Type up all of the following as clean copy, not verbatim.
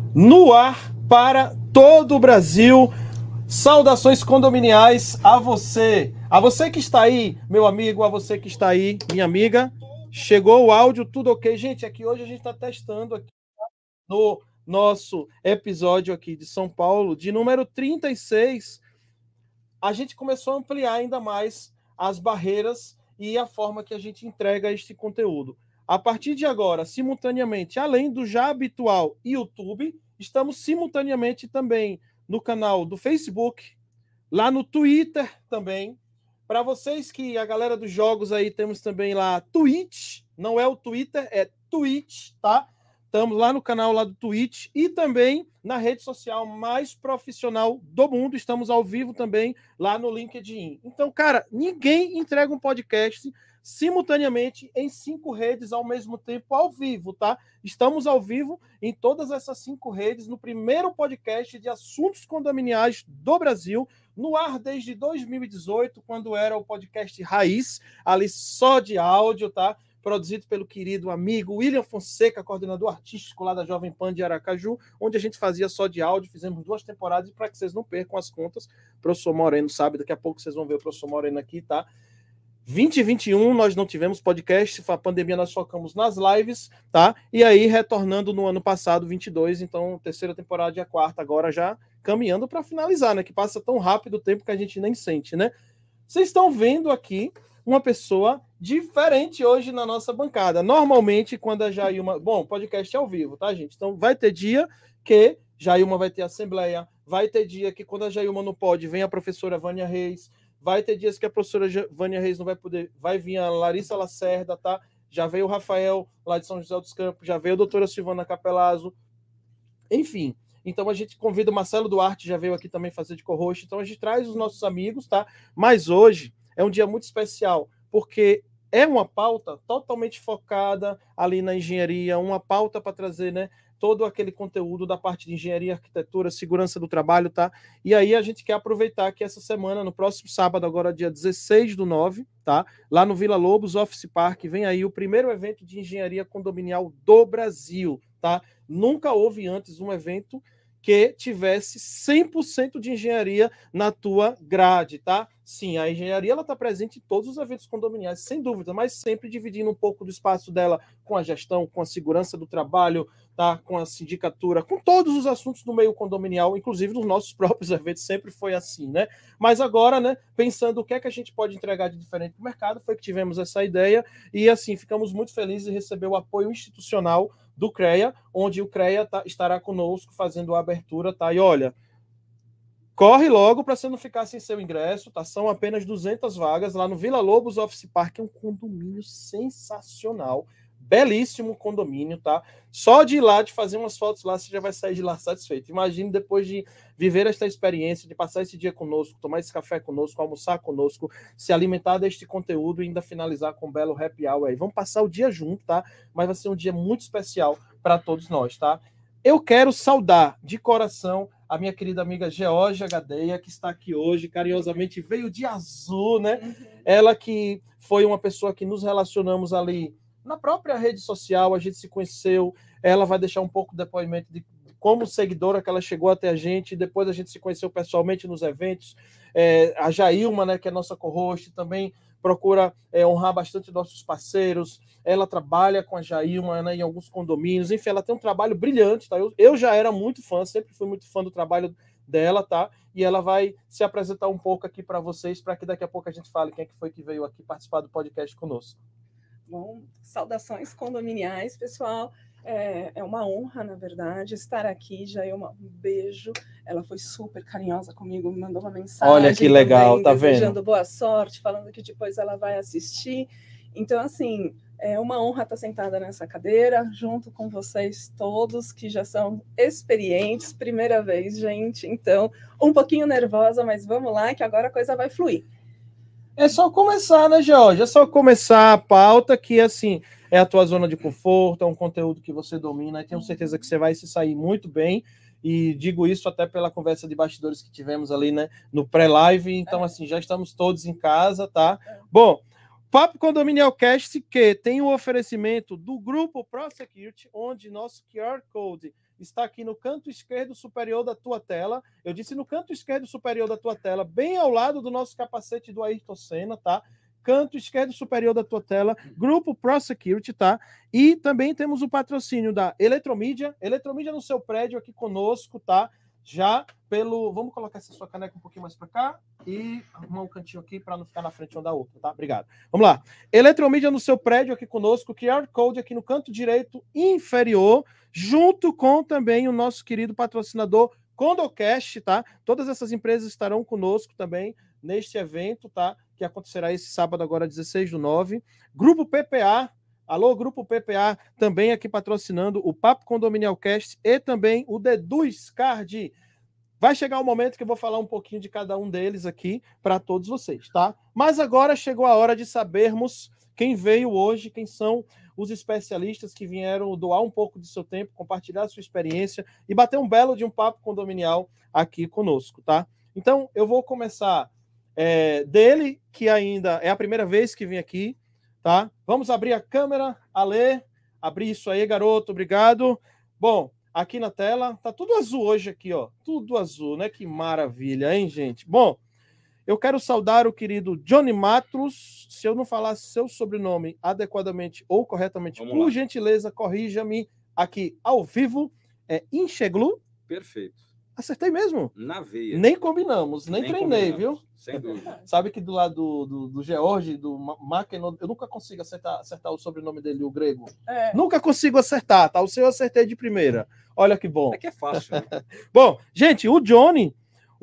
no ar para todo o Brasil. Saudações condominiais a você que está aí, meu amigo, a você que está aí, minha amiga. Chegou o áudio, tudo ok? Gente, aqui hoje a gente está testando aqui no nosso episódio aqui de São Paulo, de número 36. A gente começou a ampliar ainda mais as barreiras e a forma que a gente entrega este conteúdo. A partir de agora, simultaneamente, além do já habitual YouTube, estamos simultaneamente também no canal do Facebook, lá no Twitter também. Para vocês que a galera dos jogos aí, temos também lá Twitch, não é o Twitter, é Twitch, tá? Estamos lá no canal lá do Twitch e também na rede social mais profissional do mundo. Estamos ao vivo também lá no LinkedIn. Então, cara, ninguém entrega um podcast simultaneamente em 5 redes ao mesmo tempo, ao vivo, tá? Estamos ao vivo em todas essas 5 redes, no primeiro podcast de assuntos condominiais do Brasil, no ar desde 2018, quando era o podcast Raiz, ali só de áudio, tá? Produzido pelo querido amigo William Fonseca, coordenador artístico lá da Jovem Pan de Aracaju, onde a gente fazia só de áudio, fizemos 2 temporadas, e para que vocês não percam as contas, o professor Moreno sabe, daqui a pouco vocês vão ver o professor Moreno aqui, tá? 2021 nós não tivemos podcast, a pandemia nós focamos nas lives, tá? E aí retornando no ano passado, 22, então terceira temporada e a quarta, agora já caminhando para finalizar, né? Que passa tão rápido o tempo que a gente nem sente, né? Vocês estão vendo aqui uma pessoa diferente hoje na nossa bancada. Normalmente, quando a Jailma... Bom, podcast é ao vivo, tá, gente? Então, vai ter dia que Jailma vai ter assembleia, vai ter dia que quando a Jailma não pode, vem a professora Vânia Reis, vai ter dias que a professora Vânia Reis não vai poder, vai vir a Larissa Lacerda, tá? Já veio o Rafael, lá de São José dos Campos, já veio a doutora Silvana Capelazzo, enfim... Então a gente convida o Marcelo Duarte, já veio aqui também fazer de co-host. Então a gente traz os nossos amigos, tá? Mas hoje é um dia muito especial, porque é uma pauta totalmente focada ali na engenharia, uma pauta para trazer, né, todo aquele conteúdo da parte de engenharia, arquitetura, segurança do trabalho, tá? E aí a gente quer aproveitar que essa semana, no próximo sábado, agora dia 16/9, tá? Lá no Vila Lobos Office Park, vem aí o primeiro evento de engenharia condominial do Brasil, tá? Nunca houve antes um evento que tivesse 100% de engenharia na tua grade, tá? Sim, a engenharia ela está presente em todos os eventos condominiais, sem dúvida, mas sempre dividindo um pouco do espaço dela com a gestão, com a segurança do trabalho, tá? Com a sindicatura, com todos os assuntos do meio condominial, inclusive nos nossos próprios eventos, sempre foi assim, né? Mas agora, né, pensando o que é que a gente pode entregar de diferente para o mercado, foi que tivemos essa ideia e, assim, ficamos muito felizes em receber o apoio institucional do CREA, onde o CREA estará conosco fazendo a abertura, tá? E olha, corre logo para você não ficar sem seu ingresso, tá? São apenas 200 vagas lá no Vila Lobos Office Park, é um condomínio sensacional, belíssimo condomínio, tá? Só de ir lá, de fazer umas fotos lá, você já vai sair de lá satisfeito. Imagine depois de viver esta experiência, de passar esse dia conosco, tomar esse café conosco, almoçar conosco, se alimentar deste conteúdo e ainda finalizar com um belo happy hour aí. Vamos passar o dia junto, tá? Mas vai ser um dia muito especial para todos nós, tá? Eu quero saudar de coração a minha querida amiga Georgia Gadeia, que está aqui hoje, carinhosamente veio de azul, né? Uhum. Ela que foi uma pessoa que nos relacionamos ali na própria rede social, a gente se conheceu, ela vai deixar um pouco de depoimento de como seguidora que ela chegou até a gente, depois a gente se conheceu pessoalmente nos eventos, a Jailma, né, que é nossa co-host, também procura honrar bastante nossos parceiros, ela trabalha com a Jailma, né, em alguns condomínios, enfim, ela tem um trabalho brilhante, tá? Eu já era muito fã, sempre fui muito fã do trabalho dela, tá? E ela vai se apresentar um pouco aqui para vocês, para que daqui a pouco a gente fale quem é que foi que veio aqui participar do podcast conosco. Bom, saudações condominiais, pessoal. É uma honra, na verdade, estar aqui. Jailma, um beijo. Ela foi super carinhosa comigo, me mandou uma mensagem. Olha que legal, também, tá desejando vendo? boa sorte, falando que depois ela vai assistir. Então, assim, é uma honra estar sentada nessa cadeira, junto com vocês todos, que já são experientes. Primeira vez, gente. Então, um pouquinho nervosa, mas vamos lá, que agora a coisa vai fluir. É só começar, né, Georgia? É só começar a pauta que, assim, é a tua zona de conforto, é um conteúdo que você domina, e tenho certeza que você vai se sair muito bem, e digo isso até pela conversa de bastidores que tivemos ali, né, no pré-live, então, assim, já estamos todos em casa, tá? Bom, Papo Condominial Cast, que tem o oferecimento do Grupo ProSecurity, onde nosso QR Code está aqui no canto esquerdo superior da tua tela. Eu disse no canto esquerdo superior da tua tela, bem ao lado do nosso capacete do Ayrton Senna, tá? Canto esquerdo superior da tua tela, Grupo ProSecurity, tá? E também temos o patrocínio da Eletromídia. Eletromídia no seu prédio aqui conosco, tá? Já pelo... Vamos colocar essa sua caneca um pouquinho mais para cá e arrumar um cantinho aqui para não ficar na frente uma da outra, tá? Obrigado. Vamos lá. Eletromídia no seu prédio aqui conosco, QR Code aqui no canto direito inferior, junto com também o nosso querido patrocinador Condocast, tá? Todas essas empresas estarão conosco também neste evento, tá? Que acontecerá esse sábado agora, 16/9. Grupo PPA, alô, Grupo PPA, também aqui patrocinando o Papo Condominial Cast e também o Deduz Card. Vai chegar o momento que eu vou falar um pouquinho de cada um deles aqui para todos vocês, tá? Mas agora chegou a hora de sabermos quem veio hoje, quem são os especialistas que vieram doar um pouco de seu tempo, compartilhar sua experiência e bater um belo de um papo condominial aqui conosco, tá? Então, eu vou começar dele, que ainda é a primeira vez que vem aqui, tá? Vamos abrir a câmera, Ale, abrir isso aí, garoto, obrigado. Bom, aqui na tela, tá tudo azul hoje aqui, ó, tudo azul, né? Que maravilha, hein, gente? Bom, eu quero saudar o querido Johnny Matos. Se eu não falar seu sobrenome adequadamente ou corretamente, por gentileza, corrija-me aqui ao vivo. É Incheglu? Perfeito. Acertei mesmo? Na veia. Nem combinamos, nem treinei, combinamos, viu? Sem dúvida. Sabe que do lado do George, do Mackeno, eu nunca consigo acertar o sobrenome dele, o grego. Nunca consigo acertar, tá? O seu eu acertei de primeira. Olha que bom. É que é fácil, né? Bom, gente, o Johnny,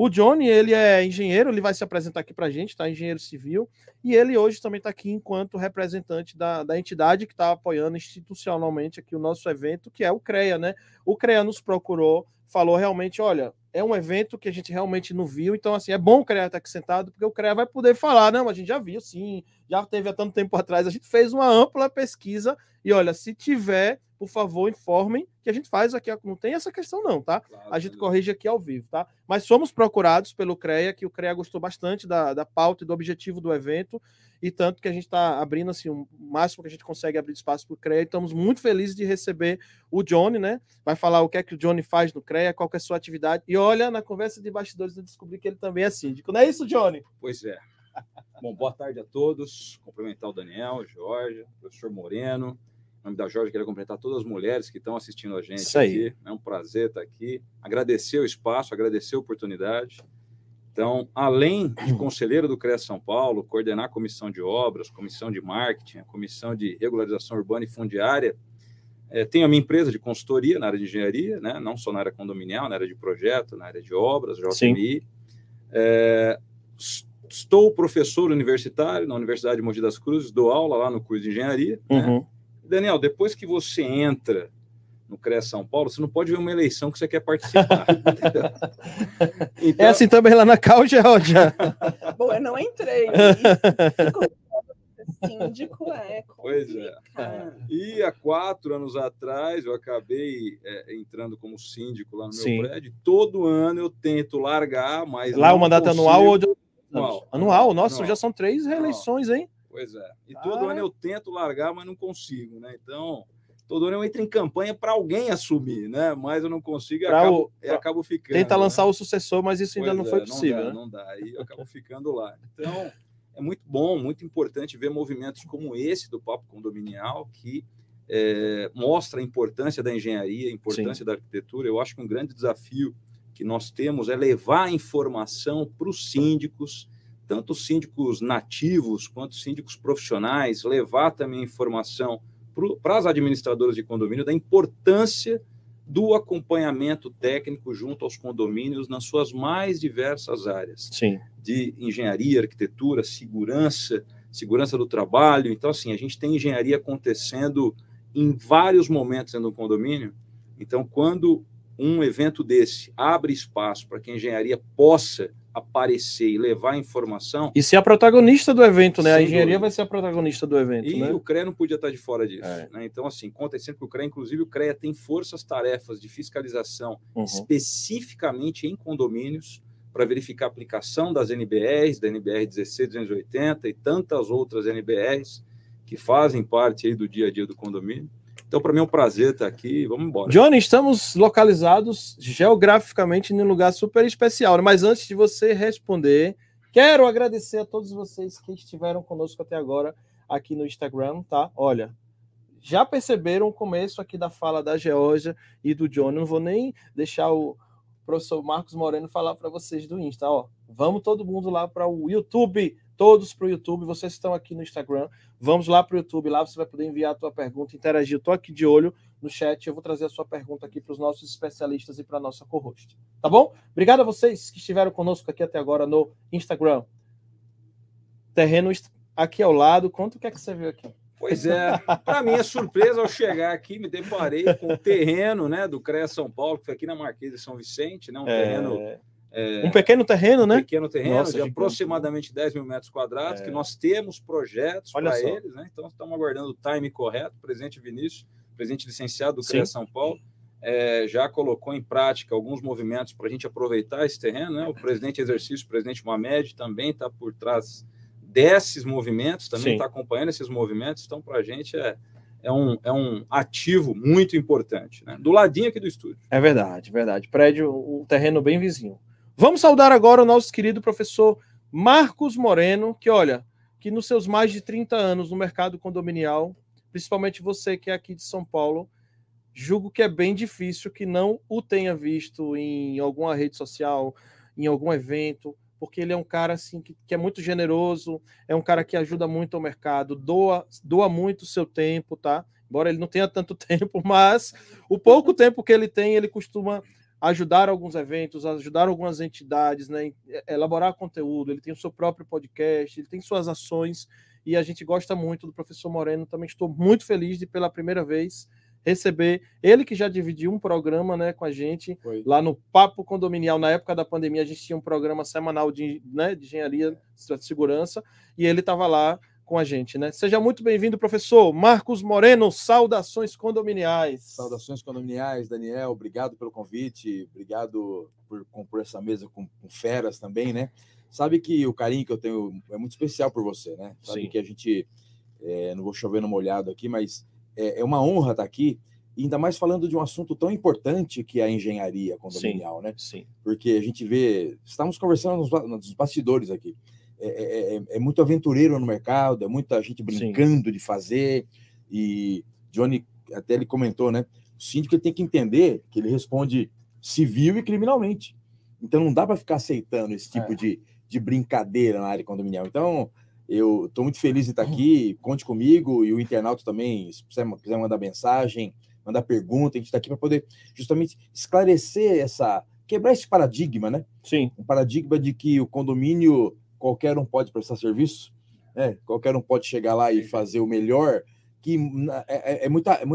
ele é engenheiro, ele vai se apresentar aqui pra gente, tá? Engenheiro civil, e ele hoje também está aqui enquanto representante da entidade que está apoiando institucionalmente aqui o nosso evento, que é o CREA, né? O CREA nos procurou, falou realmente, olha, é um evento que a gente realmente não viu, então assim, é bom o CREA estar aqui sentado, porque o CREA vai poder falar, não, a gente já viu, sim, já teve há tanto tempo atrás, a gente fez uma ampla pesquisa, e olha, se tiver, por favor, informem, que a gente faz aqui, não tem essa questão não, tá? Claro, a gente corrige aqui ao vivo, tá? Mas somos procurados pelo CREA, que o CREA gostou bastante da pauta e do objetivo do evento, e tanto que a gente está abrindo assim, o máximo que a gente consegue abrir espaço para o CREA, e estamos muito felizes de receber o Johnny, né? Vai falar o que é que o Johnny faz no CREA, qual que é a sua atividade, e olha, na conversa de bastidores eu descobri que ele também é síndico, não é isso, Johnny? Pois é. Bom, boa tarde a todos, cumprimentar o Daniel, o Jorge, o professor Moreno, em nome da Jorge, quero cumprimentar todas as mulheres que estão assistindo a gente aqui, é um prazer estar aqui, agradecer o espaço, agradecer a oportunidade. Então, além de conselheiro do CREA São Paulo, coordenar a comissão de obras, comissão de marketing, a comissão de regularização urbana e fundiária, tenho a minha empresa de consultoria na área de engenharia, né? Não só na área condominial, na área de projeto, na área de obras, JMI. Estou professor universitário na Universidade de Mogi das Cruzes, dou aula lá no curso de engenharia. Né? Daniel, depois que você entra no CREA São Paulo, você não pode ver uma eleição que você quer participar. Então... É assim também lá na Cal, Georgia. Bom, eu não entrei. Síndico é complicado. Pois é. E há 4 anos atrás, eu acabei entrando como síndico lá no meu prédio. Todo ano eu tento largar, mas lá o mandato consigo... anual ou anual? Nossa, anual. Já são 3 reeleições, hein? Pois é. E todo ano eu tento largar, mas não consigo, né? Então... Todo ano eu entro em campanha para alguém assumir, né? Mas eu não consigo e acabo ficando. Tenta lançar o sucessor, mas isso ainda não foi possível. Não dá, aí eu acabo ficando lá. Então, é muito bom, muito importante ver movimentos como esse do Papo Condominial, que mostra a importância da engenharia, a importância da arquitetura. Eu acho que um grande desafio que nós temos é levar a informação para os síndicos, tanto os síndicos nativos quanto os síndicos profissionais, levar também a informação para as administradoras de condomínio da importância do acompanhamento técnico junto aos condomínios nas suas mais diversas áreas. Sim. De engenharia, arquitetura, segurança do trabalho. Então, assim, a gente tem engenharia acontecendo em vários momentos dentro do condomínio. Então, quando um evento desse abre espaço para que a engenharia possa aparecer e levar informação... E ser a protagonista do evento, né? A engenharia vai ser a protagonista do evento, e né? O CREA não podia estar de fora disso. Né? Então, assim, conta sempre que o CREA, inclusive o CREA tem forças-tarefas de fiscalização especificamente em condomínios para verificar a aplicação das NBRs, da NBR 16280 e tantas outras NBRs que fazem parte aí do dia a dia do condomínio. Então, para mim é um prazer estar aqui. Vamos embora. Johnny, estamos localizados geograficamente em um lugar super especial, né? Mas antes de você responder, quero agradecer a todos vocês que estiveram conosco até agora aqui no Instagram, tá? Olha, já perceberam o começo aqui da fala da Georgia e do Johnny. Não vou nem deixar o professor Marcos Moreno falar para vocês do Insta, ó. Vamos todo mundo lá para o YouTube, todos para o YouTube. Vocês estão aqui no Instagram, vamos lá para o YouTube, lá você vai poder enviar a tua pergunta, interagir. Eu estou aqui de olho no chat, eu vou trazer a sua pergunta aqui para os nossos especialistas e para a nossa co-host. Tá bom? Obrigado a vocês que estiveram conosco aqui até agora no Instagram. Terreno aqui ao lado, conta o que é que você viu aqui. Pois é, para minha surpresa, ao chegar aqui, me deparei com o terreno, né, do CREA São Paulo, que foi aqui na Marquês de São Vicente, né, um pequeno terreno, né? Um pequeno terreno, Nossa, de aproximadamente 10 mil metros quadrados, que nós temos projetos para eles, né? Então, estamos aguardando o time correto. O presidente Vinícius, presidente licenciado do CREA São Paulo, já colocou em prática alguns movimentos para a gente aproveitar esse terreno, né? O presidente exercício, o presidente Mohamed, também está por trás desses movimentos, também está acompanhando esses movimentos. Então, para a gente é um ativo muito importante, né? Do ladinho aqui do estúdio. É verdade, verdade. Prédio, o terreno bem vizinho. Vamos saudar agora o nosso querido professor Marcos Moreno, que olha, que nos seus mais de 30 anos no mercado condominial, principalmente você que é aqui de São Paulo, julgo que é bem difícil que não o tenha visto em alguma rede social, em algum evento, porque ele é um cara assim que é muito generoso, é um cara que ajuda muito ao mercado, doa muito o seu tempo, tá? Embora ele não tenha tanto tempo, mas o pouco tempo que ele tem, ele costuma ajudar alguns eventos, ajudar algumas entidades, né? Elaborar conteúdo. Ele tem o seu próprio podcast, ele tem suas ações, e a gente gosta muito do professor Moreno. Também estou muito feliz de, pela primeira vez, receber ele, que já dividiu um programa, né, com a gente. Foi lá no Papo Condominial. Na época da pandemia, a gente tinha um programa semanal de engenharia de segurança, e ele estava lá com a gente, né? Seja muito bem-vindo, professor Marcos Moreno. Saudações condominiais. Saudações condominiais, Daniel. Obrigado pelo convite. Obrigado por compor essa mesa com feras também, né? Sabe que o carinho que eu tenho é muito especial por você, né? Sabe que a gente, não vou chover no molhado aqui, mas é uma honra estar aqui, ainda mais falando de um assunto tão importante que é a engenharia condominial, né? Sim. Porque a gente vê, estamos conversando nos bastidores aqui, é muito aventureiro no mercado, é muita gente brincando de fazer, e Johnny, até ele comentou, né? O síndico ele tem que entender que ele responde civil e criminalmente. Então não dá para ficar aceitando esse tipo de brincadeira na área condominial. Então, eu estou muito feliz de estar aqui, conte comigo, e o internauta também, se quiser mandar mensagem, mandar pergunta, a gente está aqui para poder justamente esclarecer quebrar esse paradigma, né? Sim. Um paradigma de que o condomínio qualquer um pode prestar serviço, né? Qualquer um pode chegar lá e fazer o melhor, que é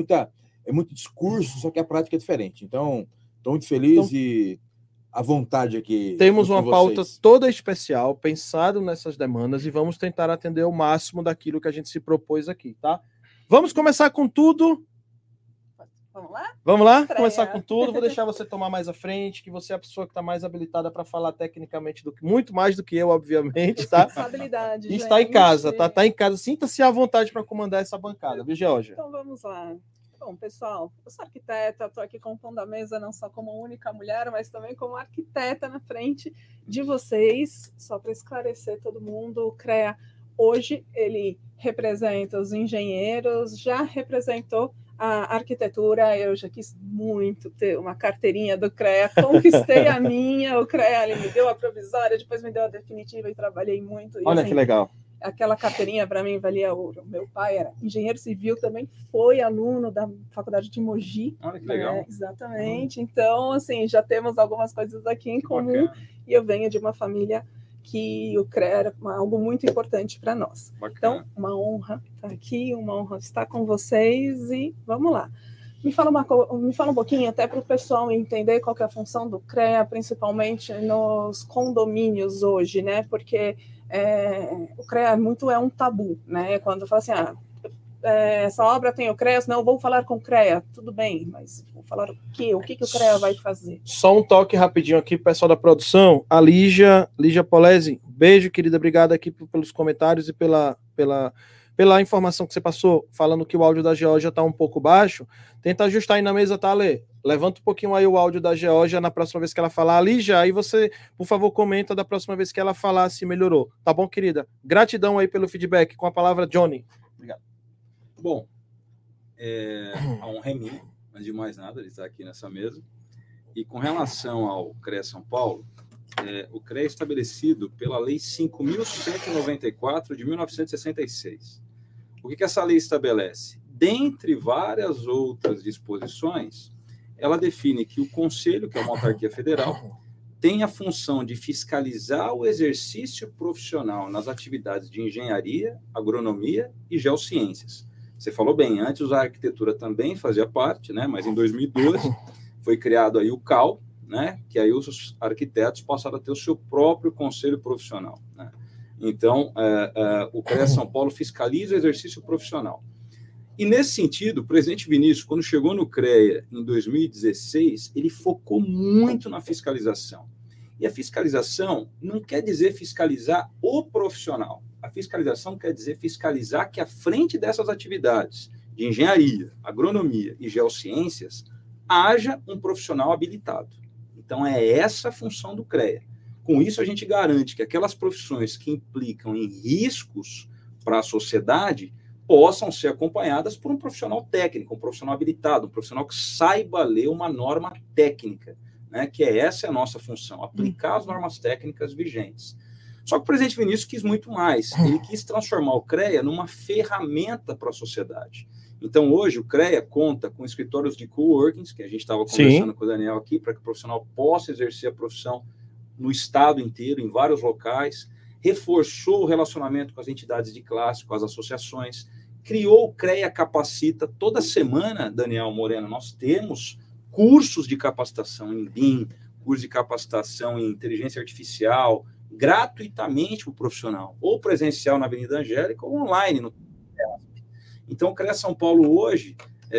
muito discurso, só que a prática é diferente. Então, estou muito feliz e à vontade aqui. Temos uma pauta toda especial, pensado nessas demandas, e vamos tentar atender o máximo daquilo que a gente se propôs aqui, tá? Vamos começar com tudo. Vamos lá? Vamos lá? Começar com tudo. Vou deixar você tomar mais à frente, que você é a pessoa que está mais habilitada para falar tecnicamente, muito mais do que eu, obviamente, tá? Responsabilidade, está em casa, tá? Tá em casa. Sinta-se à vontade para comandar essa bancada, viu, Georgia? Então vamos lá. Bom, pessoal, eu sou arquiteta, estou aqui compondo a mesa não só como única mulher, mas também como arquiteta na frente de vocês. Só para esclarecer todo mundo, o CREA hoje ele representa os engenheiros, já representou a arquitetura. Eu já quis muito ter uma carteirinha do CREA, conquistei a minha, o CREA ele me deu a provisória, depois me deu a definitiva e trabalhei muito. Olha, assim, que legal. Aquela carteirinha para mim valia ouro. Meu pai era engenheiro civil, também foi aluno da faculdade de Mogi. Olha que legal. Exatamente. Então, assim, já temos algumas coisas aqui em comum. Bacana. E eu venho de uma família que o CREA era algo muito importante para nós. Bacana. Então, uma honra estar aqui, uma honra estar com vocês e vamos lá. Me fala um pouquinho, até para o pessoal entender qual que é a função do CREA, principalmente nos condomínios hoje, né? Porque o CREA é um tabu, né? Quando fala assim, essa obra tem o CREA, não, vou falar com o CREA, tudo bem, mas vou falar o quê? O que o CREA vai fazer? Só um toque rapidinho aqui, pessoal da produção. A Lígia Polese, beijo, querida, obrigado aqui pelos comentários e pela informação que você passou, falando que o áudio da Geórgia está um pouco baixo. Tenta ajustar aí na mesa, tá, Lê? Levanta um pouquinho aí o áudio da Geórgia na próxima vez que ela falar. Lígia, aí você, por favor, comenta da próxima vez que ela falar se melhorou. Tá bom, querida? Gratidão aí pelo feedback. Com a palavra, Johnny. Obrigado. Bom, a honra é minha, antes de mais nada, ele está aqui nessa mesa. E com relação ao CREA São Paulo, o CREA é estabelecido pela Lei 5.194 de 1966. O que essa lei estabelece? Dentre várias outras disposições, ela define que o Conselho, que é uma autarquia federal, tem a função de fiscalizar o exercício profissional nas atividades de engenharia, agronomia e geociências. Você falou bem, antes a arquitetura também fazia parte, né? Mas em 2012 foi criado aí o CAL, né? Que aí os arquitetos passaram a ter o seu próprio conselho profissional, né? Então, o CREA São Paulo fiscaliza o exercício profissional. E, nesse sentido, o presidente Vinícius, quando chegou no CREA em 2016, ele focou muito na fiscalização. E a fiscalização não quer dizer fiscalizar o profissional. A fiscalização quer dizer fiscalizar que, à frente dessas atividades de engenharia, agronomia e geociências, haja um profissional habilitado. Então, é essa a função do CREA. Com isso, a gente garante que aquelas profissões que implicam em riscos para a sociedade possam ser acompanhadas por um profissional técnico, um profissional habilitado, um profissional que saiba ler uma norma técnica, né? Que essa é a nossa função, aplicar as normas técnicas vigentes. Só que o presidente Vinícius quis muito mais. Ele quis transformar o CREA numa ferramenta para a sociedade. Então, hoje, o CREA conta com escritórios de coworkings, que a gente estava conversando com o Daniel aqui, para que o profissional possa exercer a profissão no estado inteiro, em vários locais, reforçou o relacionamento com as entidades de classe, com as associações, criou o CREA Capacita. Toda semana, Daniel Moreno, nós temos cursos de capacitação em BIM, curso de capacitação em inteligência artificial, gratuitamente para o profissional, ou presencial na Avenida Angélica, ou online no TEASP. Então, o CREA São Paulo hoje,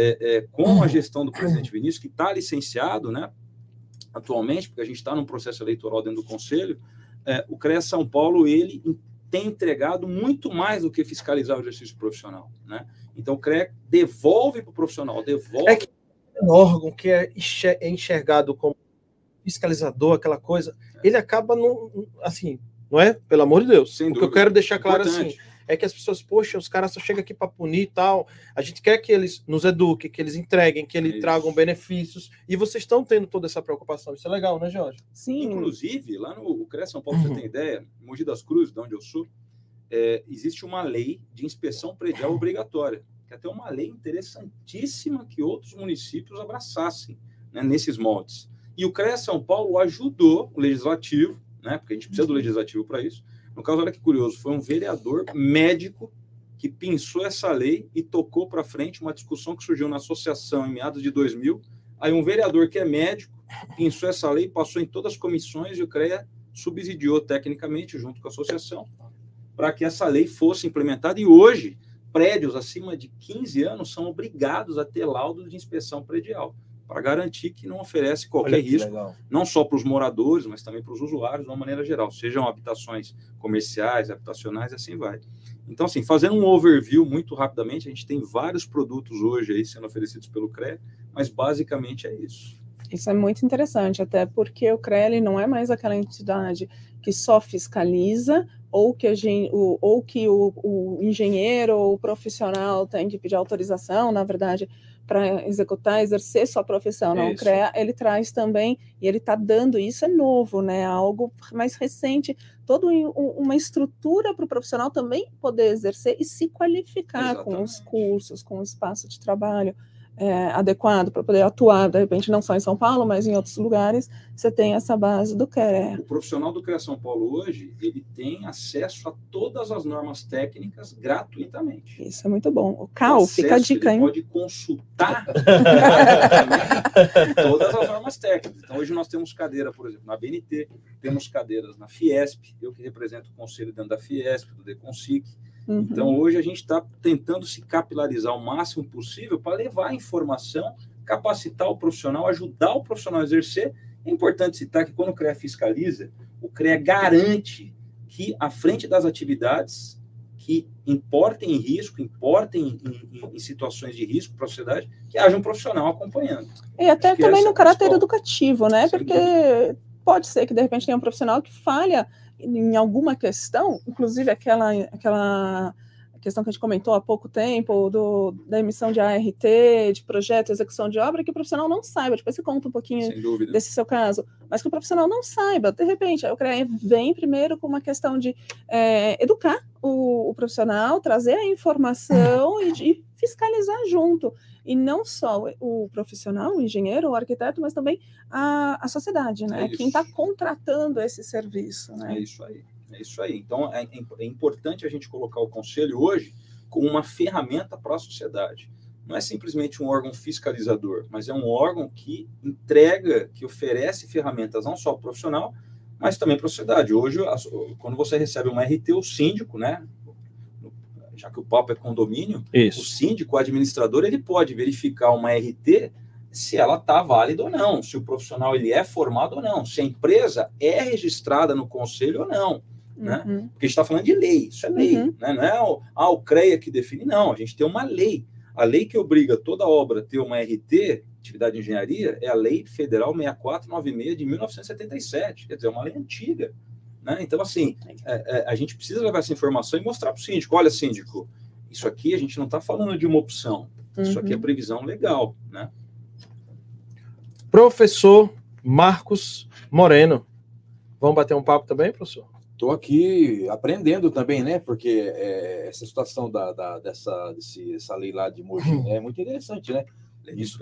com a gestão do presidente Vinícius, que está licenciado, né, atualmente, porque a gente está num processo eleitoral dentro do Conselho, o CREA São Paulo, ele tem entregado muito mais do que fiscalizar o exercício profissional, né? Então, o CREA devolve para o profissional, devolve... É que um órgão que é enxergado como fiscalizador, aquela coisa, ele acaba, assim, não é? Pelo amor de Deus. Sem o que dúvida. eu quero deixar claro Importante. assim, é que as pessoas, poxa, os caras só chegam aqui para punir e tal, a gente quer que eles nos eduquem, que eles entreguem, que eles tragam benefícios, e vocês estão tendo toda essa preocupação. Isso é legal, né, Jorge? Sim. Inclusive, lá no CREA São Paulo, você tem ideia, em Mogi das Cruzes, de onde eu sou, existe uma lei de inspeção predial obrigatória, que é até uma lei interessantíssima que outros municípios abraçassem, né, nesses moldes. E o CREA São Paulo ajudou o legislativo, né, porque a gente precisa do legislativo para isso. No caso, olha que curioso, foi um vereador médico que pensou essa lei e tocou para frente uma discussão que surgiu na associação em meados de 2000. Aí um vereador que é médico pensou essa lei, passou em todas as comissões e o CREA subsidiou tecnicamente, junto com a associação, para que essa lei fosse implementada. E hoje, prédios acima de 15 anos são obrigados a ter laudo de inspeção predial, para garantir que não oferece qualquer risco, não só para os moradores, mas também para os usuários, de uma maneira geral, sejam habitações comerciais, habitacionais, e assim vai. Então, assim, fazendo um overview muito rapidamente, a gente tem vários produtos hoje aí sendo oferecidos pelo CREA, mas basicamente é isso. Isso é muito interessante, até porque o CREA ele não é mais aquela entidade que só fiscaliza, ou que, o engenheiro ou o profissional tem que pedir autorização, na verdade, para exercer sua profissão. Não, o CREA, ele traz também, e ele está dando, isso é novo, né? Algo mais recente, toda uma estrutura para o profissional também poder exercer e se qualificar. Exatamente. Com os cursos, com o espaço de trabalho adequado para poder atuar, de repente, não só em São Paulo, mas em outros lugares, você tem essa base do CREA. O profissional do CREA São Paulo hoje, ele tem acesso a todas as normas técnicas gratuitamente. Isso é muito bom. O CAL, fica a dica, hein? Ele pode consultar todas as normas técnicas. Então, hoje nós temos cadeira, por exemplo, na BNT, temos cadeiras na Fiesp, eu que represento o conselho dentro da Fiesp, do DECONSIC. Então, hoje a gente está tentando se capilarizar o máximo possível para levar a informação, capacitar o profissional, ajudar o profissional a exercer. É importante citar que quando o CREA fiscaliza, o CREA garante que, à frente das atividades que importem em risco, importem em situações de risco para a sociedade, que haja um profissional acompanhando. E até também no caráter educativo, né? Porque pode ser que, de repente, tenha um profissional que falha em alguma questão, inclusive aquela questão que a gente comentou há pouco tempo, da emissão de ART, de projeto, execução de obra, que o profissional não saiba. Depois você conta um pouquinho desse seu caso, mas que o profissional não saiba. De repente, o CREA vem primeiro com uma questão de educar o profissional, trazer a informação e fiscalizar junto. E não só o profissional, o engenheiro, o arquiteto, mas também a sociedade, né? Quem está contratando esse serviço. Né? É isso aí. É isso aí. Então, é importante a gente colocar o Conselho hoje como uma ferramenta para a sociedade. Não é simplesmente um órgão fiscalizador, mas é um órgão que entrega, que oferece ferramentas não só para o profissional, mas também para a sociedade. Hoje, quando você recebe uma RT, o síndico, né? Já que o papo é condomínio, o síndico, o administrador, ele pode verificar uma RT se ela está válida ou não, se o profissional ele é formado ou não, se a empresa é registrada no Conselho ou não. Né? Porque a gente está falando de lei, isso é lei, né? Não é o CREA que define, não, a gente tem uma lei. A lei que obriga toda obra a ter uma RT, atividade de engenharia, é a Lei Federal 6496 de 1977, quer dizer, é uma lei antiga. Né? Então, assim, a gente precisa levar essa informação e mostrar para o síndico, olha, síndico, isso aqui a gente não está falando de uma opção, isso aqui é previsão legal. Né? Professor Marcos Moreno, vamos bater um papo também, professor? Estou aqui aprendendo também, né? Porque essa situação dessa lei lá de Mogi é muito interessante, né? Isso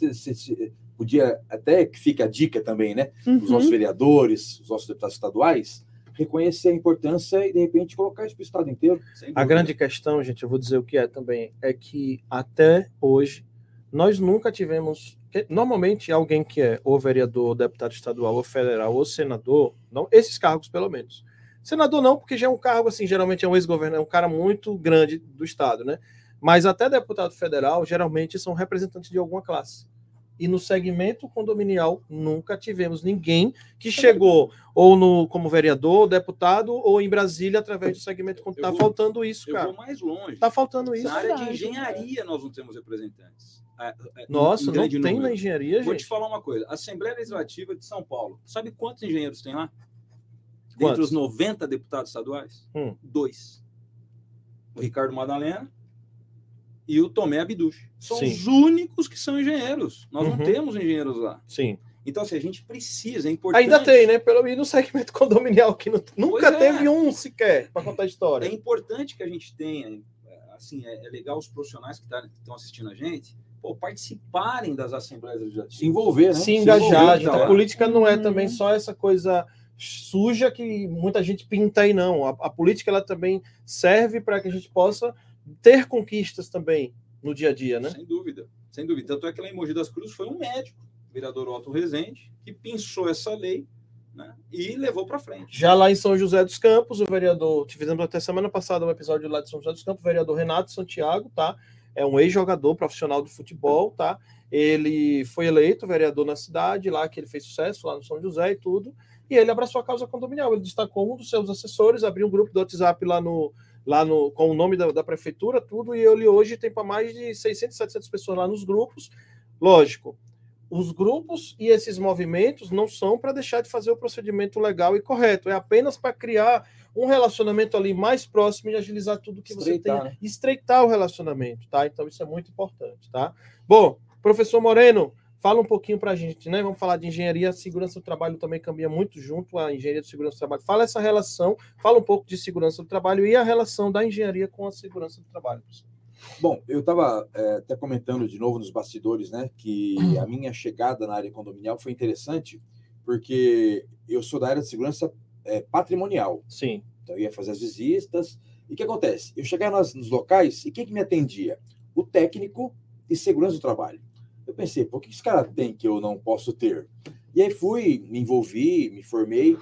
podia até que fica a dica também, né? Os nossos vereadores, os nossos deputados estaduais, reconhecer a importância e, de repente, colocar isso para o estado inteiro. A grande questão, gente, eu vou dizer o que é também, é que até hoje nós nunca tivemos... Normalmente, alguém que é ou vereador, ou deputado estadual, ou federal, ou senador, não, esses cargos, pelo menos. Senador não, porque já é um cargo, assim, geralmente é um ex-governador, é um cara muito grande do estado, né? Mas até deputado federal, geralmente são representantes de alguma classe. E no segmento condominial, nunca tivemos ninguém que chegou ou como vereador, deputado, ou em Brasília, através do segmento condominial. Está faltando isso, cara. Eu vou mais longe. Está faltando isso. Na área de engenharia, nós não temos representantes. Nossa, não tem na engenharia, gente. Vou te falar uma coisa. A Assembleia Legislativa de São Paulo, sabe quantos engenheiros tem lá? Dentre os 90 deputados estaduais? 2. O Ricardo Madalena e o Tomé Abduch. São os únicos que são engenheiros. Nós não temos engenheiros lá. Sim. Então, assim, a gente precisa, é importante... Ainda tem, né? Pelo menos no segmento condominial, que nunca teve um sequer para contar a história. É importante que a gente tenha, assim, é legal os profissionais que estão assistindo a gente, participarem das assembleias legislativas. Se envolver, né? Se engajar. A política não é também só essa coisa suja que muita gente pinta aí, não. A política, ela também serve para que a gente possa ter conquistas também no dia a dia, né? Sem dúvida, sem dúvida. Tanto é que lá em Mogi das Cruzes foi um médico, o vereador Otto Rezende, que pensou essa lei, né, e levou para frente. Já lá em São José dos Campos, o vereador, fizemos até semana passada um episódio lá de São José dos Campos, o vereador Renato Santiago, tá? É um ex-jogador profissional de futebol, tá? Ele foi eleito vereador na cidade, lá que ele fez sucesso, lá no São José e tudo, e ele abraçou a causa condominial. Ele destacou um dos seus assessores, abriu um grupo do WhatsApp com o nome da prefeitura, tudo, e ele hoje tem para mais de 600, 700 pessoas lá nos grupos. Lógico, os grupos e esses movimentos não são para deixar de fazer o procedimento legal e correto, é apenas para criar um relacionamento ali mais próximo e agilizar tudo que você tem, né? Estreitar o relacionamento, tá? Então isso é muito importante, tá? Bom, professor Moreno, fala um pouquinho para a gente, né? Vamos falar de engenharia, segurança do trabalho também caminha muito junto à engenharia de segurança do trabalho. Fala essa relação, fala um pouco de segurança do trabalho e a relação da engenharia com a segurança do trabalho, professor. Bom, eu estava até comentando de novo nos bastidores, né, que a minha chegada na área condominial foi interessante, porque eu sou da área de segurança patrimonial. Sim. Então eu ia fazer as visitas. E o que acontece? Eu chegava nos locais e quem que me atendia? O técnico de segurança do trabalho. Eu pensei, por que esse cara tem que eu não posso ter? E aí fui, me envolvi, me formei.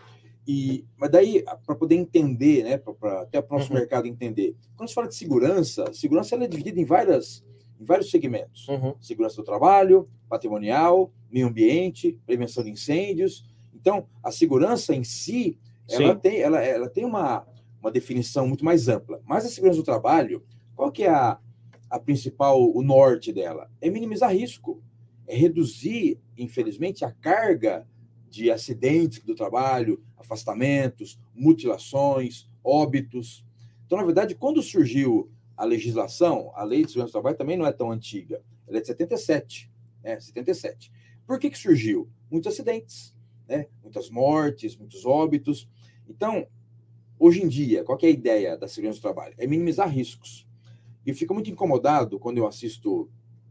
Mas daí, para poder entender, né, até para o nosso mercado entender, quando se fala de segurança ela é dividida em vários segmentos. Segurança do trabalho, patrimonial, meio ambiente, prevenção de incêndios. Então, a segurança em si, ela tem uma definição muito mais ampla. Mas a segurança do trabalho, qual que é a principal, o norte dela? É minimizar risco, é reduzir, infelizmente, a carga de acidentes do trabalho, afastamentos, mutilações, óbitos. Então, na verdade, quando surgiu a legislação, a Lei de Segurança do Trabalho também não é tão antiga, ela é de 77. 77. Por que surgiu? Muitos acidentes, né? Muitas mortes, muitos óbitos. Então, hoje em dia, qual que é a ideia da segurança do trabalho? É minimizar riscos. E eu fico muito incomodado quando eu assisto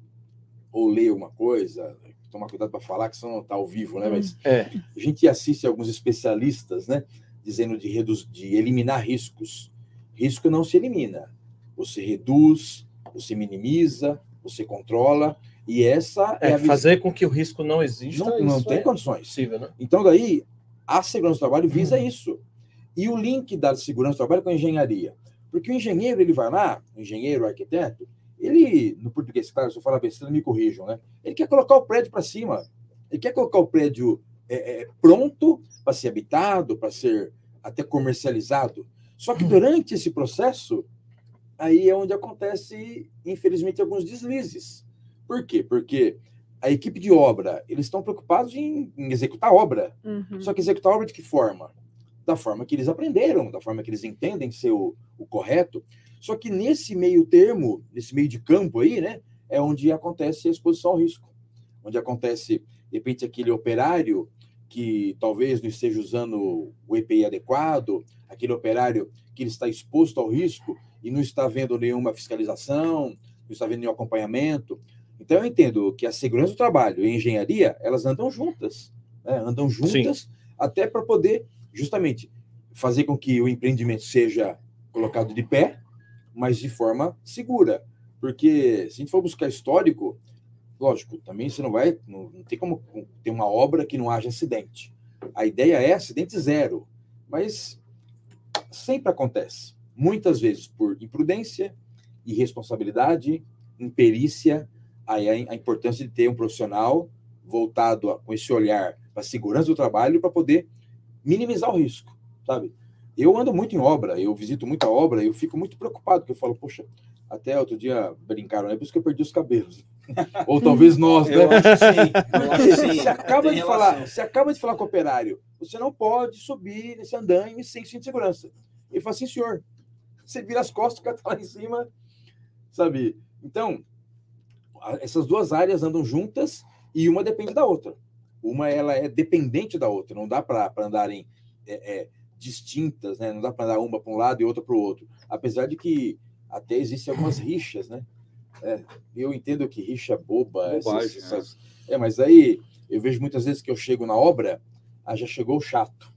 ou leio uma coisa, tomar cuidado para falar, que senão não está ao vivo, né? Mas a gente assiste alguns especialistas, né, dizendo de eliminar riscos. Risco não se elimina. Você reduz, você minimiza, você controla, e essa é a fazer com que o risco não exista. Não tem condições. Possível, né? Então, daí, a segurança do trabalho visa isso. E o link da segurança do trabalho com a engenharia. Porque o engenheiro, ele vai lá, o engenheiro, o arquiteto, ele, no português, claro, se eu falar besteira, me corrijam, né? Ele quer colocar o prédio para cima. Ele quer colocar o prédio pronto para ser habitado, para ser até comercializado. Só que durante esse processo, aí é onde acontece, infelizmente, alguns deslizes. Por quê? Porque a equipe de obra, eles estão preocupados em executar a obra. Só que executar a obra de que forma? Da forma que eles aprenderam, da forma que eles entendem ser o correto. Só que nesse meio termo, nesse meio de campo aí, né, é onde acontece a exposição ao risco. Onde acontece, de repente, aquele operário que talvez não esteja usando o EPI adequado, aquele operário que ele está exposto ao risco e não está vendo nenhuma fiscalização, não está vendo nenhum acompanhamento. Então, eu entendo que a segurança do trabalho e a engenharia, elas andam juntas, né? Andam juntas. Sim. Até para poder, justamente, fazer com que o empreendimento seja colocado de pé, mas de forma segura. Porque, se a gente for buscar histórico, lógico, também você não tem como ter uma obra que não haja acidente. A ideia é acidente zero, mas sempre acontece. Muitas vezes por imprudência, irresponsabilidade, imperícia, aí a importância de ter um profissional voltado com esse olhar para a segurança do trabalho para poder minimizar o risco, sabe? Eu ando muito em obra, eu visito muita obra, eu fico muito preocupado, porque eu falo, poxa, até outro dia brincaram, é por isso que eu perdi os cabelos. Ou talvez nós, né? Eu acho que sim. Você acaba de falar com o operário, você não pode subir nesse andaime sem cinto de segurança. Ele fala assim, senhor, você vira as costas, o cara tá lá em cima, sabe? Então, essas duas áreas andam juntas e uma depende da outra. Uma, ela é dependente da outra, não dá para andarem distintas, né? Não dá para andar uma para um lado e outra para o outro. Apesar de que até existem algumas rixas, né? Eu entendo que rixa boba. Bobagem, mas aí eu vejo muitas vezes que eu chego na obra, já chegou o chato,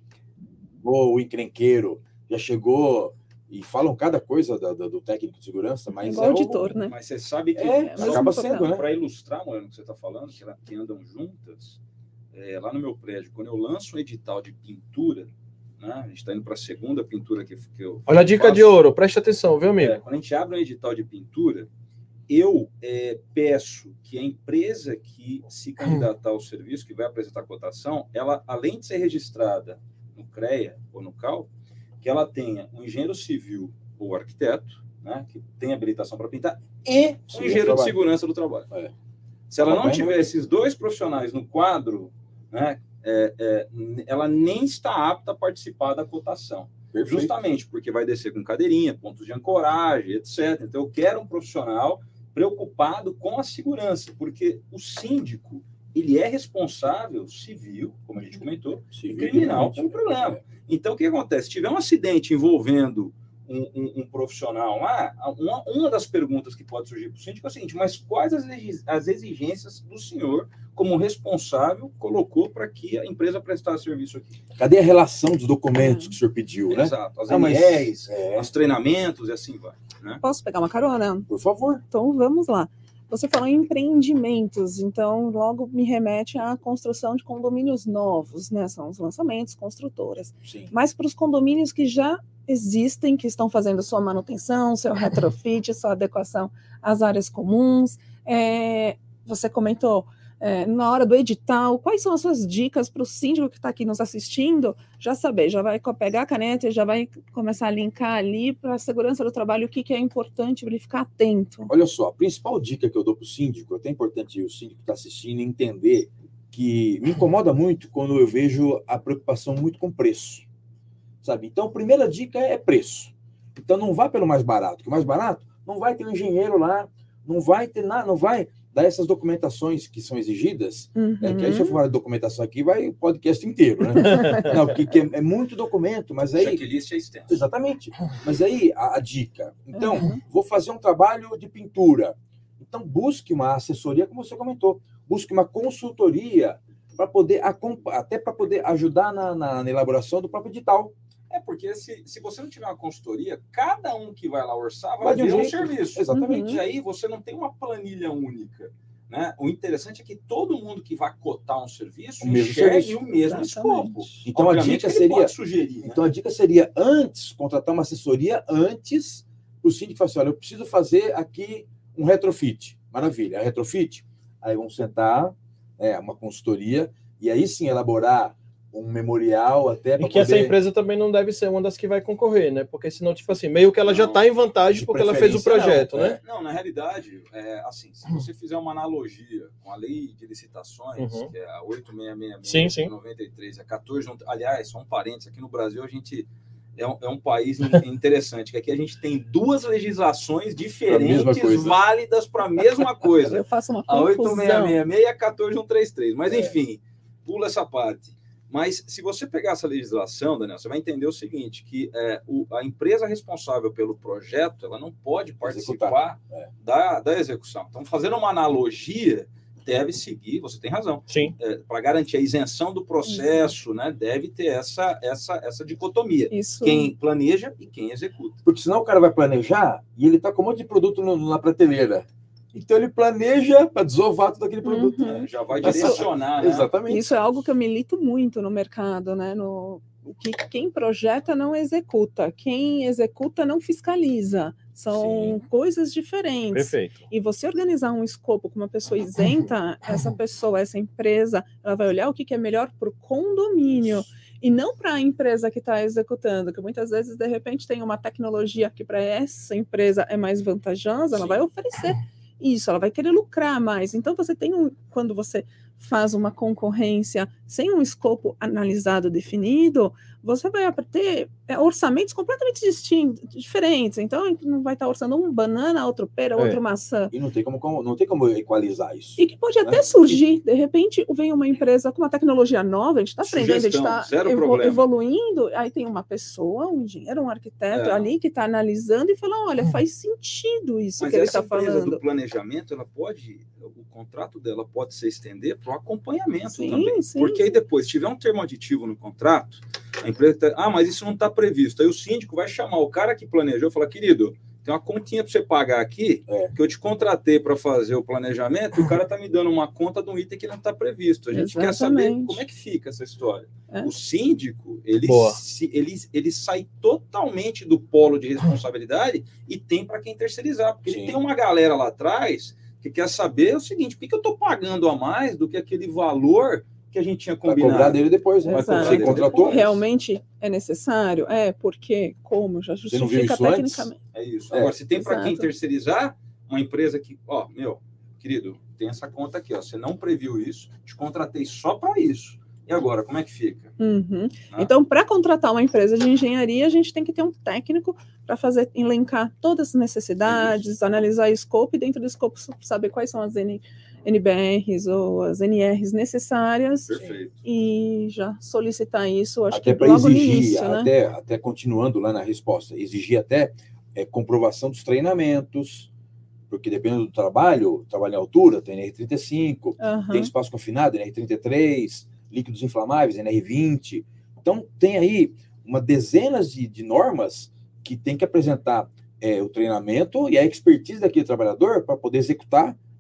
ou o encrenqueiro, já chegou e falam cada coisa do técnico de segurança, mas igual auditor, né? Mas você sabe que acaba sendo, né? Para ilustrar, Moreno, o que você está falando, que andam juntas, lá no meu prédio, quando eu lanço um edital de pintura, né, a gente está indo para a segunda pintura que eu Olha a dica faço. De ouro, preste atenção, viu, amigo? Quando a gente abre um edital de pintura, eu peço que a empresa que se candidatar ao serviço, que vai apresentar a cotação, ela, além de ser registrada no CREA ou no CAL, que ela tenha um engenheiro civil ou arquiteto, né, que tem habilitação para pintar, e um engenheiro de segurança do trabalho. Se ela não tiver esses dois profissionais no quadro, né, ela nem está apta a participar da cotação. Perfeito. Justamente porque vai descer com cadeirinha, pontos de ancoragem, etc. Então, eu quero um profissional preocupado com a segurança, porque o síndico, ele é responsável civil, como a gente comentou, e criminal pelo problema. Então, o que acontece? Se tiver um acidente envolvendo um profissional lá, uma das perguntas que pode surgir para o síndico é o seguinte, mas quais as exigências do senhor, como responsável, colocou para que a empresa prestasse serviço aqui? Cadê a relação dos documentos que o senhor pediu, né? Exato, as MRs, os treinamentos e assim vai. Né? Posso pegar uma carona? Por favor. Então, vamos lá. Você falou em empreendimentos, então logo me remete à construção de condomínios novos, né? São os lançamentos, construtoras. Sim. Mas para os condomínios que já existem, que estão fazendo sua manutenção, seu retrofit, sua adequação às áreas comuns, você comentou na hora do edital, quais são as suas dicas para o síndico que está aqui nos assistindo já saber, já vai pegar a caneta e já vai começar a linkar ali para a segurança do trabalho, o que é importante para ele ficar atento? Olha só, a principal dica que eu dou para o síndico, é até importante o síndico que está assistindo entender que me incomoda muito quando eu vejo a preocupação muito com preço, sabe? Então, a primeira dica é preço. Então, não vá pelo mais barato, porque o mais barato não vai ter um engenheiro lá, não vai ter nada, não vai dar essas documentações que são exigidas, que aí se eu for falar de documentação aqui, vai o podcast inteiro, né? Não, porque é muito documento, mas aí... Checklist é extenso. Exatamente. Mas aí, a dica. Então, vou fazer um trabalho de pintura. Então, busque uma assessoria, como você comentou. Busque uma consultoria para poder, até para poder ajudar na elaboração do próprio edital. Porque se você não tiver uma consultoria, cada um que vai lá orçar vai ver um serviço. Exatamente. E aí você não tem uma planilha única. Né? O interessante é que todo mundo que vai cotar um serviço enxergue o mesmo escopo. Então, a dica seria... sugerir, né? Então, a dica seria antes, contratar uma assessoria antes, o síndico falar assim, olha, eu preciso fazer aqui um retrofit. Maravilha, retrofit. Aí vamos sentar, uma consultoria, e aí sim elaborar um memorial até para poder... essa empresa também não deve ser uma das que vai concorrer, né? Porque senão, tipo assim, meio que ela já está em vantagem porque ela fez o projeto, né? Não, na realidade, assim, se você fizer uma analogia com a lei de licitações, que é a 8666, 93, a 14... Aliás, só um parênteses, aqui no Brasil a gente é um país interessante, que aqui a gente tem duas legislações diferentes, válidas para a mesma coisa. Eu faço uma confusão. A 8666 e a 14133. Mas, enfim, pula essa parte. Mas se você pegar essa legislação, Daniel, você vai entender o seguinte, que a empresa responsável pelo projeto, ela não pode participar da execução. Então, fazendo uma analogia, deve seguir, você tem razão, para garantir a isenção do processo, né, deve ter essa dicotomia. Isso. Quem planeja e quem executa. Porque senão o cara vai planejar e ele está com um monte de produto na prateleira. Então, ele planeja para desovar todo aquele produto. Já vai direcionar. Né? Exatamente. Isso é algo que eu milito muito no mercado, né? Quem projeta não executa, quem executa não fiscaliza. São coisas diferentes. Perfeito. E você organizar um escopo com uma pessoa isenta, essa pessoa, essa empresa, ela vai olhar o que é melhor para o condomínio. E não para a empresa que está executando, que muitas vezes, de repente, tem uma tecnologia que para essa empresa é mais vantajosa, ela vai oferecer isso, ela vai querer lucrar mais. Então, você tem quando você faz uma concorrência sem um escopo analisado, definido, você vai ter orçamentos completamente diferentes. Então, não vai estar orçando um banana, outro pera, outro maçã. E não tem como equalizar isso. E que pode até surgir, de repente, vem uma empresa com uma tecnologia nova, a gente está aprendendo, a gente está evoluindo, aí tem uma pessoa, um engenheiro, um arquiteto ali que está analisando e fala, olha, faz sentido isso que ele está falando. Mas essa empresa do planejamento, o contrato dela pode se estender para o acompanhamento também. Porque aí depois, se tiver um termo aditivo no contrato, a empresa mas isso não está previsto. Aí o síndico vai chamar o cara que planejou e falar, querido, tem uma continha para você pagar aqui, que eu te contratei para fazer o planejamento, e o cara está me dando uma conta de um item que não está previsto. A gente quer saber como é que fica essa história. O síndico, ele sai totalmente do polo de responsabilidade e tem para quem terceirizar. Porque ele tem uma galera lá atrás que quer saber o seguinte, por que eu estou pagando a mais do que aquele valor que a gente tinha combinado? Vai cobrar dele depois, né? Você contratou? Realmente é necessário? Porque, como? Já justifica tecnicamente. É isso. Agora, se tem para quem terceirizar, uma empresa que, querido, tem essa conta aqui, você não previu isso, te contratei só para isso. E agora, como é que fica? Então, para contratar uma empresa de engenharia, a gente tem que ter um técnico para elencar todas as necessidades, analisar o escopo e dentro do escopo saber quais são as NBRs ou as NRs necessárias. Perfeito. E já solicitar isso, acho até que logo exigir, no início, né? Até continuando lá na resposta, exigir até comprovação dos treinamentos, porque dependendo do trabalho em altura, tem NR35, tem espaço confinado, NR33, líquidos inflamáveis, NR20. Então, tem aí uma dezenas de normas que tem que apresentar o treinamento e a expertise daquele trabalhador para poder executar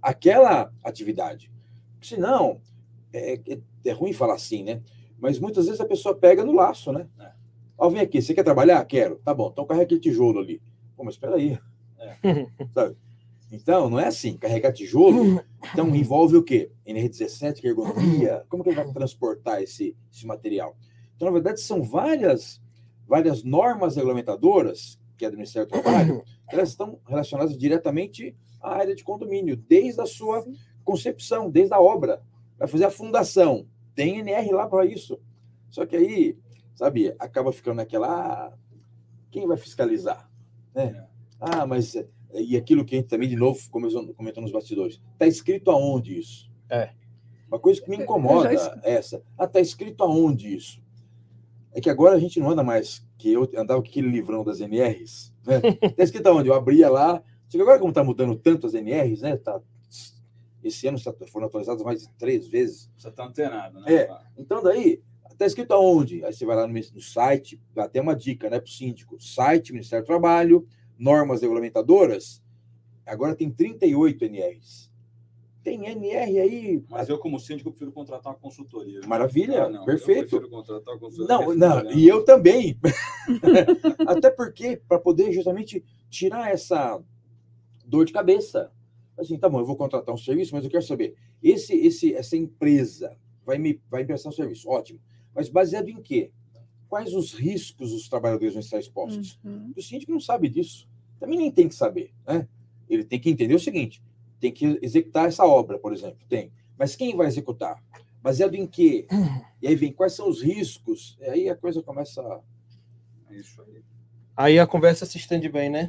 aquela atividade. Senão, é ruim falar assim, né? Mas muitas vezes a pessoa pega no laço, né? Ó, vem aqui, você quer trabalhar? Quero. Tá bom, então carrega aquele tijolo ali. Pô, mas espera aí. Sabe? Então, não é assim. Carregar tijolo, então envolve o quê? NR17, que é ergonomia. Como que ele vai transportar esse material? Então, na verdade, são várias normas regulamentadoras, que é do Ministério do Trabalho, que elas estão relacionadas diretamente à área de condomínio, desde a sua concepção, desde a obra. Vai fazer a fundação. Tem NR lá para isso. Só que aí, sabe, acaba ficando naquela... quem vai fiscalizar? Né? Mas... e aquilo que a gente também, de novo, comentou nos bastidores. Está escrito aonde isso? Uma coisa que me incomoda é essa. Está escrito aonde isso? É que agora a gente não anda mais, que eu andava com aquele livrão das NRs. Né? Está escrito aonde? Eu abria lá. Só que agora, como está mudando tanto as NRs, né? Esse ano foram atualizadas mais de 3 vezes. Você está antenado, né? Então, daí, está escrito aonde? Aí você vai lá no site, até uma dica, né, para o síndico. Site, Ministério do Trabalho, normas regulamentadoras, agora tem 38 NRs. Tem NR aí... Mas eu, como síndico, prefiro contratar uma consultoria. Maravilha, perfeito. Eu prefiro contratar uma consultoria. Não, e eu também. Até porque, para poder justamente tirar essa dor de cabeça. Assim, tá bom, eu vou contratar um serviço, mas eu quero saber, essa empresa vai me prestar um serviço, ótimo. Mas baseado em quê? Quais os riscos os trabalhadores vão estar expostos? O síndico não sabe disso. Também nem tem que saber, né? Ele tem que entender o seguinte, tem que executar essa obra, por exemplo. Tem. Mas quem vai executar? Baseado em quê? E aí vem, quais são os riscos? E aí a coisa começa a... É isso aí. Aí a conversa se estende bem, né?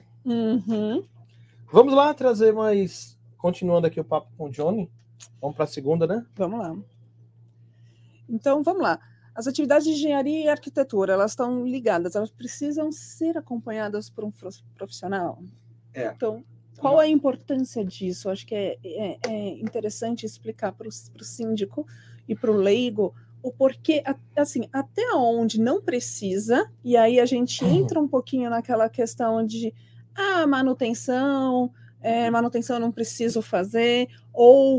Vamos lá trazer mais... Continuando aqui o papo com o Johnny. Vamos para a segunda, né? Vamos lá. Então, vamos lá. As atividades de engenharia e arquitetura, elas estão ligadas, elas precisam ser acompanhadas por um profissional. Então, qual a importância disso? Acho que é interessante explicar para o síndico e para o leigo o porquê, assim, até onde não precisa, e aí a gente entra um pouquinho naquela questão de manutenção eu não preciso fazer, ou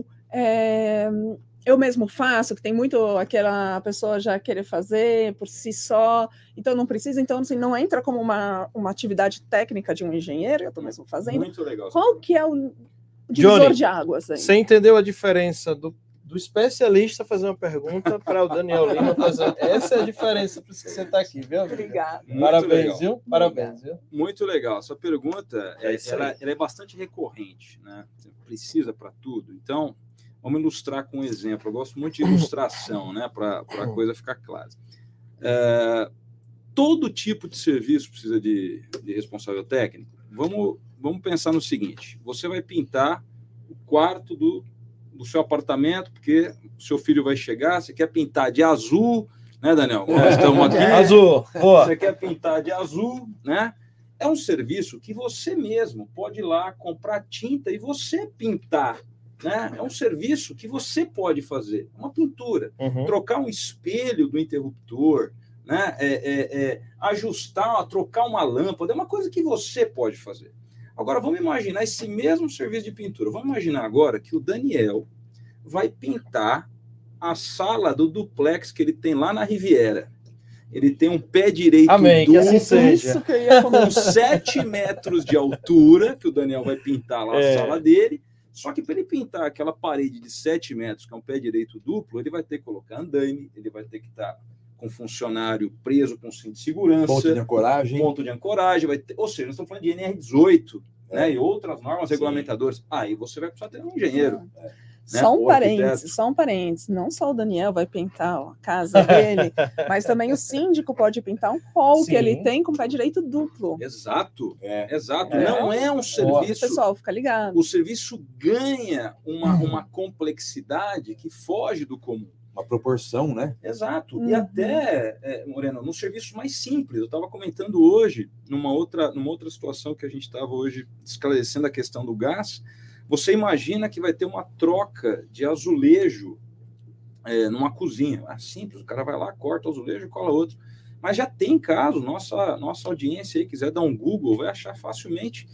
eu mesmo faço, que tem muito aquela pessoa já querer fazer por si só, então não precisa, então assim, não entra como uma atividade técnica de um engenheiro, eu estou mesmo fazendo. Muito legal. Qual que é o divisor Johnny, de águas aí? Você entendeu a diferença do especialista fazer uma pergunta para o Daniel Lima fazer? Essa é a diferença por isso que você está aqui, viu? Obrigada. Parabéns, viu? Parabéns, viu? Muito legal. Essa pergunta ela é bastante recorrente, né? Você precisa para tudo. Então, vamos ilustrar com um exemplo. Eu gosto muito de ilustração, né? Para a coisa ficar clara. Todo tipo de serviço precisa de responsável técnico. Vamos pensar no seguinte: você vai pintar o quarto do seu apartamento, porque o seu filho vai chegar, você quer pintar de azul, né, Daniel? Nós estamos aqui. Azul. Boa. Você quer pintar de azul, né? É um serviço que você mesmo pode ir lá comprar tinta e você pintar, né? É um serviço que você pode fazer, uma pintura, trocar um espelho do interruptor, né? Ajustar, trocar uma lâmpada, é uma coisa que você pode fazer. Agora, vamos imaginar esse mesmo serviço de pintura. Vamos imaginar agora que o Daniel vai pintar a sala do duplex que ele tem lá na Riviera. Ele tem um pé direito Amém, que assim seja. Com 7 metros de altura, que o Daniel vai pintar lá a sala dele. Só que para ele pintar aquela parede de 7 metros, que é um pé direito duplo, ele vai ter que colocar andaime, ele vai ter que estar com funcionário preso com cinto de segurança. Ponto de ancoragem. Vai ter, ou seja, nós estamos falando de NR18, né, e outras normas regulamentadoras. Aí você vai precisar ter um engenheiro. Né, só um parênteses. Não só o Daniel vai pintar a casa dele, mas também o síndico pode pintar um hall que ele tem com pé direito duplo. Exato. Não é um serviço... Pessoal, fica ligado. O serviço ganha uma complexidade que foge do comum. Uma proporção, né? Exato. E até, Moreno, no serviço mais simples, eu estava comentando hoje, numa outra situação que a gente estava hoje esclarecendo a questão do gás, você imagina que vai ter uma troca de azulejo numa cozinha. É simples, o cara vai lá, corta o azulejo e cola outro. Mas já tem caso, nossa audiência aí quiser dar um Google, vai achar facilmente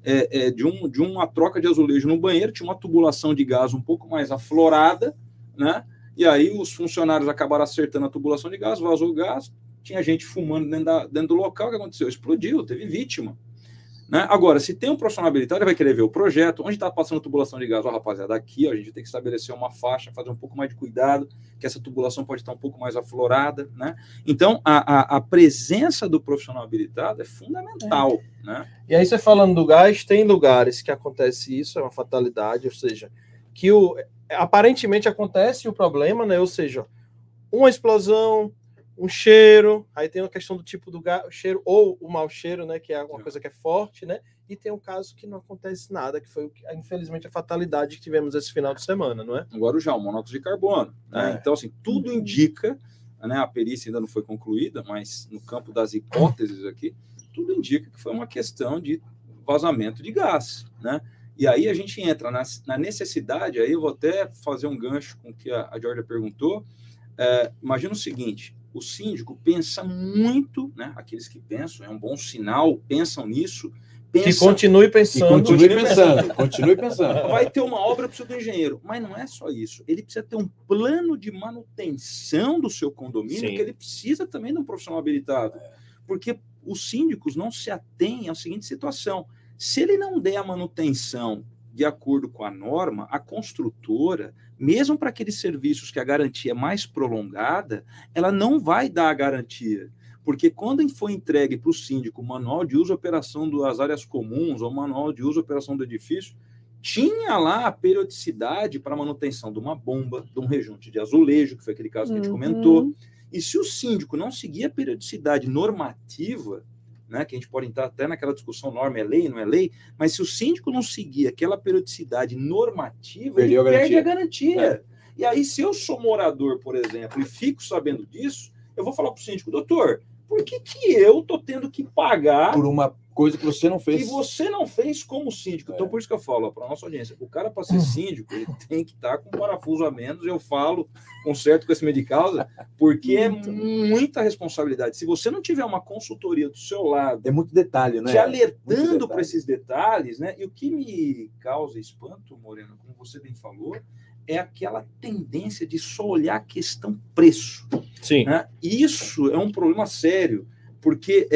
de uma troca de azulejo no banheiro, tinha uma tubulação de gás um pouco mais aflorada, né? E aí os funcionários acabaram acertando a tubulação de gás, vazou o gás, tinha gente fumando dentro do local. O que aconteceu? Explodiu, teve vítima. Né? Agora, se tem um profissional habilitado, ele vai querer ver o projeto, onde está passando tubulação de gás. Ó, rapaziada, aqui ó, a gente tem que estabelecer uma faixa, fazer um pouco mais de cuidado, que essa tubulação pode estar um pouco mais aflorada. Né? Então, a presença do profissional habilitado é fundamental. Né? E aí, você falando do gás, tem lugares que acontece isso, é uma fatalidade, ou seja, que aparentemente acontece o problema, né? Ou seja, uma explosão, um cheiro, aí tem a questão do tipo do cheiro ou o mau cheiro, né, que é uma coisa que é forte, né? E tem um caso que não acontece nada, que foi infelizmente a fatalidade que tivemos esse final de semana, não é? Agora já o monóxido de carbono, né? Então assim, tudo indica, né, a perícia ainda não foi concluída, mas no campo das hipóteses aqui, tudo indica que foi uma questão de vazamento de gás, né? E aí a gente entra na necessidade, aí eu vou até fazer um gancho com o que a Georgia perguntou. Imagina o seguinte, o síndico pensa muito, né? Aqueles que pensam, é um bom sinal, pensam nisso. Que continue pensando. Continue pensando. Vai ter uma obra, precisa do engenheiro. Mas não é só isso. Ele precisa ter um plano de manutenção do seu condomínio, que ele precisa também de um profissional habilitado. Porque os síndicos não se atêm à seguinte situação. Se ele não der a manutenção de acordo com a norma, a construtora, mesmo para aqueles serviços que a garantia é mais prolongada, ela não vai dar a garantia. Porque quando foi entregue para o síndico o manual de uso e operação das áreas comuns ou o manual de uso e operação do edifício, tinha lá a periodicidade para manutenção de uma bomba, de um rejunte de azulejo, que foi aquele caso que a gente comentou. E se o síndico não seguir a periodicidade normativa, né, que a gente pode entrar até naquela discussão, norma é lei, não é lei, mas se o síndico não seguir aquela periodicidade normativa, ele perde a garantia. E aí, se eu sou morador, por exemplo, e fico sabendo disso, eu vou falar para o síndico, doutor, por que eu estou tendo que pagar por uma coisa que você não fez? Que você não fez como síndico. Então, por isso que eu falo para a nossa audiência, o cara, para ser síndico, ele tem que estar com um parafuso a menos. Eu falo com certo conhecimento de causa, porque é muita responsabilidade. Se você não tiver uma consultoria do seu lado... É muito detalhe, né? Te alertando para esses detalhes, né? E o que me causa espanto, Moreno, como você bem falou, é aquela tendência de só olhar a questão preço. Sim. Né? Isso é um problema sério, porque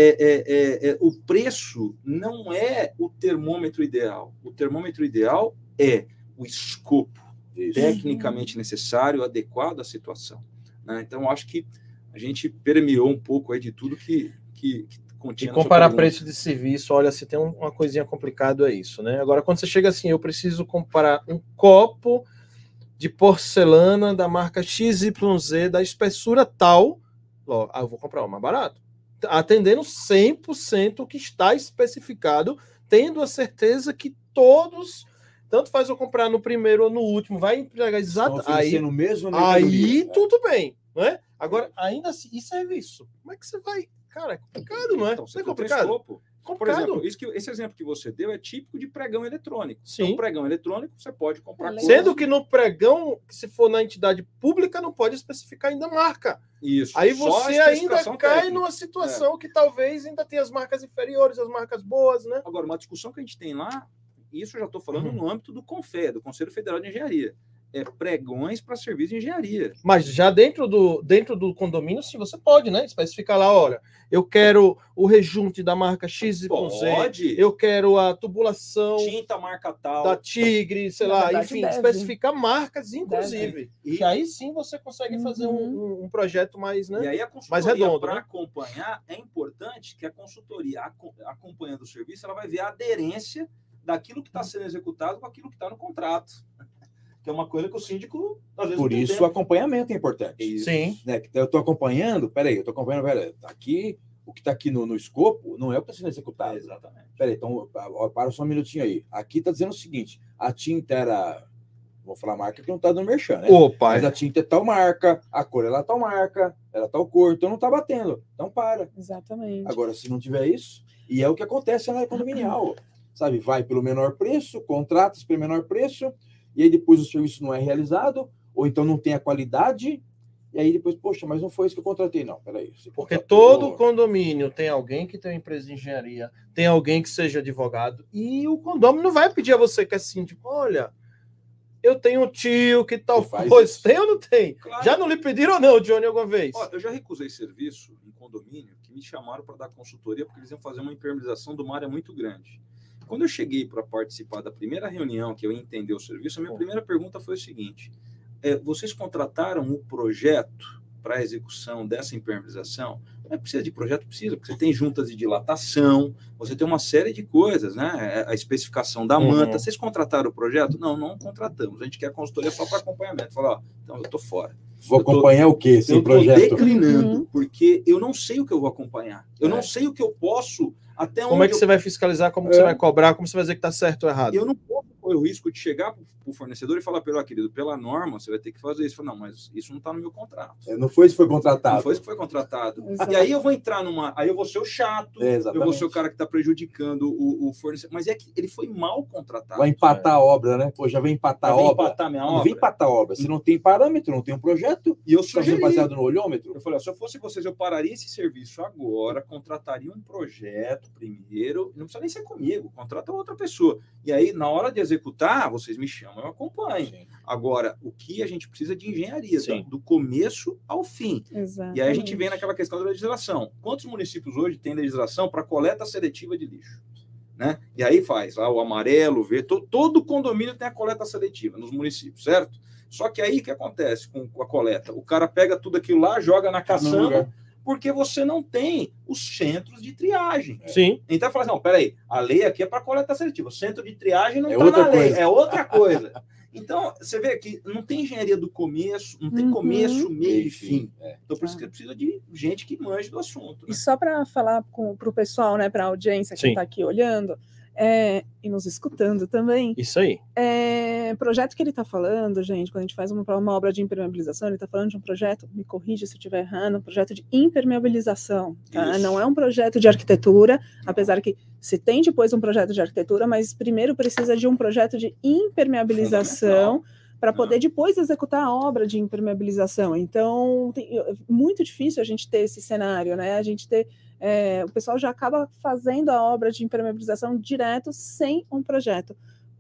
o preço não é o termômetro ideal. O termômetro ideal é o escopo tecnicamente necessário, adequado à situação. Né? Então, acho que a gente permeou um pouco aí de tudo que continha. E comparar preço de serviço, olha, se tem uma coisinha complicada é isso, né? Agora, quando você chega assim, eu preciso comparar um copo de porcelana da marca XYZ, da espessura tal, eu vou comprar o mais barato, atendendo 100% o que está especificado, tendo a certeza que todos, tanto faz eu comprar no primeiro ou no último, vai entregar exato, aí tudo bem, não é? Agora, ainda assim, e serviço? Como é que você vai? Cara, é complicado, não é? Então, não é complicado? Por exemplo, esse exemplo que você deu é típico de pregão eletrônico. Sim. Então, pregão eletrônico, você pode comprar Sendo que no pregão, se for na entidade pública, não pode especificar ainda a marca. Isso. Aí você ainda cai numa situação que talvez ainda tenha as marcas inferiores, as marcas boas, né? Agora, uma discussão que a gente tem lá, isso eu já estou falando no âmbito do CONFEA, do Conselho Federal de Engenharia. Pregões para serviço de engenharia. Mas já dentro do condomínio, sim, você pode, né? Especificar lá, olha, eu quero o rejunte da marca XYZ, eu quero a tubulação tinta marca tal, da Tigre, sei lá, enfim, especificar marcas, inclusive. E aí sim você consegue fazer um projeto mais, né? E aí a mais redondo. Para acompanhar, é importante que a consultoria, acompanhando o serviço, ela vai ver a aderência daquilo que está sendo executado com aquilo que está no contrato. Que é uma coisa que o síndico, às vezes, por isso, o acompanhamento é importante. Isso. Sim. Né? Eu estou acompanhando, aqui, o que está aqui no escopo não é o que está sendo executado. Exatamente. Peraí, então, para só um minutinho aí. Aqui está dizendo o seguinte, a tinta era, vou falar marca que não está dando merchan, né? Mas a tinta é tal marca, a cor é tal marca, ela tal cor, então não está batendo. Então para. Exatamente. Agora, se não tiver isso, e é o que acontece na área condominial, sabe? Vai pelo menor preço, contrata pelo menor preço, e aí depois o serviço não é realizado, ou então não tem a qualidade, E aí depois, poxa, mas não foi isso que eu contratei. Não, peraí. Porque todo condomínio tem alguém que tem uma empresa de engenharia, tem alguém que seja advogado, e o condomínio não vai pedir a você que é síndico, olha, eu tenho um tio que tal coisa. Tem ou não tem? Claro. Já não lhe pediram ou não, Johnny, alguma vez? Ó, eu já recusei serviço em condomínio que me chamaram para dar consultoria porque eles iam fazer uma impermeabilização de uma área muito grande. Quando eu cheguei para participar da primeira reunião, que eu ia entender o serviço, a minha primeira pergunta foi o seguinte: vocês contrataram o projeto para a execução dessa impermeabilização? Não precisa de projeto? Precisa, porque você tem juntas de dilatação, você tem uma série de coisas, né? A especificação da manta. Vocês contrataram o projeto? Não, não contratamos. A gente quer consultoria só para acompanhamento. Falar, ó, então eu estou fora. Vou acompanhar o quê? Sem projeto? Eu estou declinando, porque eu não sei o que eu vou acompanhar. Eu não sei o que eu posso, até onde. Como é que você vai fiscalizar, como que você vai cobrar, como você vai dizer que está certo ou errado? Eu não posso correr o risco de chegar para o fornecedor e falar, querido, pela norma, você vai ter que fazer isso. Não, mas isso não está no meu contrato. Não foi isso que foi contratado. Não foi isso que foi contratado. E aí eu vou entrar numa... Aí eu vou ser o chato, eu vou ser o cara que está prejudicando o fornecedor. Mas é que ele foi mal contratado. Vai empatar a obra, né? Pô, já vem empatar a obra. Empatar minha obra. Não vem empatar a obra. Se não tem parâmetro, não tem um projeto. E eu sugeri, baseado no olhômetro. Eu falei, se eu fosse vocês, eu pararia esse serviço agora, contrataria um projeto primeiro, não precisa nem ser comigo, contrata outra pessoa. E aí, na hora de executar, vocês me chamam, eu acompanho. Sim. Agora, o que a gente precisa de engenharia, tá? Do começo ao fim. Exatamente. E aí a gente vem naquela questão da legislação. Quantos municípios hoje têm legislação para coleta seletiva de lixo? Né? E aí faz lá o amarelo, o verde, todo condomínio tem a coleta seletiva nos municípios, certo? Só que aí o que acontece com a coleta? O cara pega tudo aquilo lá, joga na caçamba, porque você não tem os centros de triagem. Sim. Então fala assim, não, peraí, a lei aqui é para coleta seletiva, o centro de triagem não está na lei, é outra coisa. Então, você vê que não tem engenharia do começo, não tem começo, meio e fim. Então, por isso que precisa de gente que manje do assunto. Né? E só para falar para o pessoal, né, para a audiência que está aqui olhando, e nos escutando também. Isso aí. Projeto que ele está falando, gente, quando a gente faz uma obra de impermeabilização, ele está falando de um projeto, me corrija se eu estiver errado, um projeto de impermeabilização. Tá? Não é um projeto de arquitetura, apesar que se tem depois um projeto de arquitetura, mas primeiro precisa de um projeto de impermeabilização para poder depois executar a obra de impermeabilização. Então, é muito difícil a gente ter esse cenário, né? A gente ter... o pessoal já acaba fazendo a obra de impermeabilização direto sem um projeto.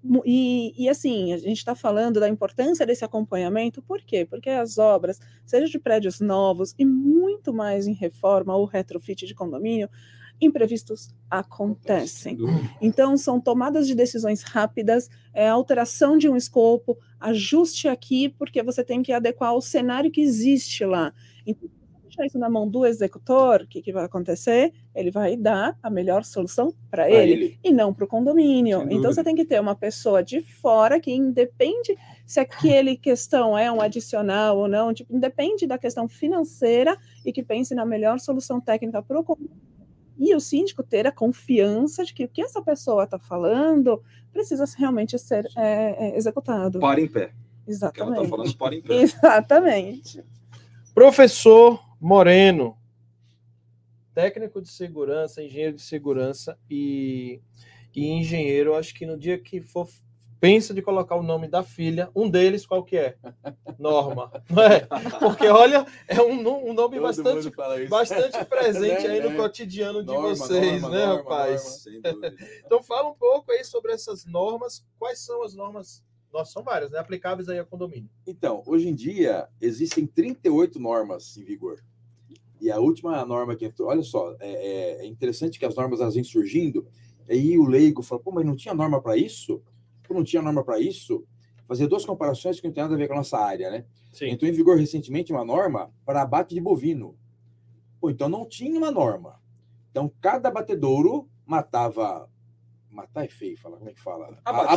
E assim, a gente está falando da importância desse acompanhamento, por quê? Porque as obras, seja de prédios novos e muito mais em reforma ou retrofit de condomínio, imprevistos acontecem. Então, são tomadas de decisões rápidas, alteração de um escopo, ajuste aqui, porque você tem que adequar ao cenário que existe lá. Então, deixar isso na mão do executor, o que vai acontecer? Ele vai dar a melhor solução para ele e não para o condomínio. Então, você tem que ter uma pessoa de fora que independe se aquele questão é um adicional ou não, tipo, independe da questão financeira e que pense na melhor solução técnica para o condomínio. E o síndico ter a confiança de que o que essa pessoa está falando precisa realmente ser executado. Para em pé. Exatamente. O que ela está falando, para em pé. Exatamente. Professor Moreno, técnico de segurança, engenheiro de segurança e engenheiro, acho que no dia que for, pensa de colocar o nome da filha, um deles qual que é? Norma, não é? Porque olha, é um nome bastante presente aí no cotidiano de vocês, né, rapaz? Então fala um pouco aí sobre essas normas, quais são as normas? Nossa, são várias, né? Aplicáveis aí a condomínio. Então, hoje em dia, existem 38 normas em vigor. E a última norma que entrou, olha só, é interessante que as normas elas vêm surgindo, aí o leigo fala, pô, mas não tinha norma para isso? Pô, não tinha norma para isso? Fazer duas comparações que não tem nada a ver com a nossa área, né? Sim. Entrou em vigor recentemente uma norma para abate de bovino. Pô, então não tinha uma norma. Então, cada abatedouro matava... Matar é feio, falar. Como é que fala?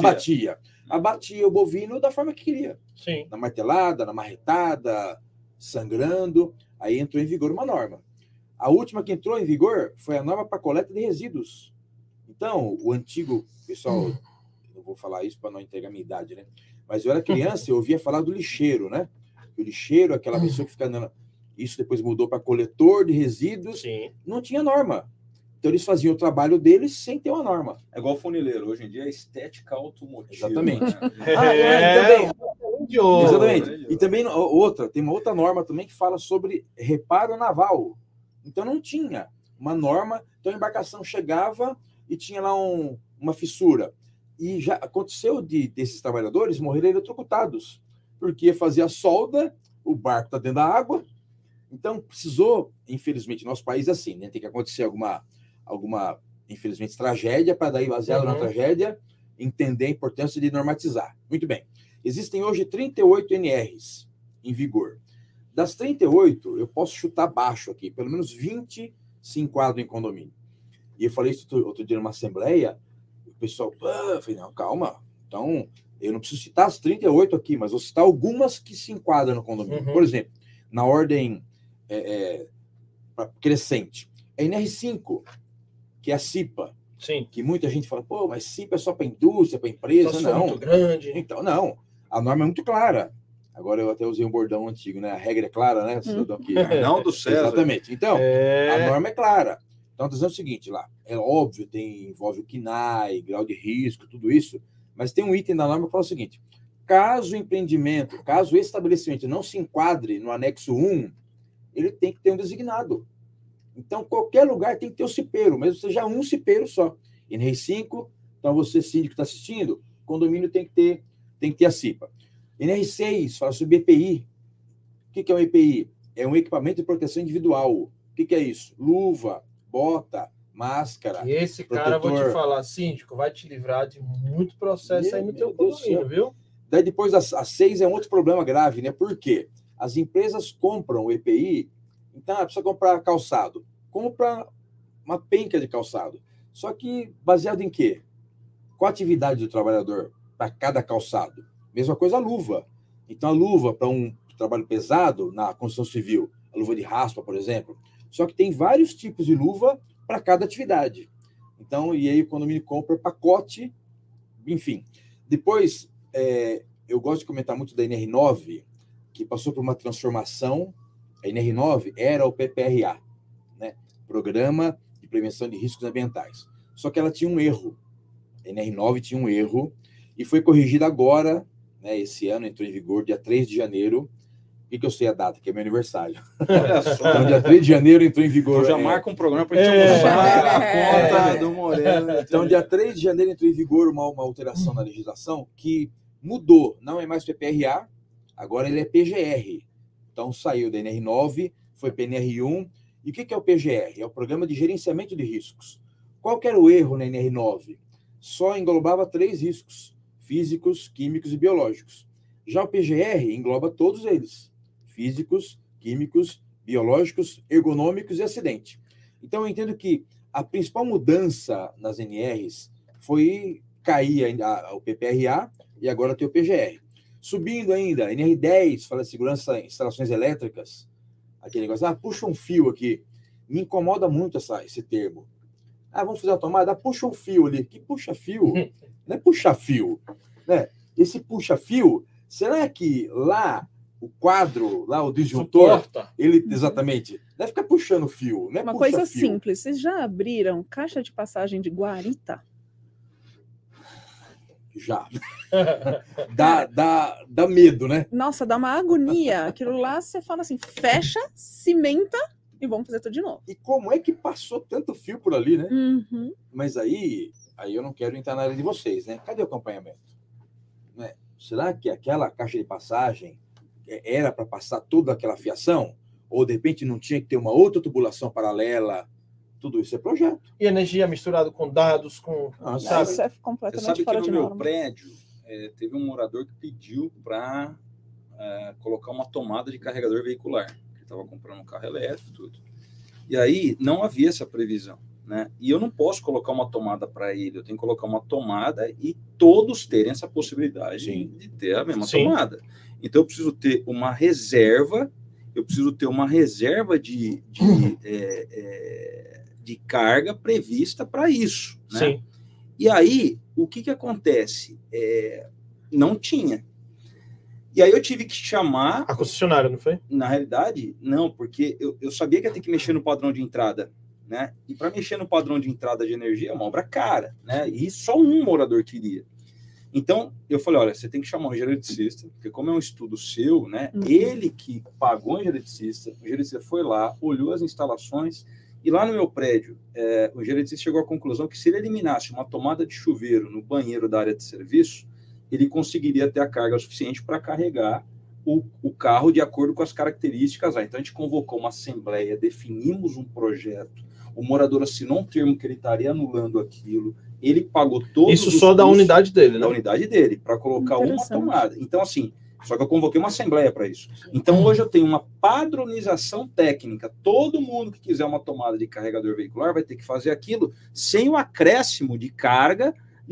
Abatia o bovino da forma que queria. Sim. Na martelada, na marretada, sangrando. Aí entrou em vigor uma norma. A última que entrou em vigor foi a norma para coleta de resíduos. Então, o antigo, pessoal, eu vou falar isso para não entregar a minha idade, né? Mas eu era criança e eu ouvia falar do lixeiro, né? O lixeiro, aquela pessoa que fica andando. Isso depois mudou para coletor de resíduos. Sim. Não tinha norma. Então, eles faziam o trabalho deles sem ter uma norma. É igual funileiro. Hoje em dia é estética automotiva. Exatamente. Né? Também, de ouro. Exatamente. E também tem uma outra norma também que fala sobre reparo naval. Então não tinha uma norma, então a embarcação chegava e tinha lá uma fissura. E já aconteceu desses trabalhadores morrerem eletrocutados, porque fazia solda, o barco está dentro da água. Então precisou, infelizmente, nosso país é assim, né? Tem que acontecer alguma infelizmente, tragédia, para daí, baseado na tragédia, entender a importância de normatizar. Muito bem. Existem hoje 38 NRs em vigor. Das 38, eu posso chutar baixo aqui, pelo menos 20 se enquadram em condomínio. E eu falei isso outro dia numa assembleia, o pessoal, eu falei, não, calma, então eu não preciso citar as 38 aqui, mas vou citar algumas que se enquadram no condomínio. Por exemplo, na ordem crescente, a NR5, que é a CIPA, sim, que muita gente fala, pô, mas CIPA é só para indústria, para empresa, não. Muito grande. Então, não. A norma é muito clara. Agora eu até usei um bordão antigo, né? A regra é clara, né? Não do César. Exatamente. Então, a norma é clara. Então, dizendo o seguinte lá, é óbvio, envolve o KNAI, grau de risco, tudo isso, mas tem um item da norma que fala o seguinte, caso o empreendimento, caso o estabelecimento não se enquadre no anexo 1, ele tem que ter um designado. Então, qualquer lugar tem que ter o cipeiro, mesmo seja um cipeiro só. NR5, então você, síndico, está assistindo, condomínio tem que ter a CIPA. NR6 fala sobre EPI. O que é um EPI? É um equipamento de proteção individual. O que é isso? Luva, bota, máscara. E esse protetor. cara, vou te falar, síndico, vai te livrar de muito processo aí no teu condomínio, viu? Daí depois a 6 é um outro problema grave, né? Por quê? As empresas compram o EPI, então precisa comprar calçado. Compra uma penca de calçado. Só que baseado em quê? Qual a atividade do trabalhador para cada calçado? Mesma coisa a luva. Então, a luva para um trabalho pesado na construção civil, a luva de raspa, por exemplo. Só que tem vários tipos de luva para cada atividade. Então, e aí o condomínio compra pacote, enfim. Depois, eu gosto de comentar muito da NR9, que passou por uma transformação. A NR9 era o PPRA, né? Programa de Prevenção de Riscos Ambientais. Só que ela tinha um erro. A NR9 tinha um erro e foi corrigida agora, né, esse ano, entrou em vigor dia 3 de janeiro. O que eu sei a data? Que é meu aniversário. Então, dia 3 de janeiro entrou em vigor. Eu já marca um programa para a gente almoçar a conta do Moreno. Então, dia 3 de janeiro entrou em vigor uma alteração na legislação que mudou. Não é mais PPRA, agora ele é PGR. Então, saiu da NR9, foi para NR1. E o que é o PGR? É o Programa de Gerenciamento de Riscos. Qual que era o erro na NR9? Só englobava 3 riscos, físicos, químicos e biológicos. Já o PGR engloba todos eles, físicos, químicos, biológicos, ergonômicos e acidente. Então, eu entendo que a principal mudança nas NRs foi cair o PPRA e agora tem o PGR. Subindo ainda, NR10 fala de segurança em instalações elétricas, aquele negócio, puxa um fio aqui. Me incomoda muito esse termo. Vamos fazer uma tomada, puxa um fio ali. Que puxa fio? Não é puxa fio, né? Esse puxa fio, será que lá o quadro, lá o disjuntor, suporta. Ele exatamente deve ficar puxando fio, né? Uma coisa simples, vocês já abriram caixa de passagem de guarita? Já. dá medo, né? Nossa, dá uma agonia. Aquilo lá, você fala assim, fecha, cimenta e vamos fazer tudo de novo. E como é que passou tanto fio por ali, né? Uhum. Mas aí eu não quero entrar na área de vocês, né? Cadê o acompanhamento? Né? Será que aquela caixa de passagem era para passar toda aquela fiação? Ou, de repente, não tinha que ter uma outra tubulação paralela? Tudo isso é projeto. E energia misturada com dados, com... sabe? Isso é completamente fora de norma. No meu prédio, teve um morador que pediu para colocar uma tomada de carregador veicular. Ele estava comprando um carro elétrico, tudo. E aí, não havia essa previsão, né? E eu não posso colocar uma tomada para ele, eu tenho que colocar uma tomada e todos terem essa possibilidade de ter a mesma tomada. Então, eu preciso ter uma reserva, de carga prevista para isso, né? Sim. E aí, o que acontece? Não tinha. E aí eu tive que chamar... A concessionária, não foi? Na realidade, não, porque eu sabia que ia ter que mexer no padrão de entrada, né? E para mexer no padrão de entrada de energia é uma obra cara, né? E só um morador queria. Então, eu falei, olha, você tem que chamar um engenheiro eletricista, porque como é um estudo seu, né, ele que pagou o engenheiro eletricista foi lá, olhou as instalações, e lá no meu prédio, o engenheiro eletricista chegou à conclusão que se ele eliminasse uma tomada de chuveiro no banheiro da área de serviço, ele conseguiria ter a carga suficiente para carregar o carro de acordo com as características lá. Então, a gente convocou uma assembleia, definimos um projeto, o morador assinou um termo que ele estaria anulando aquilo, ele pagou todos Isso só da unidade dele, né? Da unidade dele, para colocar uma tomada. Então, assim, só que eu convoquei uma assembleia para isso. Então, hoje eu tenho uma padronização técnica. Todo mundo que quiser uma tomada de carregador veicular vai ter que fazer aquilo sem o acréscimo de carga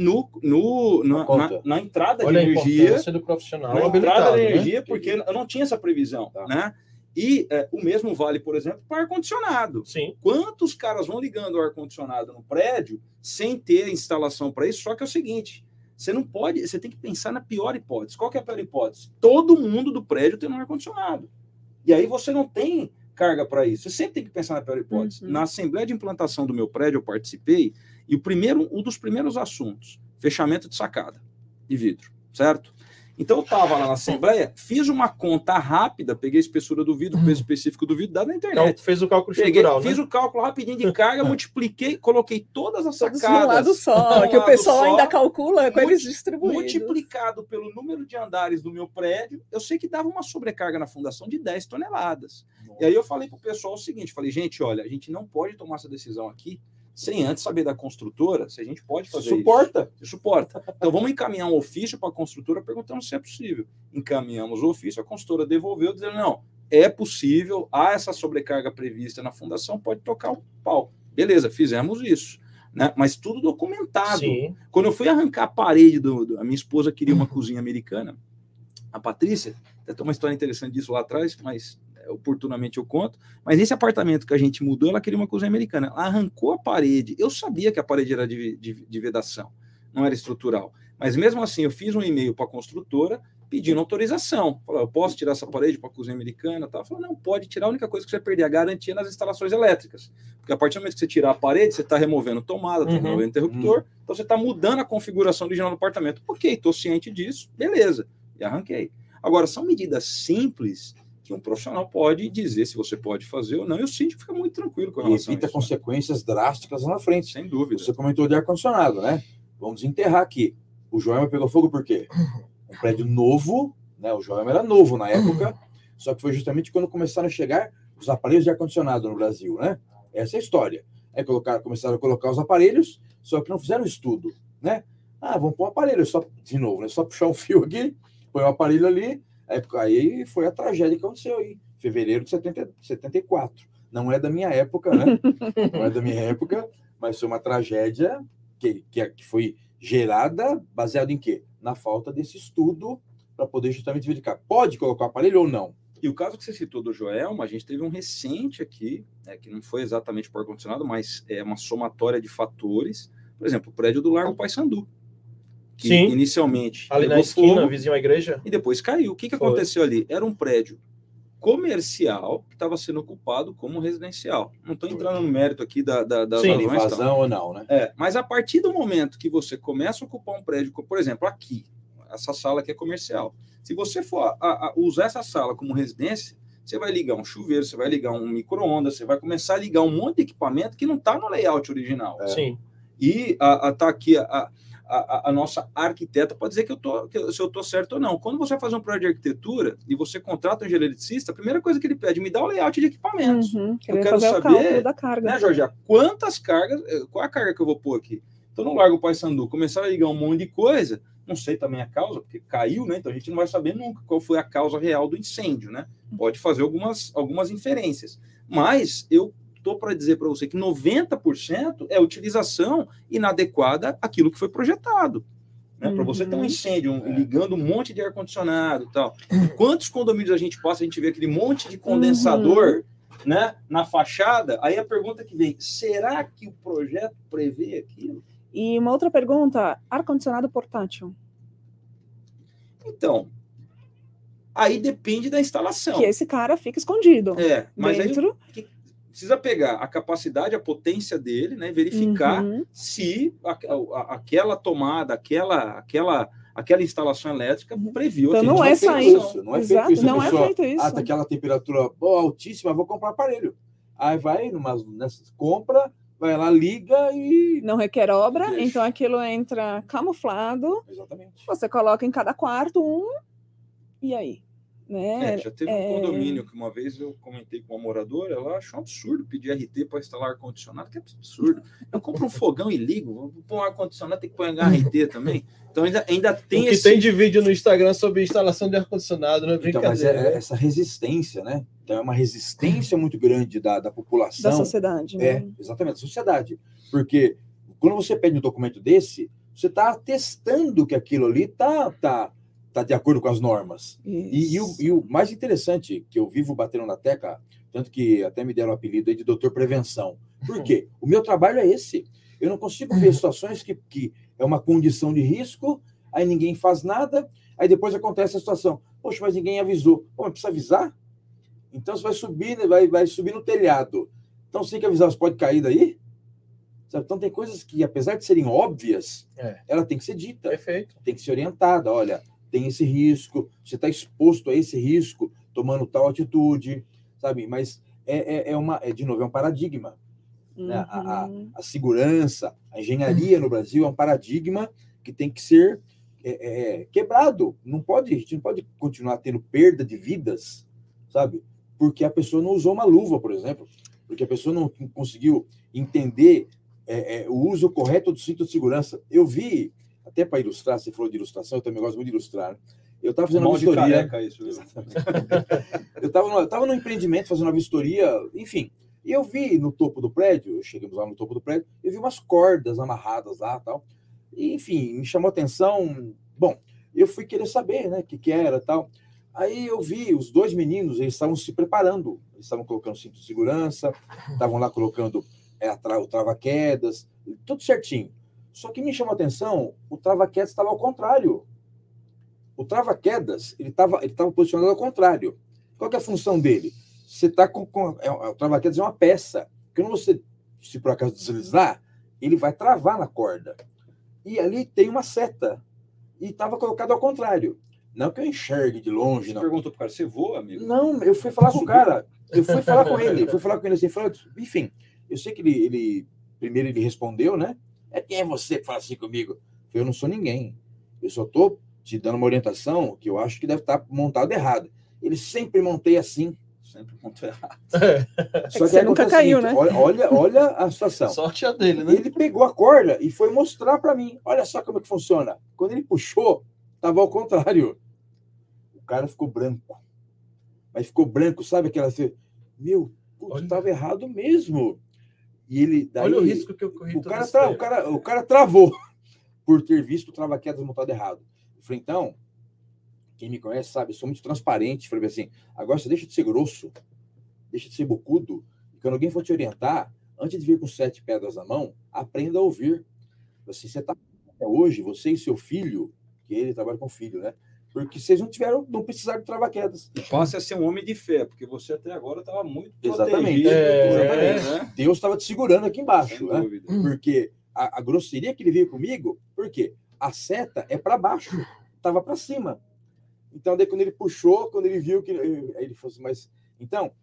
na entrada de energia. Do profissional na entrada de energia, né? Porque eu não tinha essa previsão, né? E o mesmo vale, por exemplo, para ar-condicionado. Sim. Quantos caras vão ligando o ar-condicionado no prédio sem ter instalação para isso? Só que é o seguinte, você não pode, você tem que pensar na pior hipótese. Qual que é a pior hipótese? Todo mundo do prédio tem um ar-condicionado. E aí você não tem carga para isso. Você sempre tem que pensar na pior hipótese. Na assembleia de implantação do meu prédio eu participei, e um dos primeiros assuntos, fechamento de sacada de vidro, certo? Então eu estava lá na assembleia, fiz uma conta rápida, peguei a espessura do vidro, o peso específico do vidro, dado na internet. Então, fez o cálculo estrutural, né? Fiz o cálculo rapidinho de carga, multipliquei, coloquei todas as sacadas. De um lado só, que o pessoal ainda calcula com eles distribuídos. Multiplicado pelo número de andares do meu prédio, eu sei que dava uma sobrecarga na fundação de 10 toneladas. E aí eu falei para o pessoal o seguinte, falei, gente, olha, a gente não pode tomar essa decisão aqui sem antes saber da construtora se a gente pode fazer isso. Suporta. Então, vamos encaminhar um ofício para a construtora perguntando se é possível. Encaminhamos o ofício, a construtora devolveu, dizendo, não, é possível, há essa sobrecarga prevista na fundação, pode tocar o pau. Beleza, fizemos isso. Né? Mas tudo documentado. Sim. Quando eu fui arrancar a parede, a minha esposa queria uma cozinha americana, a Patrícia, até tem uma história interessante disso lá atrás, mas oportunamente eu conto, mas esse apartamento que a gente mudou, ela queria uma cozinha americana, ela arrancou a parede, eu sabia que a parede era de vedação, não era estrutural, mas mesmo assim eu fiz um e-mail para a construtora pedindo autorização, falei, eu posso tirar essa parede para a cozinha americana? Ela falou, não, pode tirar, a única coisa que você vai perder é a garantia nas instalações elétricas, porque a partir do momento que você tirar a parede, você está removendo tomada, está removendo interruptor, então você está mudando a configuração original do apartamento. Ok, estou ciente disso, beleza, e arranquei. Agora, são medidas simples que um profissional pode dizer se você pode fazer ou não, e o síndico fica muito tranquilo com relação a isso. Evita consequências drásticas lá na frente. Sem dúvida. Você comentou de ar-condicionado, né? Vamos enterrar aqui. O Joelma pegou fogo por quê? Um prédio novo, né? O Joelma era novo na época, só que foi justamente quando começaram a chegar os aparelhos de ar-condicionado no Brasil, né? Essa é a história. Aí começaram a colocar os aparelhos, só que não fizeram estudo, né? Ah, vamos pôr o aparelho, de novo, né? Só puxar um fio aqui, põe o aparelho ali. Aí foi a tragédia que aconteceu aí, fevereiro de 74. Não é da minha época, né? Não é da minha época, mas foi uma tragédia que foi gerada baseada em quê? Na falta desse estudo para poder justamente verificar. Pode colocar o aparelho ou não? E o caso que você citou do Joelma, a gente teve um recente aqui, que não foi exatamente por ar-condicionado, mas é uma somatória de fatores. Por exemplo, o prédio do Largo Paissandu. Que sim, inicialmente ali na esquina, vizinho à igreja, e depois caiu. O que aconteceu ali? Era um prédio comercial que estava sendo ocupado como residencial. Não estou entrando no mérito aqui da invasão ou não, né? Mas a partir do momento que você começa a ocupar um prédio, por exemplo, aqui, essa sala aqui é comercial. Se você for usar essa sala como residência, você vai ligar um chuveiro, você vai ligar um micro-ondas, você vai começar a ligar um monte de equipamento que não está no layout original. Sim. E está aqui a nossa arquiteta pode dizer se eu estou certo ou não. Quando você vai fazer um projeto de arquitetura e você contrata um engenheiro eletricista, a primeira coisa que ele pede, me dá o layout de equipamentos. Eu quero saber, o cálculo da carga. Né, Jorge, quantas cargas, qual a carga que eu vou pôr aqui? Então, no Largo Paissandu, começaram a ligar um monte de coisa, não sei também a causa, porque caiu, né? Então a gente não vai saber nunca qual foi a causa real do incêndio, né? Pode fazer algumas inferências. Mas eu estou para dizer para você que 90% é utilização inadequada àquilo que foi projetado. Né? Para você ter um incêndio, ligando um monte de ar-condicionado e tal. E quantos condomínios a gente passa, a gente vê aquele monte de condensador, né, na fachada, aí a pergunta que vem, será que o projeto prevê aquilo? E uma outra pergunta, ar-condicionado portátil? Aí depende da instalação. Que esse cara fica escondido. Mas dentro... aí precisa pegar a capacidade, a potência dele, né, verificar se aquela tomada, aquela instalação elétrica previu. Então aquele não tipo é de só função. isso. Não é Exato, feito isso. não é feito isso. Ah, tá aquela temperatura altíssima, vou comprar aparelho. Aí vai nessas compra, vai lá, liga e... Não requer obra, Deixa. então aquilo entra camuflado. Exatamente. Você coloca em cada quarto um, e aí? Né? Já teve um condomínio que uma vez eu comentei com uma moradora, ela achou um absurdo pedir RT para instalar ar-condicionado, que é absurdo. Eu compro um fogão e ligo, vou pôr um ar-condicionado, tem que pôr RT também. Então ainda tem o que tem de vídeo no Instagram sobre instalação de ar-condicionado, não é brincadeira. Então, mas essa resistência, né? Então é uma resistência muito grande da população. Da sociedade, né? Exatamente, da sociedade. Porque quando você pede um documento desse, você está atestando que aquilo ali está de acordo com as normas. E o mais interessante, que eu vivo batendo na tecla, tanto que até me deram o apelido aí de doutor prevenção. Por quê? O meu trabalho é esse. Eu não consigo ver situações que é uma condição de risco, aí ninguém faz nada, aí depois acontece a situação. Poxa, mas ninguém avisou. Pô, mas precisa avisar? Então você vai subir, vai subir no telhado. Então você tem que avisar, você pode cair daí? Sabe? Então tem coisas que, apesar de serem óbvias, ela tem que ser dita. Perfeito. Tem que ser orientada. Olha, tem esse risco, você está exposto a esse risco, tomando tal atitude, sabe? Mas de novo, é um paradigma. Uhum. Né? A segurança, a engenharia no Brasil é um paradigma que tem que ser quebrado. A gente não pode continuar tendo perda de vidas, sabe? Porque a pessoa não usou uma luva, por exemplo, porque a pessoa não conseguiu entender o uso correto do cinto de segurança. Eu vi, até para ilustrar, você falou de ilustração, eu também gosto muito de ilustrar. Eu estava fazendo uma vistoria. Eu estava num empreendimento fazendo uma vistoria, enfim. E eu vi no topo do prédio, chegamos lá no topo do prédio, eu vi umas cordas amarradas lá e tal. E, enfim, me chamou a atenção. Bom, eu fui querer saber, né, o que era e tal. Aí eu vi os dois meninos, eles estavam se preparando. Eles estavam colocando cinto de segurança, estavam lá colocando o trava-quedas, tudo certinho. Só que me chamou a atenção, o trava-quedas estava ao contrário. O trava-quedas, ele estava posicionado ao contrário. Qual que é a função dele? Você está o trava-quedas é uma peça. Quando você, se por acaso deslizar, ele vai travar na corda. E ali tem uma seta. E estava colocado ao contrário. Não que eu enxergue de longe, Você não. Perguntou pro cara, você voa, amigo? Não, eu fui falar com o cara. Eu fui falar com ele. Assim, enfim, eu sei que ele primeiro ele respondeu, né? Quem é você que fala assim comigo? Eu não sou ninguém. Eu só estou te dando uma orientação que eu acho que deve estar montado errado. Ele sempre montei assim. Sempre montou errado. Só que você nunca caiu, né? Olha a situação. Sorte a dele, né? Ele pegou a corda e foi mostrar para mim. Olha só como é que funciona. Quando ele puxou, estava ao contrário. O cara ficou branco. Mas ficou branco, sabe aquela... Meu, estava errado mesmo. E ele... Daí, olha o risco que eu corri. O cara travou por ter visto o trava-quedas montado errado. Eu falei, então, quem me conhece sabe, eu sou muito transparente. Eu falei assim, agora você deixa de ser grosso, deixa de ser bocudo, e quando alguém for te orientar, antes de vir com 7 pedras na mão, aprenda a ouvir. Assim, você está até hoje, você e seu filho, que ele trabalha com filho, né? Porque vocês não precisaram de trava-quedas. E passe a ser um homem de fé, porque você até agora estava muito Exatamente. Exatamente, né? Deus estava te segurando aqui embaixo, né? Dúvida. Porque a grosseria que ele veio comigo, por quê? A seta é para baixo, estava para cima. Então, daí quando ele puxou, quando ele viu que... ele falou assim, mas... Então,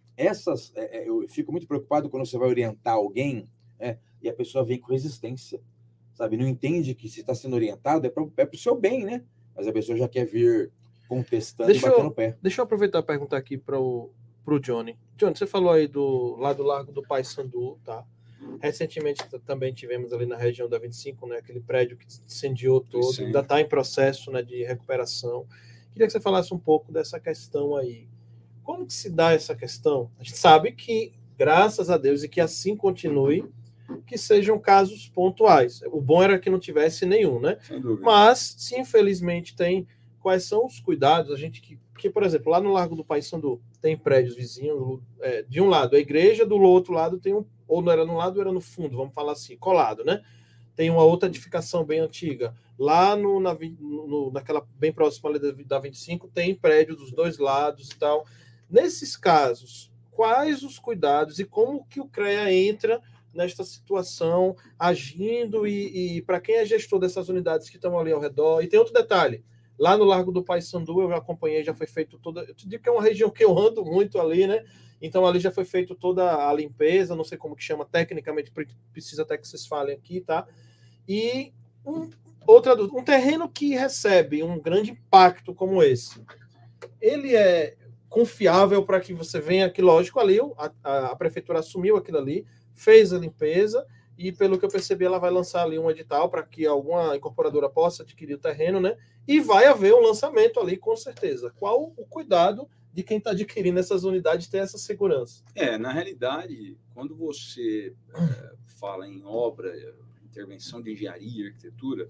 eu fico muito preocupado quando você vai orientar alguém, né, e a pessoa vem com resistência, sabe? Não entende que se está sendo orientado é para o seu bem, né? Mas a pessoa já quer vir contestando e batendo o pé. Deixa eu aproveitar e perguntar aqui para o Johnny. Johnny, você falou aí lá do Largo do Paissandu, tá? Recentemente também tivemos ali na região da 25, né, aquele prédio que incendiou todo, Sim. ainda está em processo, né, de recuperação. Queria que você falasse um pouco dessa questão aí. Como que se dá essa questão? A gente sabe que, graças a Deus, e que assim continue, que sejam casos pontuais. O bom era que não tivesse nenhum, né? Sem dúvida. Mas, se infelizmente tem, quais são os cuidados? Porque, por exemplo, lá no Largo do Paissandu tem prédios vizinhos, de um lado a igreja, do outro lado tem ou não era no lado ou era no fundo, vamos falar assim, colado, né? Tem uma outra edificação bem antiga. Lá naquela bem próxima ali da 25 tem prédio dos dois lados e tal. Nesses casos, quais os cuidados e como que o CREA entra nesta situação, agindo e para quem é gestor dessas unidades que estão ali ao redor. E tem outro detalhe, lá no Largo do Paissandu, eu já acompanhei, já foi feito toda... Eu te digo que é uma região que eu ando muito ali, né? Então ali já foi feito toda a limpeza, não sei como que chama tecnicamente, precisa até que vocês falem aqui, tá? E um terreno que recebe um grande impacto como esse, ele é confiável para que você venha aqui, lógico, ali a prefeitura assumiu aquilo ali, fez a limpeza e, pelo que eu percebi, ela vai lançar ali um edital para que alguma incorporadora possa adquirir o terreno, né? E vai haver um lançamento ali, com certeza. Qual o cuidado de quem está adquirindo essas unidades ter essa segurança? Na realidade, quando você fala em obra, intervenção de engenharia e arquitetura,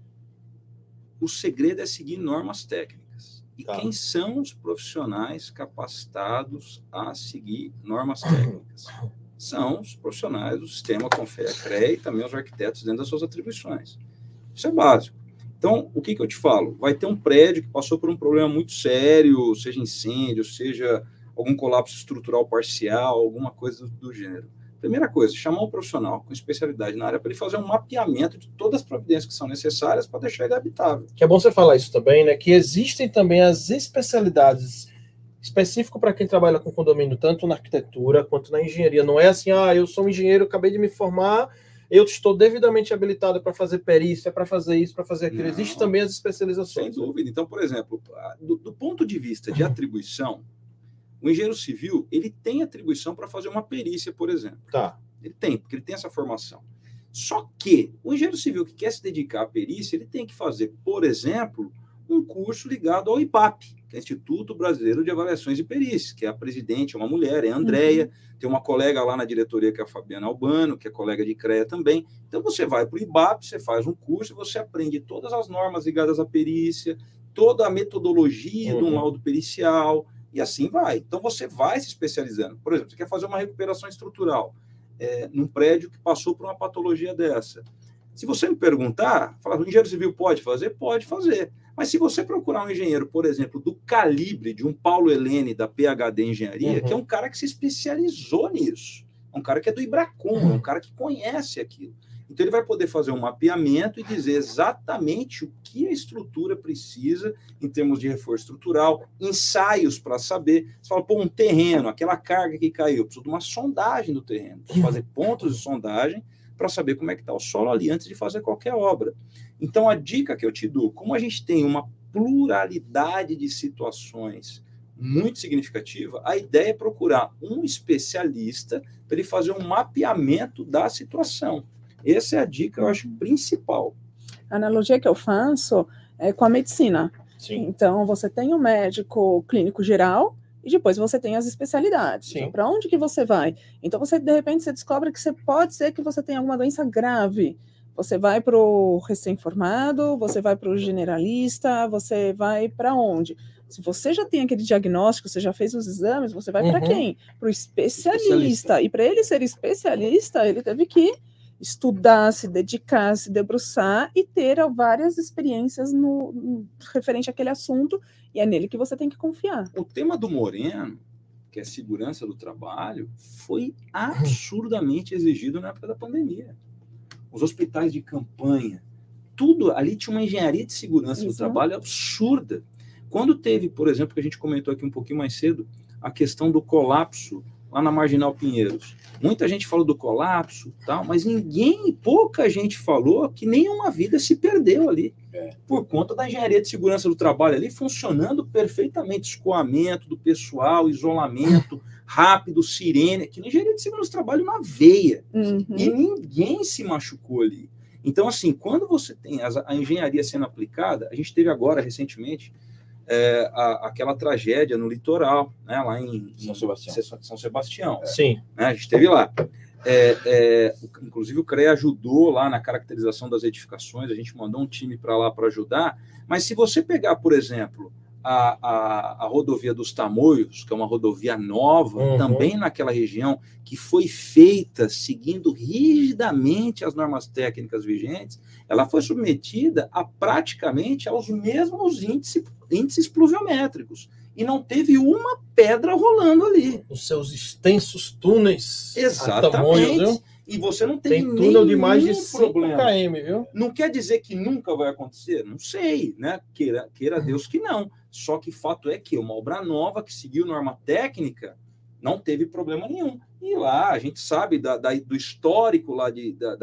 o segredo é seguir normas técnicas. E quem são os profissionais capacitados a seguir normas técnicas? São os profissionais do sistema Confea-CREA e também os arquitetos dentro das suas atribuições. Isso é básico. Então, o que eu te falo? Vai ter um prédio que passou por um problema muito sério, seja incêndio, seja algum colapso estrutural parcial, alguma coisa do gênero. Primeira coisa, chamar um profissional com especialidade na área para ele fazer um mapeamento de todas as providências que são necessárias para deixar ele habitável. Que é bom você falar isso também, né? Que existem também as especialidades específicas para quem trabalha com condomínio, tanto na arquitetura quanto na engenharia. Não é assim, eu sou um engenheiro, acabei de me formar, eu estou devidamente habilitado para fazer perícia, para fazer isso, para fazer aquilo. Existem também as especializações. Sem dúvida. Então, por exemplo, do ponto de vista de atribuição, o engenheiro civil, ele tem atribuição para fazer uma perícia, por exemplo. Tá. Ele tem, porque ele tem essa formação. Só que o engenheiro civil que quer se dedicar à perícia, ele tem que fazer, por exemplo, um curso ligado ao IBAP, que é o Instituto Brasileiro de Avaliações e Perícias, que é a presidente, é uma mulher, é a Andréia, tem uma colega lá na diretoria, que é a Fabiana Albano, que é colega de CREA também. Então, você vai para o IBAP, você faz um curso, você aprende todas as normas ligadas à perícia, toda a metodologia do laudo pericial, e assim vai. Então, você vai se especializando. Por exemplo, você quer fazer uma recuperação estrutural num prédio que passou por uma patologia dessa. Se você me perguntar, falar, o engenheiro civil pode fazer? Pode fazer. Mas se você procurar um engenheiro, por exemplo, do calibre de um Paulo Helene, da PhD Engenharia, que é um cara que se especializou nisso, é um cara que é do Ibracon, é um cara que conhece aquilo. Então, ele vai poder fazer um mapeamento e dizer exatamente o que a estrutura precisa em termos de reforço estrutural, ensaios para saber. Você fala, um terreno, aquela carga que caiu, preciso de uma sondagem do terreno, preciso fazer pontos de sondagem para saber como é que está o solo ali antes de fazer qualquer obra. Então, a dica que eu te dou, como a gente tem uma pluralidade de situações muito significativa, a ideia é procurar um especialista para ele fazer um mapeamento da situação. Essa é a dica, eu acho, principal. A analogia que eu faço é com a medicina. Sim. Então, você tem um médico clínico geral e depois você tem as especialidades. Então, para onde que você vai? Então, de repente, você descobre que pode ser que você tenha alguma doença grave. Você vai para o recém-formado, você vai para o generalista, você vai para onde? Se você já tem aquele diagnóstico, você já fez os exames, você vai para quem? Para o especialista. E para ele ser especialista, ele teve que estudar, se dedicar, se debruçar e ter várias experiências referente àquele assunto, e é nele que você tem que confiar. O tema do Moreno, que é segurança do trabalho, foi absurdamente exigido na época da pandemia. Os hospitais de campanha, tudo ali tinha uma engenharia de segurança do trabalho absurda. Quando teve, por exemplo, que a gente comentou aqui um pouquinho mais cedo, a questão do colapso lá na Marginal Pinheiros. Muita gente falou do colapso, tal, mas pouca gente falou que nenhuma vida se perdeu ali, por conta da engenharia de segurança do trabalho ali funcionando perfeitamente, escoamento do pessoal, isolamento rápido, sirene, aqui na engenharia de segurança do trabalho na veia, e ninguém se machucou ali. Então, assim, quando você tem a engenharia sendo aplicada, a gente teve agora, recentemente, aquela tragédia no litoral, né, lá em São Sebastião. Sim. Né, a gente esteve lá. Inclusive, o CREA ajudou lá na caracterização das edificações, a gente mandou um time para lá para ajudar, mas se você pegar, por exemplo, a rodovia dos Tamoios, que é uma rodovia nova, também naquela região, que foi feita seguindo rigidamente as normas técnicas vigentes, ela foi submetida a praticamente aos mesmos índices pluviométricos. E não teve uma pedra rolando ali. Os seus extensos túneis. Exatamente. E você não tem túnel de mais de 5 problema. km, viu? Não quer dizer que nunca vai acontecer? Não sei, né? Queira Deus que não. Só que fato é que uma obra nova que seguiu norma técnica não teve problema nenhum. E lá, a gente sabe do histórico lá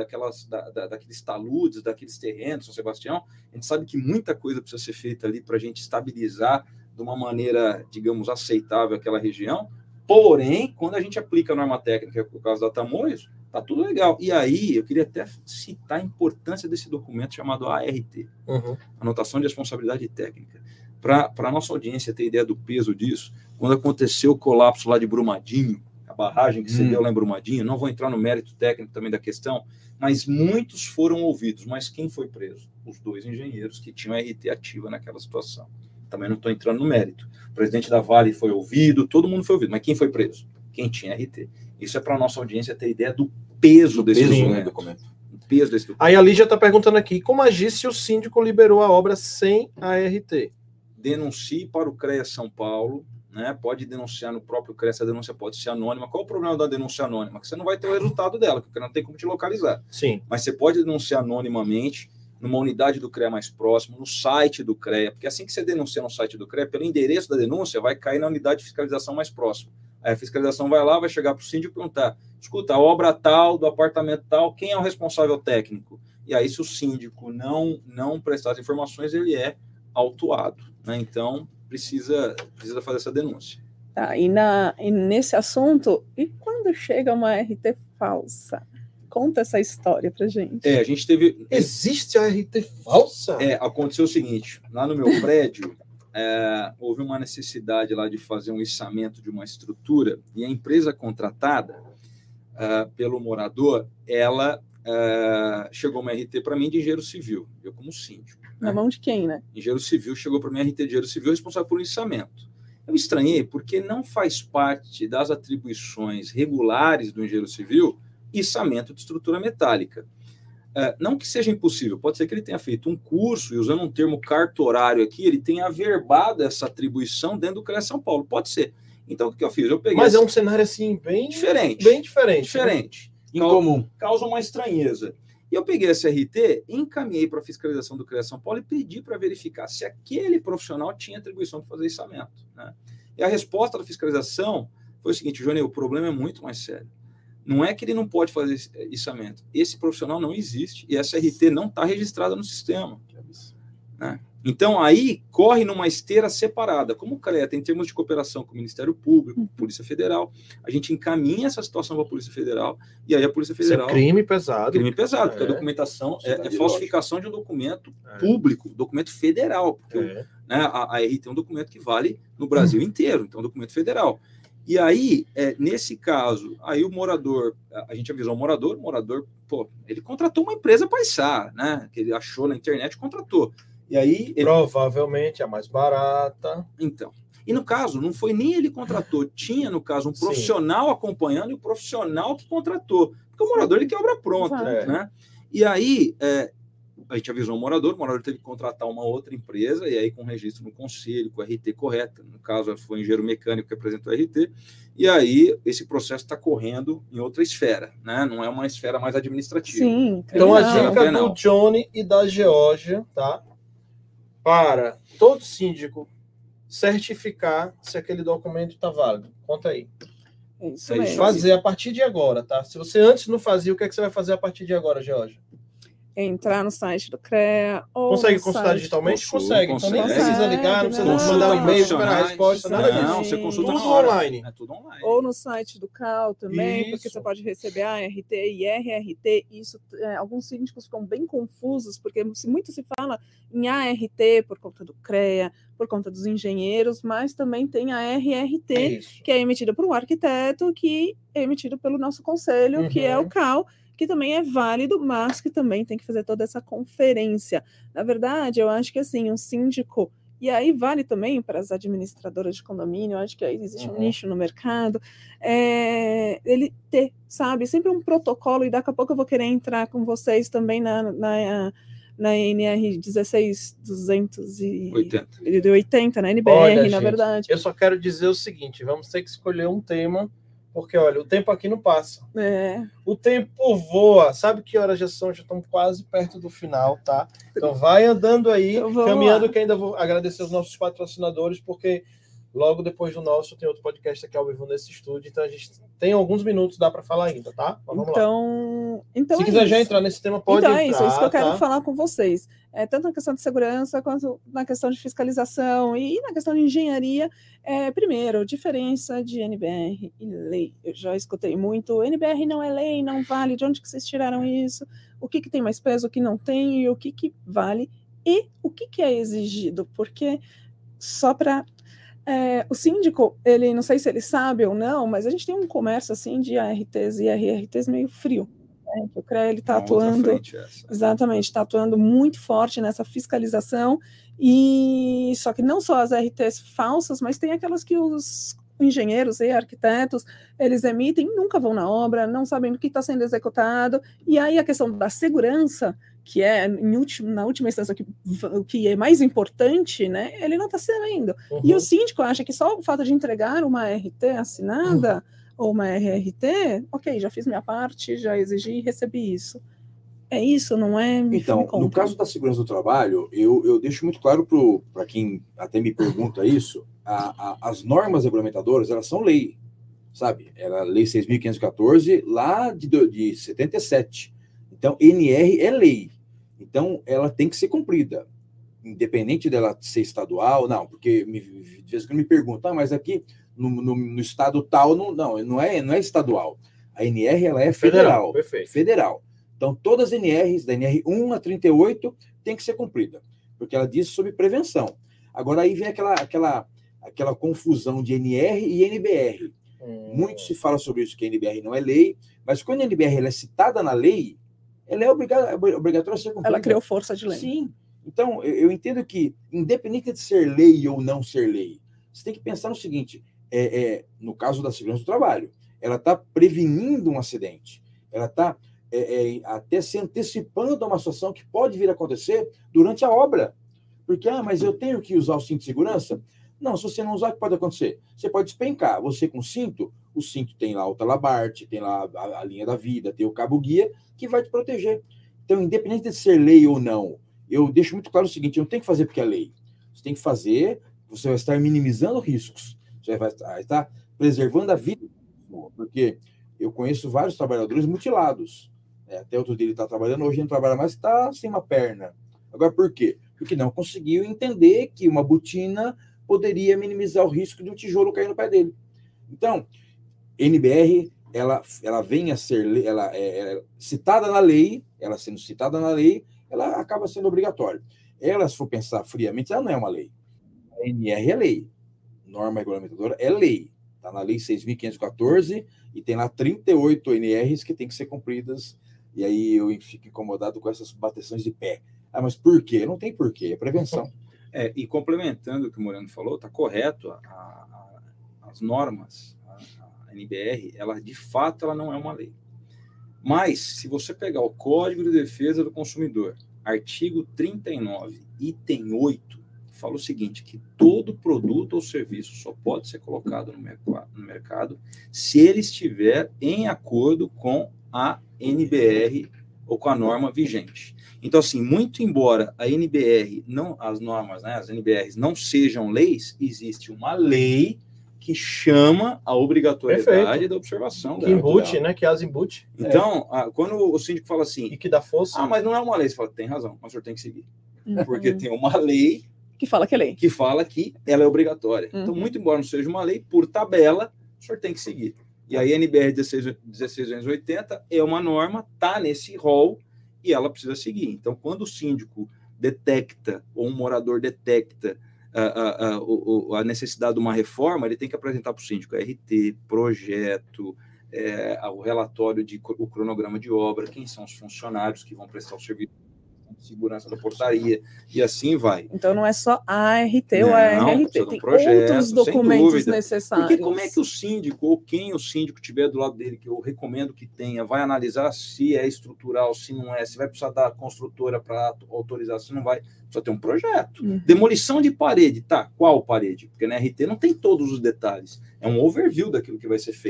daqueles taludes, daqueles terrenos, São Sebastião, a gente sabe que muita coisa precisa ser feita ali para a gente estabilizar de uma maneira, digamos, aceitável aquela região. Porém, quando a gente aplica a norma técnica, por causa da Tamoios, tá tudo legal. E aí, eu queria até citar a importância desse documento chamado ART, Anotação de Responsabilidade Técnica. Para a nossa audiência ter ideia do peso disso, quando aconteceu o colapso lá de Brumadinho, a barragem que cedeu lá em Brumadinho, não vou entrar no mérito técnico também da questão, mas muitos foram ouvidos. Mas quem foi preso? Os 2 engenheiros que tinham RT ativa naquela situação. Também não estou entrando no mérito. O presidente da Vale foi ouvido, todo mundo foi ouvido, mas quem foi preso? Quem tinha RT. Isso é para a nossa audiência ter ideia do peso desse documento. O peso desse documento. Aí a Lígia está perguntando aqui, como agir se o síndico liberou a obra sem ART? Denuncie para o CREA São Paulo, né? Pode denunciar no próprio CREA, essa denúncia pode ser anônima. Qual o problema da denúncia anônima? Que você não vai ter o resultado dela, porque não tem como te localizar. Sim. Mas você pode denunciar anonimamente numa unidade do CREA mais próximo, no site do CREA, porque assim que você denuncia no site do CREA, pelo endereço da denúncia, vai cair na unidade de fiscalização mais próxima. Aí a fiscalização vai lá, vai chegar para o síndico e perguntar, escuta, a obra tal, do apartamento tal, quem é o responsável técnico? E aí, se o síndico não prestar as informações, ele é autuado, né? Então, precisa fazer essa denúncia. Tá, e nesse assunto, e quando chega uma RT falsa? Conta essa história pra gente. A gente teve... Existe a RT falsa? Aconteceu o seguinte, lá no meu prédio, houve uma necessidade lá de fazer um içamento de uma estrutura, e a empresa contratada pelo morador, ela chegou uma RT para mim de engenheiro civil, eu como síndico. Na mão de quem, né? Engenheiro civil chegou para mim, RT de engenheiro civil, responsável por içamento. Eu estranhei, porque não faz parte das atribuições regulares do engenheiro civil içamento de estrutura metálica. Não que seja impossível, pode ser que ele tenha feito um curso, e usando um termo cartorário aqui, ele tenha averbado essa atribuição dentro do CREA São Paulo, pode ser. Então, o que eu fiz? Eu peguei... Mas é um cenário, assim, bem diferente. Bem diferente. Né? Incomum. Causa uma estranheza. E eu peguei esse RT, encaminhei para a fiscalização do CREA São Paulo e pedi para verificar se aquele profissional tinha atribuição para fazer içamento, né? E a resposta da fiscalização foi o seguinte, Johnny, o problema é muito mais sério. Não é que ele não pode fazer içamento. Esse profissional não existe e essa RT não está registrada no sistema. Né? Então, aí, corre numa esteira separada. Como o CREA tem termos de cooperação com o Ministério Público, Polícia Federal, a gente encaminha essa situação para a Polícia Federal e aí a Polícia Federal... Isso é crime pesado. Crime pesado, porque a documentação é falsificação de um documento público, documento federal. Porque né, a RT é um documento que vale no Brasil inteiro, então é um documento federal. E aí, nesse caso, aí o morador, a gente avisou o morador, ele contratou uma empresa para içar, né? Que ele achou na internet, contratou. E aí... Provavelmente a mais barata. Então. E no caso, não foi nem ele que contratou, tinha, no caso, um profissional acompanhando e o profissional que contratou. Porque o morador, ele quer obra pronta, né? E aí... a gente avisou o morador teve que contratar uma outra empresa, e aí com registro no conselho, com a RT correta, no caso foi o engenheiro mecânico que apresentou a RT, e aí esse processo está correndo em outra esfera, né? Não é uma esfera mais administrativa. Sim. Então a dica do Johnny e da Geórgia, tá? Para todo síndico certificar se aquele documento está válido. Conta aí. Isso mesmo. Fazer a partir de agora, tá? Se você antes não fazia, o que é que você vai fazer a partir de agora, Geórgia? Entrar no site do CREA. Ou consegue consultar digitalmente? Consegue. Então nem precisa ligar, não precisa mandar um e-mail, esperar a resposta, nada disso. Não, você consulta tudo online. É tudo online. Ou no site do CAL também, Isso. porque você pode receber a RT e RRT. Isso, alguns síndicos ficam bem confusos, porque muito se fala em ART por conta do CREA, por conta dos engenheiros, mas também tem a RRT, que é emitida por um arquiteto, que é emitido pelo nosso conselho, que é o CAL, que também é válido, mas que também tem que fazer toda essa conferência. Na verdade, eu acho que assim, um síndico, e aí vale também para as administradoras de condomínio, eu acho que aí existe um nicho no mercado, ele ter, sabe, sempre um protocolo, e daqui a pouco eu vou querer entrar com vocês também na NR 16280, na NBR, olha, na verdade. Eu só quero dizer o seguinte, vamos ter que escolher um tema Porque, olha, o tempo aqui não passa. É. O tempo voa. Sabe que horas já são? Já estão quase perto do final, tá? Então vai andando aí, Então, caminhando, lá. que ainda vou agradecer os nossos patrocinadores, porque logo depois do nosso tem outro podcast aqui ao vivo nesse estúdio, então a gente tem alguns minutos, dá para falar ainda, tá? Mas vamos lá. Então se é quiser isso. já entrar nesse tema, pode então entrar. Então é isso que eu quero tá? falar com vocês. Tanto na questão de segurança, quanto na questão de fiscalização e na questão de engenharia. Primeiro, diferença de NBR e lei. Eu já escutei muito, NBR não é lei, não vale, de onde que vocês tiraram isso? O que tem mais peso, o que não tem, e o que vale, e o que é exigido, porque só para... o síndico, ele não sei se ele sabe ou não, mas a gente tem um comércio assim de ARTs e RRTs meio frio. Que o CREA está atuando, exatamente, está atuando muito forte nessa fiscalização, e só que não só as RTs falsas, mas tem aquelas que os engenheiros e arquitetos, eles emitem, nunca vão na obra, não sabem o que está sendo executado, e aí a questão da segurança, que é na última instância o que é mais importante, né, ele não está sabendo. E o síndico acha que só o fato de entregar uma RT assinada ou uma RRT, ok, já fiz minha parte, já exigi e recebi isso. É isso, não é? Então, no caso da segurança do trabalho, eu deixo muito claro para quem até me pergunta isso, as normas regulamentadoras, elas são lei, sabe? Era a Lei 6.514, lá de 77. Então, NR é lei. Então, ela tem que ser cumprida, independente dela ser estadual, não, porque de vez em quando me perguntam, mas aqui no estado tal, não é estadual. A NR, ela é federal. Perfeito. Federal. Então, todas as NRs, da NR 1 a 38, tem que ser cumprida, porque ela diz sobre prevenção. Agora, aí vem aquela confusão de NR e NBR. Muito se fala sobre isso, que a NBR não é lei, mas quando a NBR ela é citada na lei, ela é obrigatória a ser cumprida. Ela criou força de lei. Sim. Então, eu entendo que, independente de ser lei ou não ser lei, você tem que pensar no seguinte, no caso da segurança do trabalho, ela está prevenindo um acidente, ela está até se antecipando a uma situação que pode vir a acontecer durante a obra. Porque, mas eu tenho que usar o cinto de segurança? Não, se você não usar, o que pode acontecer? Você pode despencar. Você com cinto, o cinto tem lá o talabarte, tem lá a linha da vida, tem o cabo-guia, que vai te proteger. Então, independente de ser lei ou não, eu deixo muito claro o seguinte, não tem que fazer porque é lei. Você tem que fazer, você vai estar minimizando riscos. Você vai estar preservando a vida. Porque eu conheço vários trabalhadores mutilados. Até outro dia ele está trabalhando, hoje não trabalha mais, está sem uma perna. Agora, por quê? Porque não conseguiu entender que uma botina poderia minimizar o risco de um tijolo cair no pé dele. Então, NBR, ela vem a ser, ela é citada na lei, ela sendo citada na lei, ela acaba sendo obrigatória. Ela, se for pensar friamente, ela não é uma lei. A NR é lei. Norma regulamentadora é lei. Está na lei 6.514 e tem lá 38 NRs que tem que ser cumpridas. E aí eu fico incomodado com essas bateções de pé. Mas por quê? Não tem porquê, é prevenção. E complementando o que o Moreno falou, está correto, as normas, a NBR, ela de fato ela não é uma lei. Mas, se você pegar o Código de Defesa do Consumidor, artigo 39, item 8, fala o seguinte, que todo produto ou serviço só pode ser colocado no mercado se ele estiver em acordo com a NBR ou com a norma vigente. Então, assim, muito embora a NBR, as normas, né, as NBRs não sejam leis, existe uma lei que chama a obrigatoriedade da observação que embute, né? Que as embute. Então, quando o síndico fala assim... E que dá força. Mas não é uma lei. Você fala, tem razão, mas o senhor tem que seguir. Porque tem uma lei... Que fala que é lei. Que fala que ela é obrigatória. Então, muito embora não seja uma lei, por tabela, o senhor tem que seguir. E aí a NBR 16.280 é uma norma, está nesse rol, e ela precisa seguir. Então, quando o síndico detecta, ou um morador detecta a necessidade de uma reforma, ele tem que apresentar para o síndico RT, projeto, o relatório, o cronograma de obra, quem são os funcionários que vão prestar o serviço de segurança da portaria, e assim vai. Então não é só a ART ou a RRT, tem projeto, outros documentos necessários. Porque como é que o síndico, ou quem o síndico tiver do lado dele, que eu recomendo que tenha, vai analisar se é estrutural, se não é, se vai precisar da construtora para autorizar, se não vai, precisa ter um projeto. Demolição de parede, tá, qual parede? Porque na RT não tem todos os detalhes, é um overview daquilo que vai ser feito.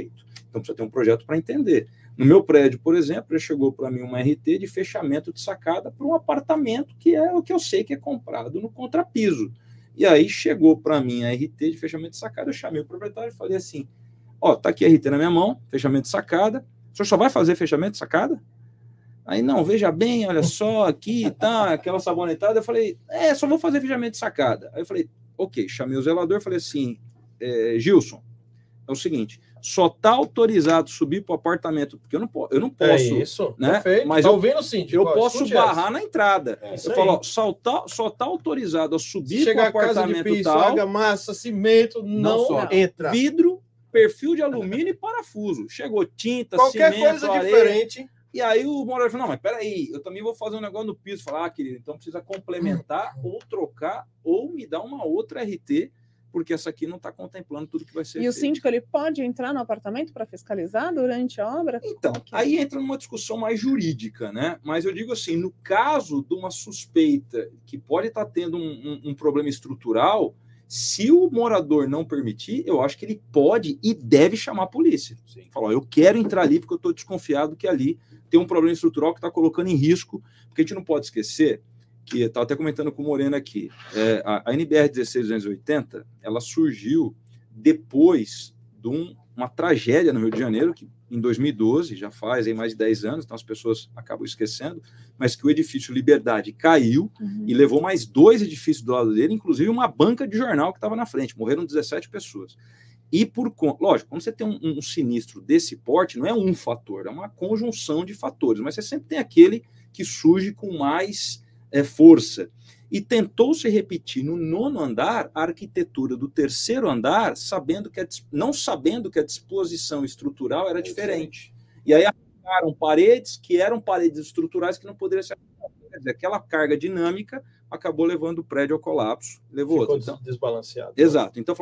Então precisa ter um projeto para entender. No meu prédio, por exemplo, já chegou para mim uma RT de fechamento de sacada para um apartamento que é o que eu sei que é comprado no contrapiso. E aí chegou para mim a RT de fechamento de sacada, eu chamei o proprietário e falei assim, ó, tá aqui a RT na minha mão, fechamento de sacada, o senhor só vai fazer fechamento de sacada? Aí, não, veja bem, olha só, aqui, tá, aquela sabonetada, eu falei, só vou fazer fechamento de sacada. Aí eu falei, ok, chamei o zelador, falei assim, Gilson, é o seguinte, só está autorizado subir para o apartamento, porque eu não posso. É isso, né? Perfeito. Mas tá ouvindo, Síndico? Eu posso barrar na entrada. Eu falo, só está autorizado a subir para o apartamento piso, tal. Argamassa, cimento, não entra. Vidro, perfil de alumínio e parafuso. Chegou tinta, qualquer cimento, coisa areia. Diferente. E aí o morador falou, não, mas peraí, eu também vou fazer um negócio no piso. Falar, querido, então precisa complementar ou trocar ou me dar uma outra RT, porque essa aqui não está contemplando tudo que vai ser feito. O síndico, ele pode entrar no apartamento para fiscalizar durante a obra? Então, aí entra numa discussão mais jurídica, né? Mas eu digo assim, no caso de uma suspeita que pode estar tendo um problema estrutural, se o morador não permitir, eu acho que ele pode e deve chamar a polícia. Falar, eu quero entrar ali porque eu estou desconfiado que ali tem um problema estrutural que está colocando em risco, porque a gente não pode esquecer que estava até comentando com o Moreno aqui, a NBR 16280, ela surgiu depois de uma tragédia no Rio de Janeiro, que em 2012, já faz aí mais de 10 anos, então as pessoas acabam esquecendo, mas que o edifício Liberdade caiu e levou mais 2 edifícios do lado dele, inclusive uma banca de jornal que estava na frente, morreram 17 pessoas. E lógico, quando você tem um sinistro desse porte, não é um fator, é uma conjunção de fatores, mas você sempre tem aquele que surge com mais força. E tentou se repetir no 9º andar a arquitetura do 3º andar, não sabendo que a disposição estrutural era diferente. E aí aplicaram paredes que eram paredes estruturais que não poderiam ser aplicadas. Quer dizer, aquela carga dinâmica acabou levando o prédio ao colapso. Levou Ficou outro. Então, desbalanceado. Exato. Então,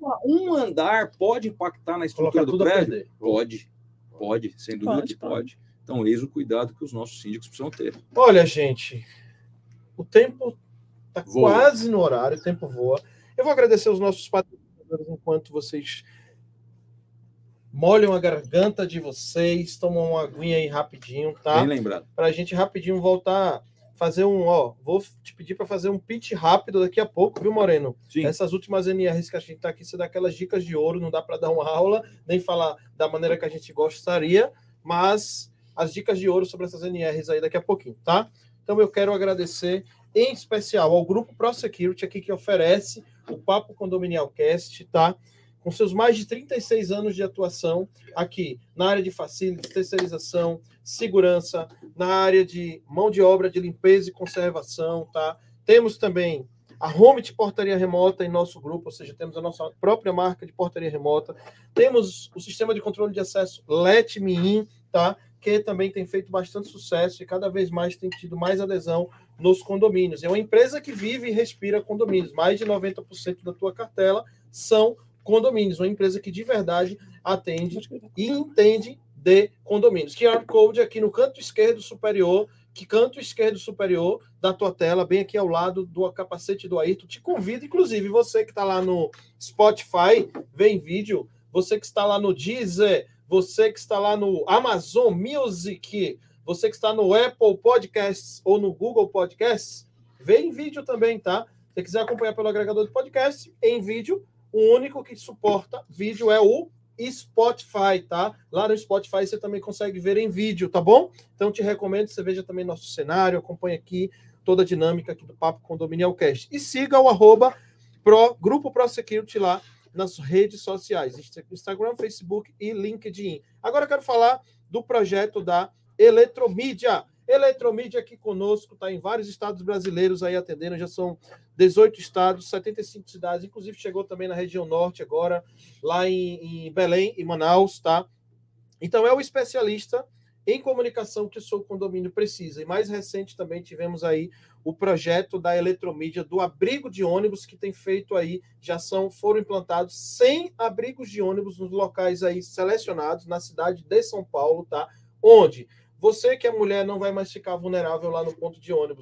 um andar pode impactar na estrutura do prédio? Pode, sem dúvida que pode. Então, eis o cuidado que os nossos síndicos precisam ter. Olha, gente, o tempo está quase no horário, o tempo voa. Eu vou agradecer os nossos patrocinadores enquanto vocês molham a garganta de vocês, tomam uma aguinha aí rapidinho, tá? Bem lembrado. Para a gente rapidinho voltar, fazer vou te pedir para fazer um pitch rápido daqui a pouco, viu, Moreno? Sim. Essas últimas NRs que a gente está aqui, você dá aquelas dicas de ouro, não dá para dar uma aula, nem falar da maneira que a gente gostaria, mas as dicas de ouro sobre essas NRs aí daqui a pouquinho, tá? Então eu quero agradecer em especial ao Grupo ProSecurity aqui que oferece o Papo Condominial Cast, tá? Com seus mais de 36 anos de atuação aqui na área de facilities, terceirização, segurança, na área de mão de obra de limpeza e conservação, tá? Temos também a Home de portaria remota em nosso grupo, ou seja, temos a nossa própria marca de portaria remota. Temos o sistema de controle de acesso Let Me In, tá? Que também tem feito bastante sucesso e cada vez mais tem tido mais adesão nos condomínios. É uma empresa que vive e respira condomínios. Mais de 90% da tua cartela são condomínios. Uma empresa que de verdade atende e entende de condomínios. QR Code aqui no canto esquerdo superior, da tua tela, bem aqui ao lado do capacete do Ayrton. Te convido, inclusive, você que está lá no Spotify, vê em vídeo, você que está lá no Deezer, você que está lá no Amazon Music, você que está no Apple Podcasts ou no Google Podcasts, vê em vídeo também, tá? Se você quiser acompanhar pelo agregador de podcast, em vídeo, o único que suporta vídeo é o Spotify, tá? Lá no Spotify você também consegue ver em vídeo, tá bom? Então te recomendo que você veja também nosso cenário, acompanhe aqui toda a dinâmica aqui do Papo Condominial Cast. E siga o Grupo ProSecurity lá nas redes sociais, Instagram, Facebook e LinkedIn. Agora eu quero falar do projeto da Eletromídia. Eletromídia aqui conosco, está em vários estados brasileiros aí atendendo, já são 18 estados, 75 cidades, inclusive chegou também na região norte agora, lá em Belém e Manaus, tá? Então é o especialista em comunicação que o seu condomínio precisa. E mais recente também tivemos aí o projeto da Eletromídia do abrigo de ônibus que tem feito aí, foram implantados 100 abrigos de ônibus nos locais aí selecionados na cidade de São Paulo, tá? Onde você que é mulher não vai mais ficar vulnerável lá no ponto de ônibus.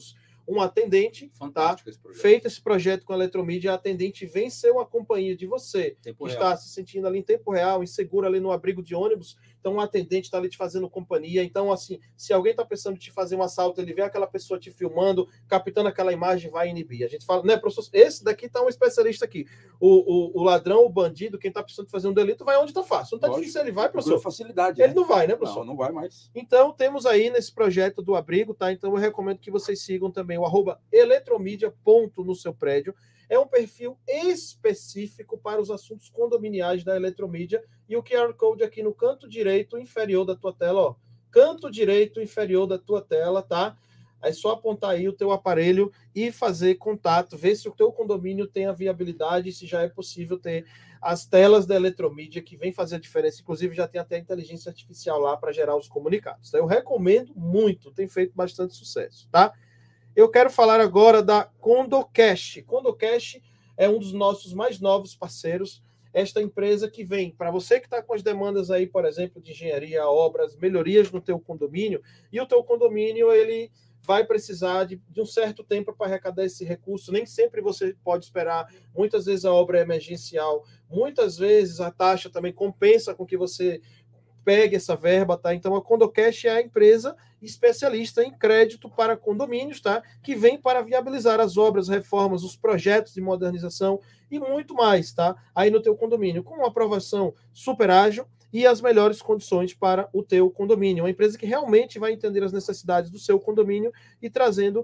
um atendente, Fantástico tá? esse projeto. Feito esse projeto com a Eletromídia, a atendente vem ser uma companhia de você, Tempo que real. está se sentindo ali em tempo real, inseguro ali no abrigo de ônibus, então um atendente está ali te fazendo companhia. Então, assim, se alguém está pensando em te fazer um assalto, ele vê aquela pessoa te filmando, captando aquela imagem, vai inibir. A gente fala, né, professor, esse daqui está um especialista aqui. O ladrão, o bandido, quem está precisando de fazer um delito, vai onde está fácil. Não está difícil, ele vai, professor. Facilidade. Ele não vai, né, professor? Não vai mais. Então, temos aí nesse projeto do abrigo, tá? Então, eu recomendo que vocês sigam também o @eletromidia. No seu prédio. É um perfil específico para os assuntos condominiais da Eletromídia, e o QR Code aqui no canto direito inferior da tua tela, ó. Canto direito inferior da tua tela, tá? É só apontar aí o teu aparelho e fazer contato, ver se o teu condomínio tem a viabilidade, se já é possível ter as telas da Eletromídia, que vem fazer a diferença. Inclusive, já tem até a inteligência artificial lá para gerar os comunicados. Eu recomendo muito, tem feito bastante sucesso, tá? Eu quero falar agora da CondoCash. CondoCash é um dos nossos mais novos parceiros. Esta empresa que vem, para você que está com as demandas aí, por exemplo, de engenharia, obras, melhorias no teu condomínio, e o teu condomínio, ele vai precisar de um certo tempo para arrecadar esse recurso. Nem sempre você pode esperar. Muitas vezes a obra é emergencial. Muitas vezes a taxa também compensa com que você pegue essa verba, tá? Então a CondoCash é a empresa especialista em crédito para condomínios, tá? Que vem para viabilizar as obras, reformas, os projetos de modernização e muito mais, tá? Aí no teu condomínio, com uma aprovação super ágil e as melhores condições para o teu condomínio. Uma empresa que realmente vai entender as necessidades do seu condomínio e trazendo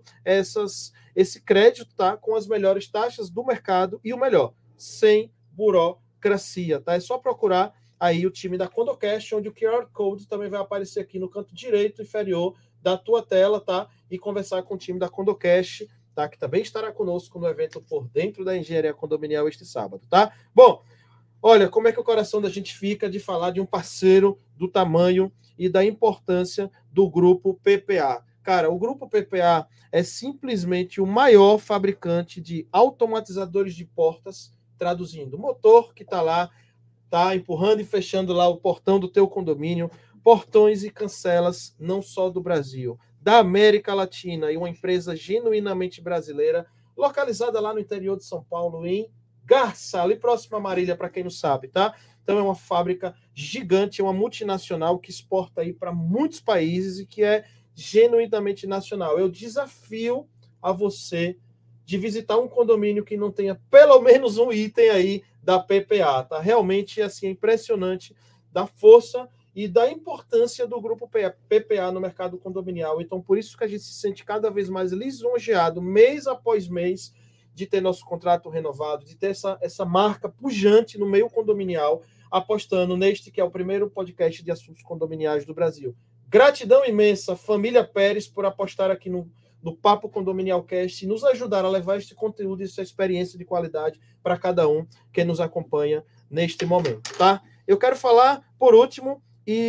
esse crédito, tá? Com as melhores taxas do mercado e o melhor, sem burocracia, tá? É só procurar aí o time da CondoCash, onde o QR Code também vai aparecer aqui no canto direito inferior da tua tela, tá? E conversar com o time da CondoCash, tá? Que também estará conosco no evento Por Dentro da Engenharia Condominial este sábado, tá? Bom, olha, como é que o coração da gente fica de falar de um parceiro do tamanho e da importância do Grupo PPA. Cara, o Grupo PPA é simplesmente o maior fabricante de automatizadores de portas, traduzindo, motor que está lá, tá empurrando e fechando lá o portão do teu condomínio, portões e cancelas, não só do Brasil, da América Latina, e uma empresa genuinamente brasileira, localizada lá no interior de São Paulo, em Garça, ali próximo a Marília, para quem não sabe, tá? Então é uma fábrica gigante, é uma multinacional que exporta aí para muitos países e que é genuinamente nacional. Eu desafio a você de visitar um condomínio que não tenha pelo menos um item aí da PPA, tá? Realmente, assim, é impressionante da força e da importância do grupo PPA no mercado condominial. Então, por isso que a gente se sente cada vez mais lisonjeado, mês após mês, de ter nosso contrato renovado, de ter essa marca pujante no meio condominial, apostando neste que é o primeiro podcast de assuntos condominiais do Brasil. Gratidão imensa, família Pérez, por apostar aqui no Papo Condominial Cast e nos ajudar a levar este conteúdo e essa experiência de qualidade para cada um que nos acompanha neste momento, tá? Eu quero falar, por último,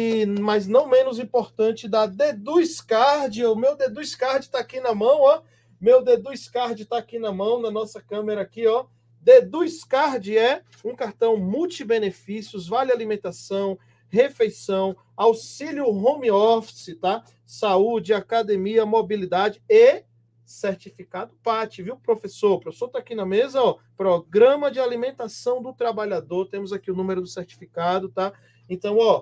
mas não menos importante, da Deduzcard. O meu Deduzcard está aqui na mão, ó. Meu Deduzcard está aqui na mão, na nossa câmera aqui, ó. Deduzcard é um cartão multibenefícios, vale alimentação, refeição, auxílio home office, tá? Saúde, academia, mobilidade e certificado PAT, viu, professor? O professor está aqui na mesa, ó. Programa de Alimentação do Trabalhador. Temos aqui o número do certificado, tá? Então, ó,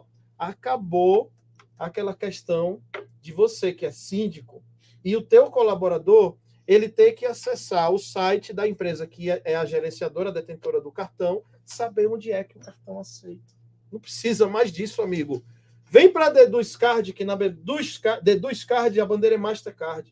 acabou aquela questão de você que é síndico e o teu colaborador, ele ter que acessar o site da empresa que é a gerenciadora, a detentora do cartão, saber onde é que o cartão aceita. Não precisa mais disso, amigo. Vem para a Deduzcard, que na Deduzcard a bandeira é Mastercard.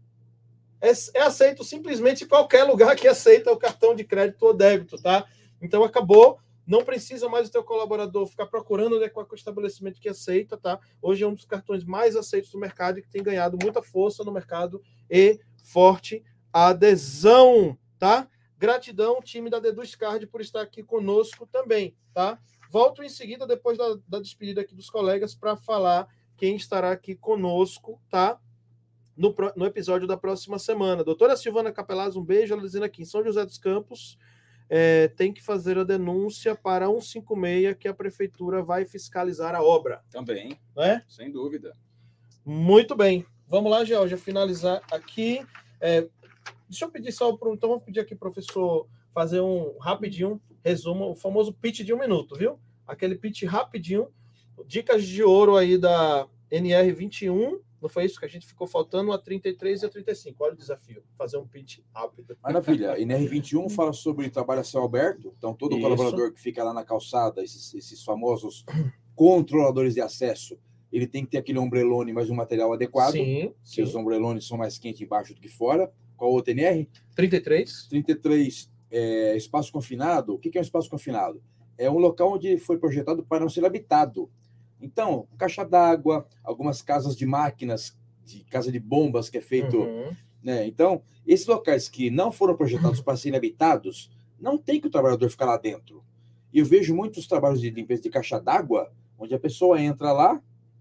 É aceito simplesmente em qualquer lugar que aceita o cartão de crédito ou débito, tá? Então acabou, não precisa mais o teu colaborador ficar procurando onde é qual é o estabelecimento que aceita, tá? Hoje é um dos cartões mais aceitos do mercado e que tem ganhado muita força no mercado e forte adesão, tá? Gratidão, time da Deduzcard, por estar aqui conosco também, tá? Volto em seguida, depois da despedida aqui dos colegas, para falar quem estará aqui conosco, tá? No episódio da próxima semana. Doutora Silvana Capelaz, um beijo. Ela dizendo aqui, em São José dos Campos, tem que fazer a denúncia para 156, que a prefeitura vai fiscalizar a obra. Também, não é? Sem dúvida. Muito bem. Vamos lá, Georgia, finalizar aqui. Deixa eu pedir só para. Então, vamos pedir aqui, professor, fazer um rapidinho resumo, o famoso pitch de 1 minuto, viu? Aquele pitch rapidinho. Dicas de ouro aí da NR21. Não foi isso que a gente ficou faltando? A 33 e a 35. Olha o desafio. Fazer um pitch rápido. Maravilha. A NR21 fala sobre trabalho a céu aberto. Então, todo colaborador que fica lá na calçada, esses famosos controladores de acesso, ele tem que ter aquele ombrelone, mas um material adequado. Sim. Os ombrelones são mais quentes embaixo do que fora. Qual outra NR? 33. 33. Espaço confinado. O que é um espaço confinado? É um local onde foi projetado para não ser habitado. Então, caixa d'água, algumas casas de máquinas, casa de bombas que é feito... Né? Então, esses locais que não foram projetados para serem habitados, não tem que o trabalhador ficar lá dentro. E eu vejo muitos trabalhos de limpeza de caixa d'água, onde a pessoa entra,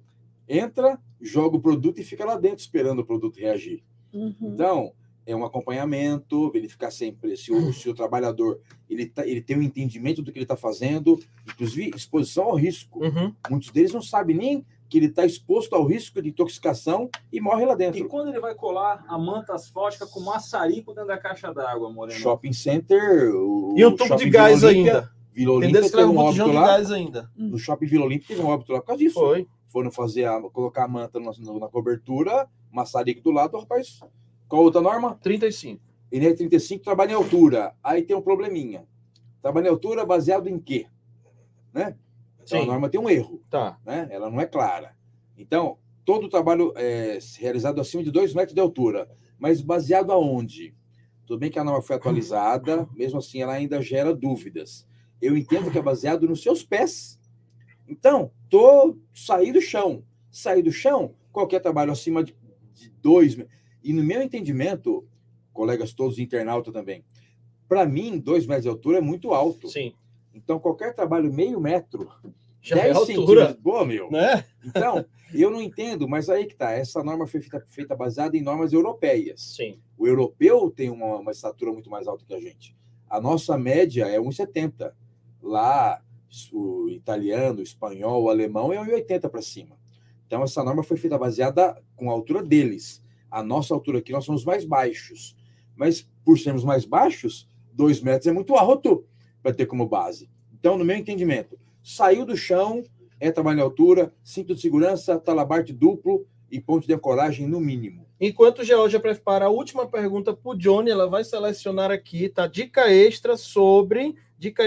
joga o produto e fica lá dentro esperando o produto reagir. Então, é um acompanhamento, verificar sempre se o trabalhador ele tem um entendimento do que ele está fazendo, inclusive exposição ao risco. Muitos deles não sabem nem que ele está exposto ao risco de intoxicação e morre lá dentro. E quando ele vai colar a manta asfáltica com maçarico dentro da caixa d'água, Moreno? Shopping Center... E o tubo de gás ainda. Vila Olímpia teve um óbito lá. De gás ainda. No Shopping Vila Olímpia teve um óbito lá por causa disso. Foram colocar a manta na cobertura, maçarico do lado, rapaz... Qual outra norma? 35. NR35 trabalha em altura. Aí tem um probleminha. Trabalha em altura baseado em quê? Né? Então, a norma tem um erro. Né? Ela não é clara. Então, todo trabalho é realizado acima de 2 metros de altura. Mas baseado aonde? Tudo bem que a norma foi atualizada, mesmo assim ela ainda gera dúvidas. Eu entendo que é baseado nos seus pés. Então, sair do chão. Sair do chão, qualquer trabalho acima de 2 metros. E no meu entendimento, colegas todos internautas também, para mim, 2 metros de altura é muito alto. Sim. Então, qualquer trabalho meio metro, já 10 é altura. Pô, meu. Né? Então, eu não entendo, mas aí que tá. Essa norma foi feita baseada em normas europeias. Sim. O europeu tem uma estatura muito mais alta que a gente. A nossa média é 1,70. Lá, o italiano, o espanhol, o alemão é 1,80 para cima. Então, essa norma foi feita baseada com a altura deles. A nossa altura aqui, nós somos mais baixos. Mas, por sermos mais baixos, 2 metros é muito alto para ter como base. Então, no meu entendimento, saiu do chão, é trabalho em altura, cinto de segurança, talabarte duplo e ponto de ancoragem no mínimo. Enquanto o Georgia prepara a última pergunta para o Johnny, ela vai selecionar aqui, tá? Dica extra sobre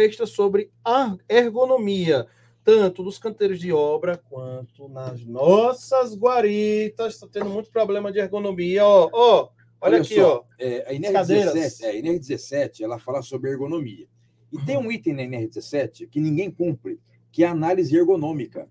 a ergonomia, tanto dos canteiros de obra quanto nas nossas guaritas. Está tendo muito problema de ergonomia. Olha aqui, só, a NR17, ela fala sobre ergonomia. E tem um item na NR17 que ninguém cumpre, que é a análise ergonômica.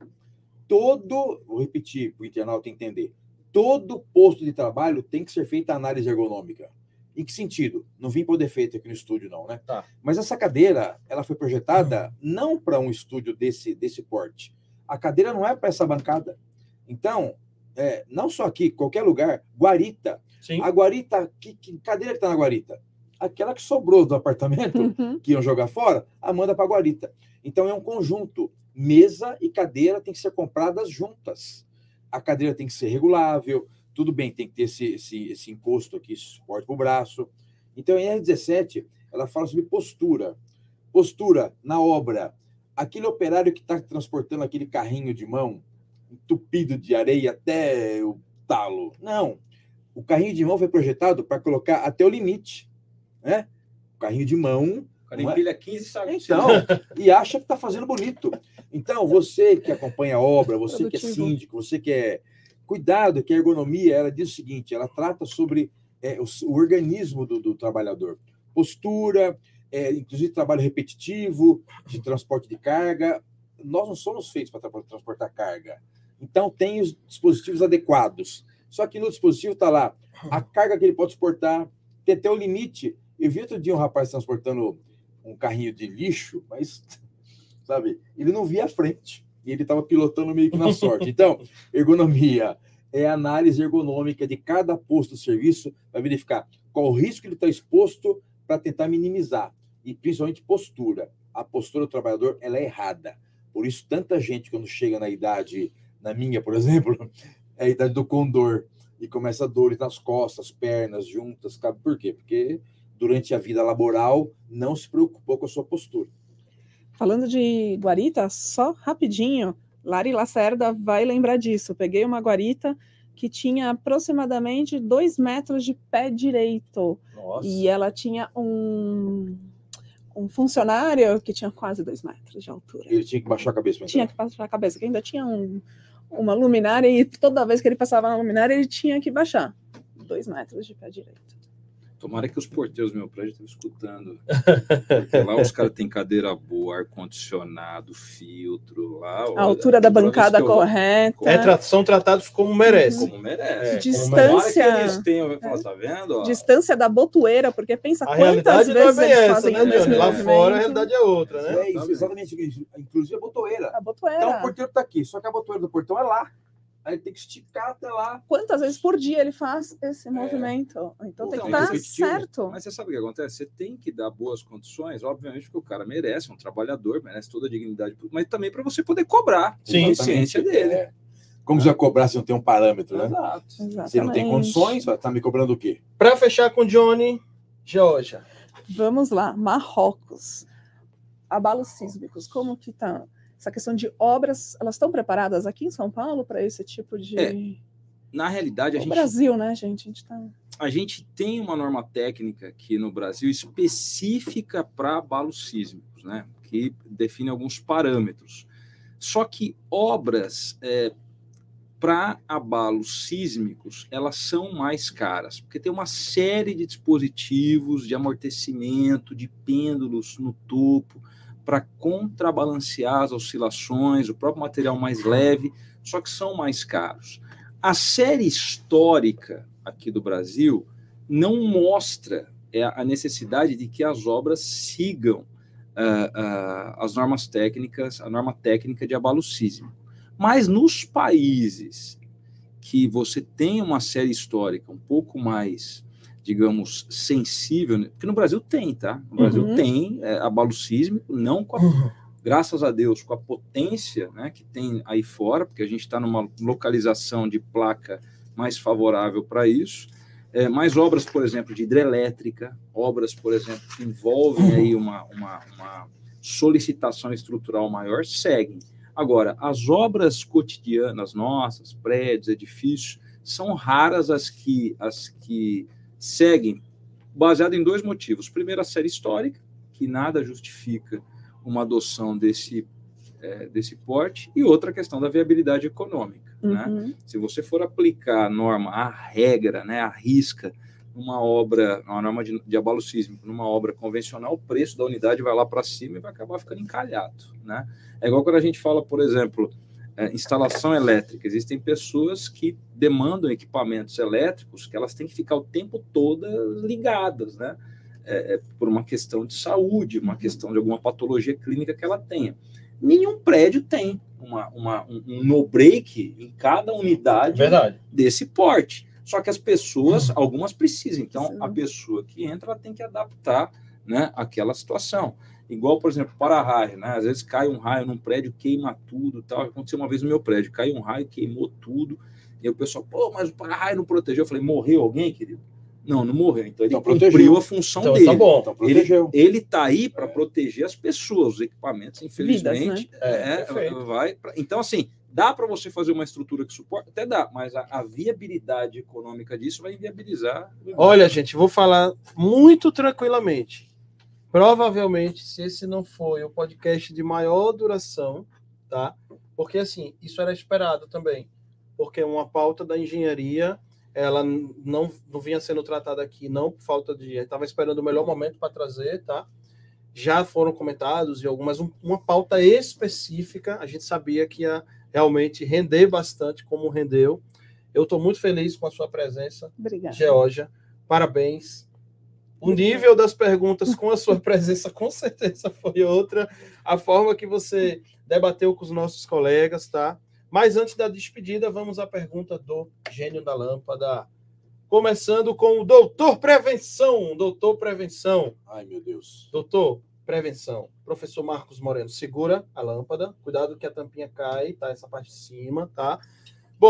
Vou repetir para o internauta entender, todo posto de trabalho tem que ser feita a análise ergonômica. Em que sentido? Não vim por defeito aqui no estúdio, não, né? Mas essa cadeira, ela foi projetada não para um estúdio desse porte. A cadeira não é para essa bancada. Então, não só aqui, qualquer lugar, guarita. Sim. A guarita, que cadeira que está na guarita? Aquela que sobrou do apartamento, que iam jogar fora, manda para a guarita. Então, é um conjunto. Mesa e cadeira tem que ser compradas juntas. A cadeira tem que ser regulável. Tudo bem, tem que ter esse encosto aqui, esse suporte para o braço. Então, a NR17, ela fala sobre postura. Postura na obra. Aquele operário que está transportando aquele carrinho de mão, entupido de areia até o talo. Não. O carrinho de mão foi projetado para colocar até o limite. Né? O carrinho de mão... O cara empilha 15 sacos. Então, e acha que está fazendo bonito. Então, você que acompanha a obra, você que é síndico, você que é... Cuidado, que a ergonomia, ela diz o seguinte, ela trata sobre o organismo do trabalhador. Postura, inclusive trabalho repetitivo, de transporte de carga. Nós não somos feitos para transportar carga. Então, tem os dispositivos adequados. Só que no dispositivo está lá a carga que ele pode suportar, tem até o limite. Eu vi outro dia um rapaz transportando um carrinho de lixo, mas, sabe, ele não via a frente. E ele estava pilotando meio que na sorte. Então, ergonomia é a análise ergonômica de cada posto de serviço para verificar qual o risco ele está exposto para tentar minimizar. E, principalmente, postura. A postura do trabalhador ela é errada. Por isso, tanta gente, quando chega na idade, na minha, por exemplo, é a idade do condor, e começa a dores nas costas, pernas, juntas. Por quê? Porque durante a vida laboral não se preocupou com a sua postura. Falando de guarita, só rapidinho, Lari Lacerda vai lembrar disso. Eu peguei uma guarita que tinha aproximadamente 2 metros de pé direito. Nossa. E ela tinha um funcionário que tinha quase 2 metros de altura. Ele tinha que baixar a cabeça. Tinha que baixar a cabeça, que ainda tinha uma luminária e toda vez que ele passava na luminária ele tinha que baixar. 2 metros de pé direito. Tomara que os porteiros do meu prédio estejam escutando. Porque lá os caras têm cadeira boa, ar-condicionado, filtro. Lá, a altura da bancada correta. São tratados como merecem. Como merece. Distância. Como que eles tenham, tá vendo? Ó. Distância da botoeira, porque pensa A quantas realidade vezes não é bem eles essa, fazem né, o mesmo Johnny? Lá movimento. fora a realidade é outra, né? É isso, exatamente isso. Inclusive a botoeira. A botoeira. Então o porteiro está aqui, só que a botoeira do portão é lá. Aí ele tem que esticar até lá. Quantas vezes por dia ele faz esse movimento? Então tem que estar certo. Mas você sabe o que acontece? Você tem que dar boas condições, obviamente, porque o cara merece, é um trabalhador, merece toda a dignidade, mas também para você poder cobrar a eficiência dele. É. Como já cobrar se não tem um parâmetro, né? Exato. Se não tem condições, vai estar me cobrando o quê? Para fechar com o Johnny, Georgia. Vamos lá, Marrocos. Abalos sísmicos, como que tá? Essa questão de obras, elas estão preparadas aqui em São Paulo para esse tipo de... Na realidade, Brasil, né, gente? A gente tem uma norma técnica aqui no Brasil específica para abalos sísmicos, né? Que define alguns parâmetros. Só que obras para abalos sísmicos, elas são mais caras, porque tem uma série de dispositivos de amortecimento, de pêndulos no topo, para contrabalancear as oscilações, o próprio material mais leve, só que são mais caros. A série histórica aqui do Brasil não mostra a necessidade de que as obras sigam as normas técnicas, a norma técnica de abalo sísmico. Mas nos países que você tem uma série histórica um pouco mais, digamos, sensível, porque no Brasil tem, tá? No Brasil tem abalo sísmico, não com graças a Deus, com a potência, né, que tem aí fora, porque a gente está numa localização de placa mais favorável para isso, mas obras, por exemplo, de hidrelétrica, obras, por exemplo, que envolvem aí uma solicitação estrutural maior, seguem. Agora, as obras cotidianas nossas, prédios, edifícios, são raras as que seguem, baseado em 2 motivos. Primeiro, a série histórica, que nada justifica uma adoção desse porte, e outra questão da viabilidade econômica. Né? Se você for aplicar a norma, a regra, né, a risca, uma norma de abalo sísmico, numa obra convencional, o preço da unidade vai lá para cima e vai acabar ficando encalhado. Né? É igual quando a gente fala, por exemplo, instalação elétrica. Existem pessoas que demandam equipamentos elétricos que elas têm que ficar o tempo todo ligadas, né? Por uma questão de saúde, uma questão de alguma patologia clínica que ela tenha. Nenhum prédio tem um no-break em cada unidade desse porte. Só que as pessoas, algumas precisam. Então, a pessoa que entra, ela tem que adaptar, né, àquela situação. Igual, por exemplo, para-raio, né? Às vezes cai um raio num prédio, queima tudo, tal. Aconteceu uma vez no meu prédio, caiu um raio, queimou tudo. E aí o pessoal, pô, mas o para-raio não protegeu. Eu falei, morreu alguém, querido? Não morreu. Então, ele cumpriu a função dele. Tá bom. Então, ele está aí para proteger as pessoas, os equipamentos, infelizmente. Vidas, né? Então, assim, dá para você fazer uma estrutura que suporta? Até dá, mas a viabilidade econômica disso vai inviabilizar. Olha, gente, vou falar muito tranquilamente. Provavelmente, se esse não foi o podcast de maior duração, tá? Porque, assim, isso era esperado também. Porque uma pauta da engenharia, ela não vinha sendo tratada aqui, não por falta de... Estava esperando o melhor momento para trazer, tá? Já foram comentados e algumas... Uma pauta específica, a gente sabia que ia realmente render bastante, como rendeu. Eu estou muito feliz com a sua presença. Obrigada. Georgia, parabéns. O nível das perguntas com a sua presença, com certeza, foi outra. A forma que você debateu com os nossos colegas, tá? Mas antes da despedida, vamos à pergunta do Gênio da Lâmpada. Começando com o Doutor Prevenção. Doutor Prevenção. Ai, meu Deus. Doutor Prevenção. Professor Marcos Moreno, segura a lâmpada. Cuidado que a tampinha cai, tá? Essa parte de cima, tá? Bom,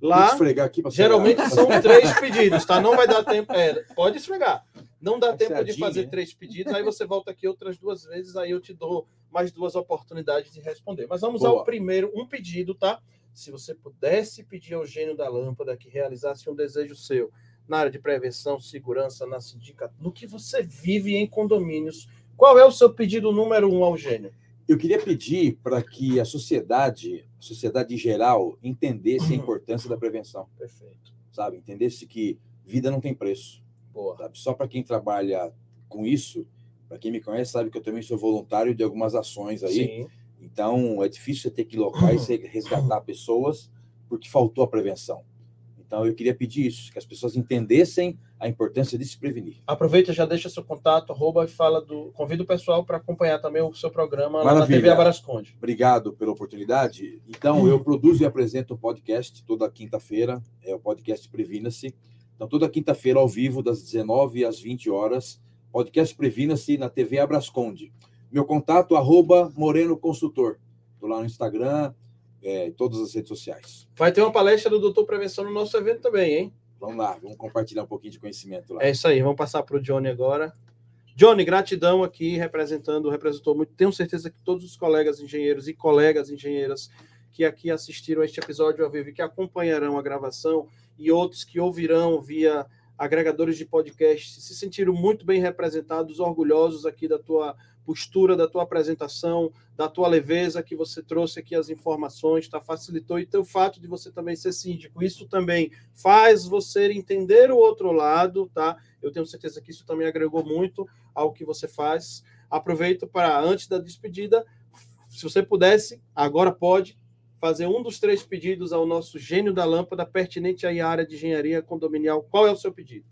Lá, esfregar aqui geralmente são 3 pedidos, tá? Não vai dar tempo. Pode esfregar. Não dá tempo de fazer 3 pedidos, aí você volta aqui outras 2 vezes, aí eu te dou mais 2 oportunidades de responder. Mas vamos ao primeiro, um pedido, tá? Se você pudesse pedir ao gênio da lâmpada que realizasse um desejo seu na área de prevenção, segurança, na sindicatura, no que você vive em condomínios, qual é o seu pedido número 1 ao gênio? Eu queria pedir para que a sociedade em geral, entendesse a importância da prevenção. Perfeito. Sabe? Entendesse que vida não tem preço. Boa. Sabe? Só para quem trabalha com isso, para quem me conhece, sabe que eu também sou voluntário de algumas ações aí. Sim. Então, é difícil você ter que ir locais e resgatar pessoas porque faltou a prevenção. Então, eu queria pedir isso, que as pessoas entendessem a importância de se prevenir. Aproveita, já deixa seu contato, convida o pessoal para acompanhar também o seu programa lá na TV Abrasconde. Obrigado pela oportunidade. Então, eu produzo e apresento um podcast toda quinta-feira, é o podcast Previna-se. Então, toda quinta-feira, ao vivo, das 19 às 20 horas, podcast Previna-se na TV Abrasconde. Meu contato, @Moreno Consultor. Estou lá no Instagram, em todas as redes sociais. Vai ter uma palestra do Doutor Prevenção no nosso evento também, hein? Vamos lá, vamos compartilhar um pouquinho de conhecimento lá. É isso aí, vamos passar para o Johnny agora. Johnny, gratidão aqui, representou muito. Tenho certeza que todos os colegas engenheiros e colegas engenheiras que aqui assistiram a este episódio ao vivo e que acompanharão a gravação e outros que ouvirão via agregadores de podcast se sentiram muito bem representados, orgulhosos aqui da tua postura, da tua apresentação, da tua leveza que você trouxe aqui as informações, tá? Facilitou, e o fato de você também ser síndico, isso também faz você entender o outro lado, tá? Eu tenho certeza que isso também agregou muito ao que você faz. Aproveito para, antes da despedida, se você pudesse, agora pode, fazer um dos 3 pedidos ao nosso gênio da lâmpada pertinente à área de engenharia condominial. Qual é o seu pedido?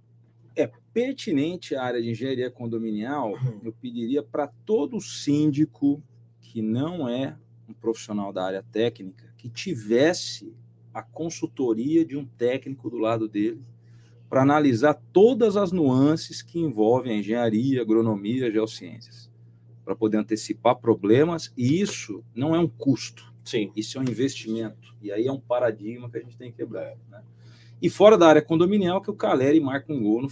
Pertinente à área de engenharia condominial, eu pediria para todo síndico que não é um profissional da área técnica, que tivesse a consultoria de um técnico do lado dele para analisar todas as nuances que envolvem a engenharia, agronomia, geociências, para poder antecipar problemas, e isso não é um custo. Sim. Isso é um investimento. E aí é um paradigma que a gente tem que quebrar, né? E fora da área condominial, que o Caleri marca um gol no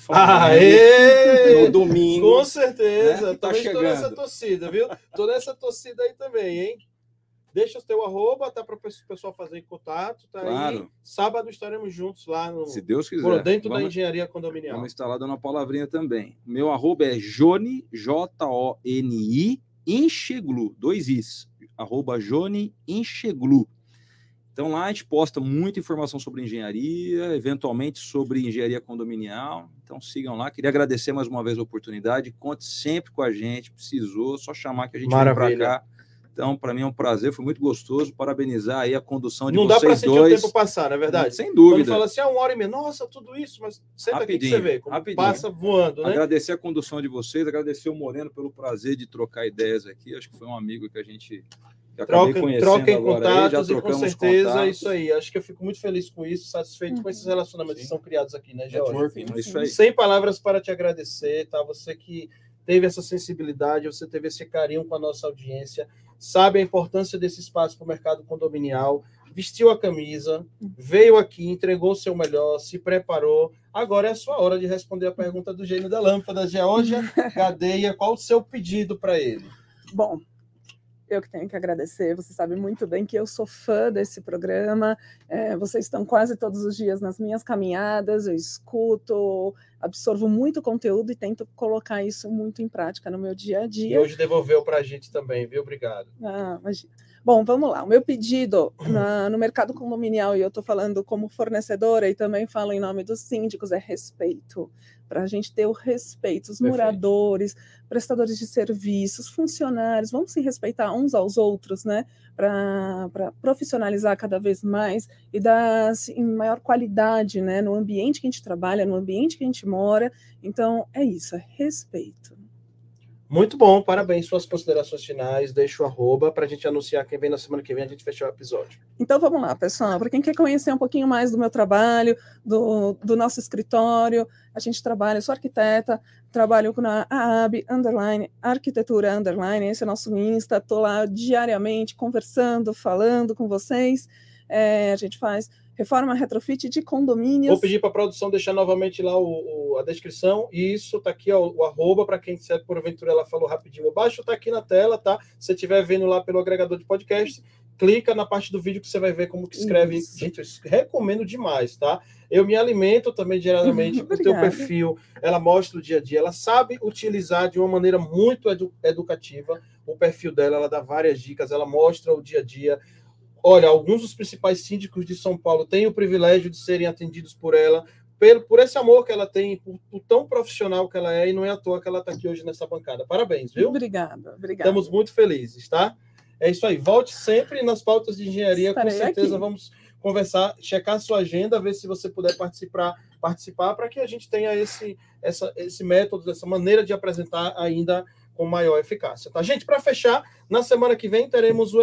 Flamengo no domingo. Com certeza. Né? Tá chegando. Tô nessa torcida, viu? Tô nessa torcida aí também, hein? Deixa o teu @, tá, para o pessoal fazer contato. Tá, claro. Aí. Sábado estaremos juntos lá no. Se Deus quiser. Por dentro da engenharia condominial. Vamos estar lá dando uma palavrinha também. Meu @ é Joni, Joni, Enxeglu, 2 Is. @Joni Enxeglu. Então lá a gente posta muita informação sobre engenharia, eventualmente sobre engenharia condominial. Então sigam lá. Queria agradecer mais uma vez a oportunidade. Conte sempre com a gente. Precisou, só chamar que a gente vem para cá. Então, para mim é um prazer, foi muito gostoso. Parabenizar aí a condução de vocês dois. Não dá para sentir o tempo passar, não é verdade? Sem dúvida. Quando fala assim, 1h30, nossa, tudo isso, mas senta aqui que você vê, como rapidinho. Passa voando, né? Agradecer a condução de vocês, agradecer o Moreno pelo prazer de trocar ideias aqui. Acho que foi um amigo que a gente troquem contatos aí, e com certeza é isso aí. Acho que eu fico muito feliz com isso, satisfeito com esses relacionamentos que são criados aqui, né, George? Isso aí. Sem palavras para te agradecer, tá? Você que teve essa sensibilidade, você teve esse carinho com a nossa audiência, sabe a importância desse espaço para o mercado condominial, vestiu a camisa, veio aqui, entregou o seu melhor, se preparou. Agora é a sua hora de responder a pergunta do gênio da lâmpada. Georgia Gadeia, qual o seu pedido para ele? Bom, eu que tenho que agradecer, você sabe muito bem que eu sou fã desse programa, vocês estão quase todos os dias nas minhas caminhadas, eu escuto, absorvo muito conteúdo e tento colocar isso muito em prática no meu dia a dia. E hoje devolveu para a gente também, viu? Obrigado. Imagina. Bom, vamos lá, o meu pedido no mercado condominial, e eu estou falando como fornecedora e também falo em nome dos síndicos, é respeito. Para a gente ter o respeito, os moradores, prestadores de serviços, funcionários, vamos se respeitar uns aos outros, né? Para profissionalizar cada vez mais e dar assim, maior qualidade, né? No ambiente que a gente trabalha, no ambiente que a gente mora. Então, é isso, é respeito. Muito bom, parabéns. Suas considerações finais, deixa o @ para a gente anunciar quem vem na semana que vem, a gente fechar o episódio. Então vamos lá, pessoal. Para quem quer conhecer um pouquinho mais do meu trabalho, do nosso escritório, a gente trabalha, eu sou arquiteta, trabalho na AAB, arquitetura, esse é nosso Insta, estou lá diariamente conversando, falando com vocês. A gente faz reforma retrofit de condomínios. Vou pedir para a produção deixar novamente lá a descrição. Isso está aqui, ó, o arroba, para quem quiser, porventura ela falou rapidinho abaixo, está aqui na tela, tá? Se você estiver vendo lá pelo agregador de podcast, clica na parte do vídeo que você vai ver como que escreve. Isso. Gente, eu recomendo demais, tá? Eu me alimento também diariamente com o teu perfil. Ela mostra o dia a dia. Ela sabe utilizar de uma maneira muito educativa o perfil dela. Ela dá várias dicas. Ela mostra o dia a dia. Olha, alguns dos principais síndicos de São Paulo têm o privilégio de serem atendidos por ela, por esse amor que ela tem, por tão profissional que ela é, e não é à toa que ela está aqui hoje nessa bancada. Parabéns, viu? Obrigada. Estamos muito felizes, tá? É isso aí. Volte sempre nas pautas de engenharia. Estarei com certeza aqui. Vamos conversar, checar a sua agenda, ver se você puder participar para que a gente tenha esse método, essa maneira de apresentar ainda com maior eficácia. Tá? Gente, para fechar, na semana que vem teremos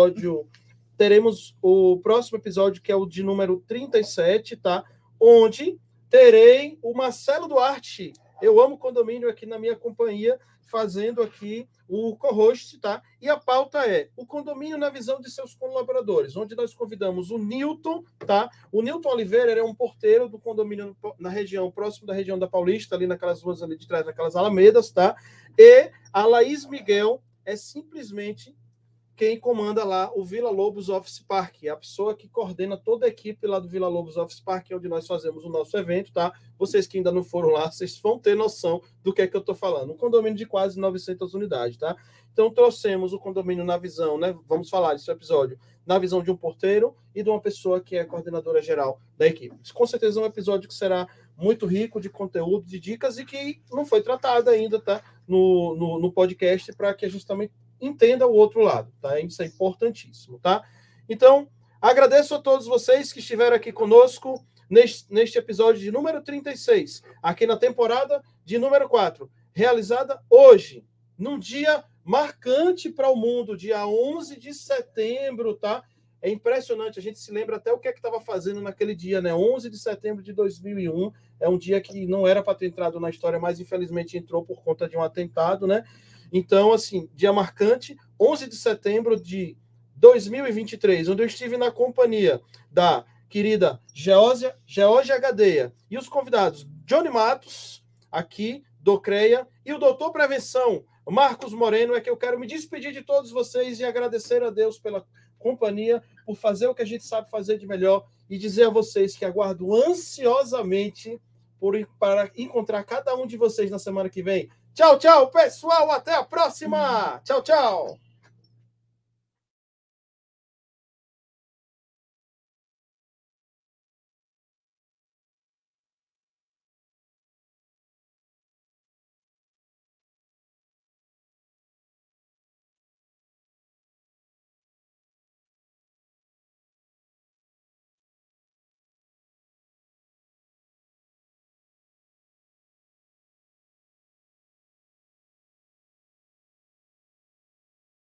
o próximo episódio, que é o de número 37, tá? Onde terei o Marcelo Duarte. Eu amo condomínio aqui na minha companhia, fazendo aqui o co-host, tá? E a pauta é o condomínio na visão de seus colaboradores, onde nós convidamos o Nilton, tá? O Nilton Oliveira é um porteiro do condomínio na região, próximo da região da Paulista, ali naquelas ruas ali de trás, naquelas alamedas, tá? E a Laís Miguel é simplesmente quem comanda lá o Vila Lobos Office Park, é a pessoa que coordena toda a equipe lá do Vila Lobos Office Park, onde nós fazemos o nosso evento, tá? Vocês que ainda não foram lá, vocês vão ter noção do que é que eu estou falando. Um condomínio de quase 900 unidades, tá? Então, trouxemos o condomínio na visão, né? Vamos falar desse episódio, na visão de um porteiro e de uma pessoa que é coordenadora geral da equipe. Com certeza é um episódio que será muito rico de conteúdo, de dicas, e que não foi tratado ainda, tá? No podcast, para que a gente também entenda o outro lado, tá? Isso é importantíssimo, tá? Então, agradeço a todos vocês que estiveram aqui conosco neste episódio de número 36, aqui na temporada de número 4, realizada hoje, num dia marcante para o mundo, dia 11 de setembro, tá? É impressionante, a gente se lembra até o que é que estava fazendo naquele dia, né? 11 de setembro de 2001, é um dia que não era para ter entrado na história, mas infelizmente entrou por conta de um atentado, né? Então, assim, dia marcante, 11 de setembro de 2023, onde eu estive na companhia da querida Georgia Gadeia e os convidados Johnny Matos, aqui do CREA, e o doutor Prevenção, Marcos Moreno. É que eu quero me despedir de todos vocês e agradecer a Deus pela companhia, por fazer o que a gente sabe fazer de melhor, e dizer a vocês que aguardo ansiosamente para encontrar cada um de vocês na semana que vem. Tchau, tchau, pessoal. Até a próxima. Tchau, tchau.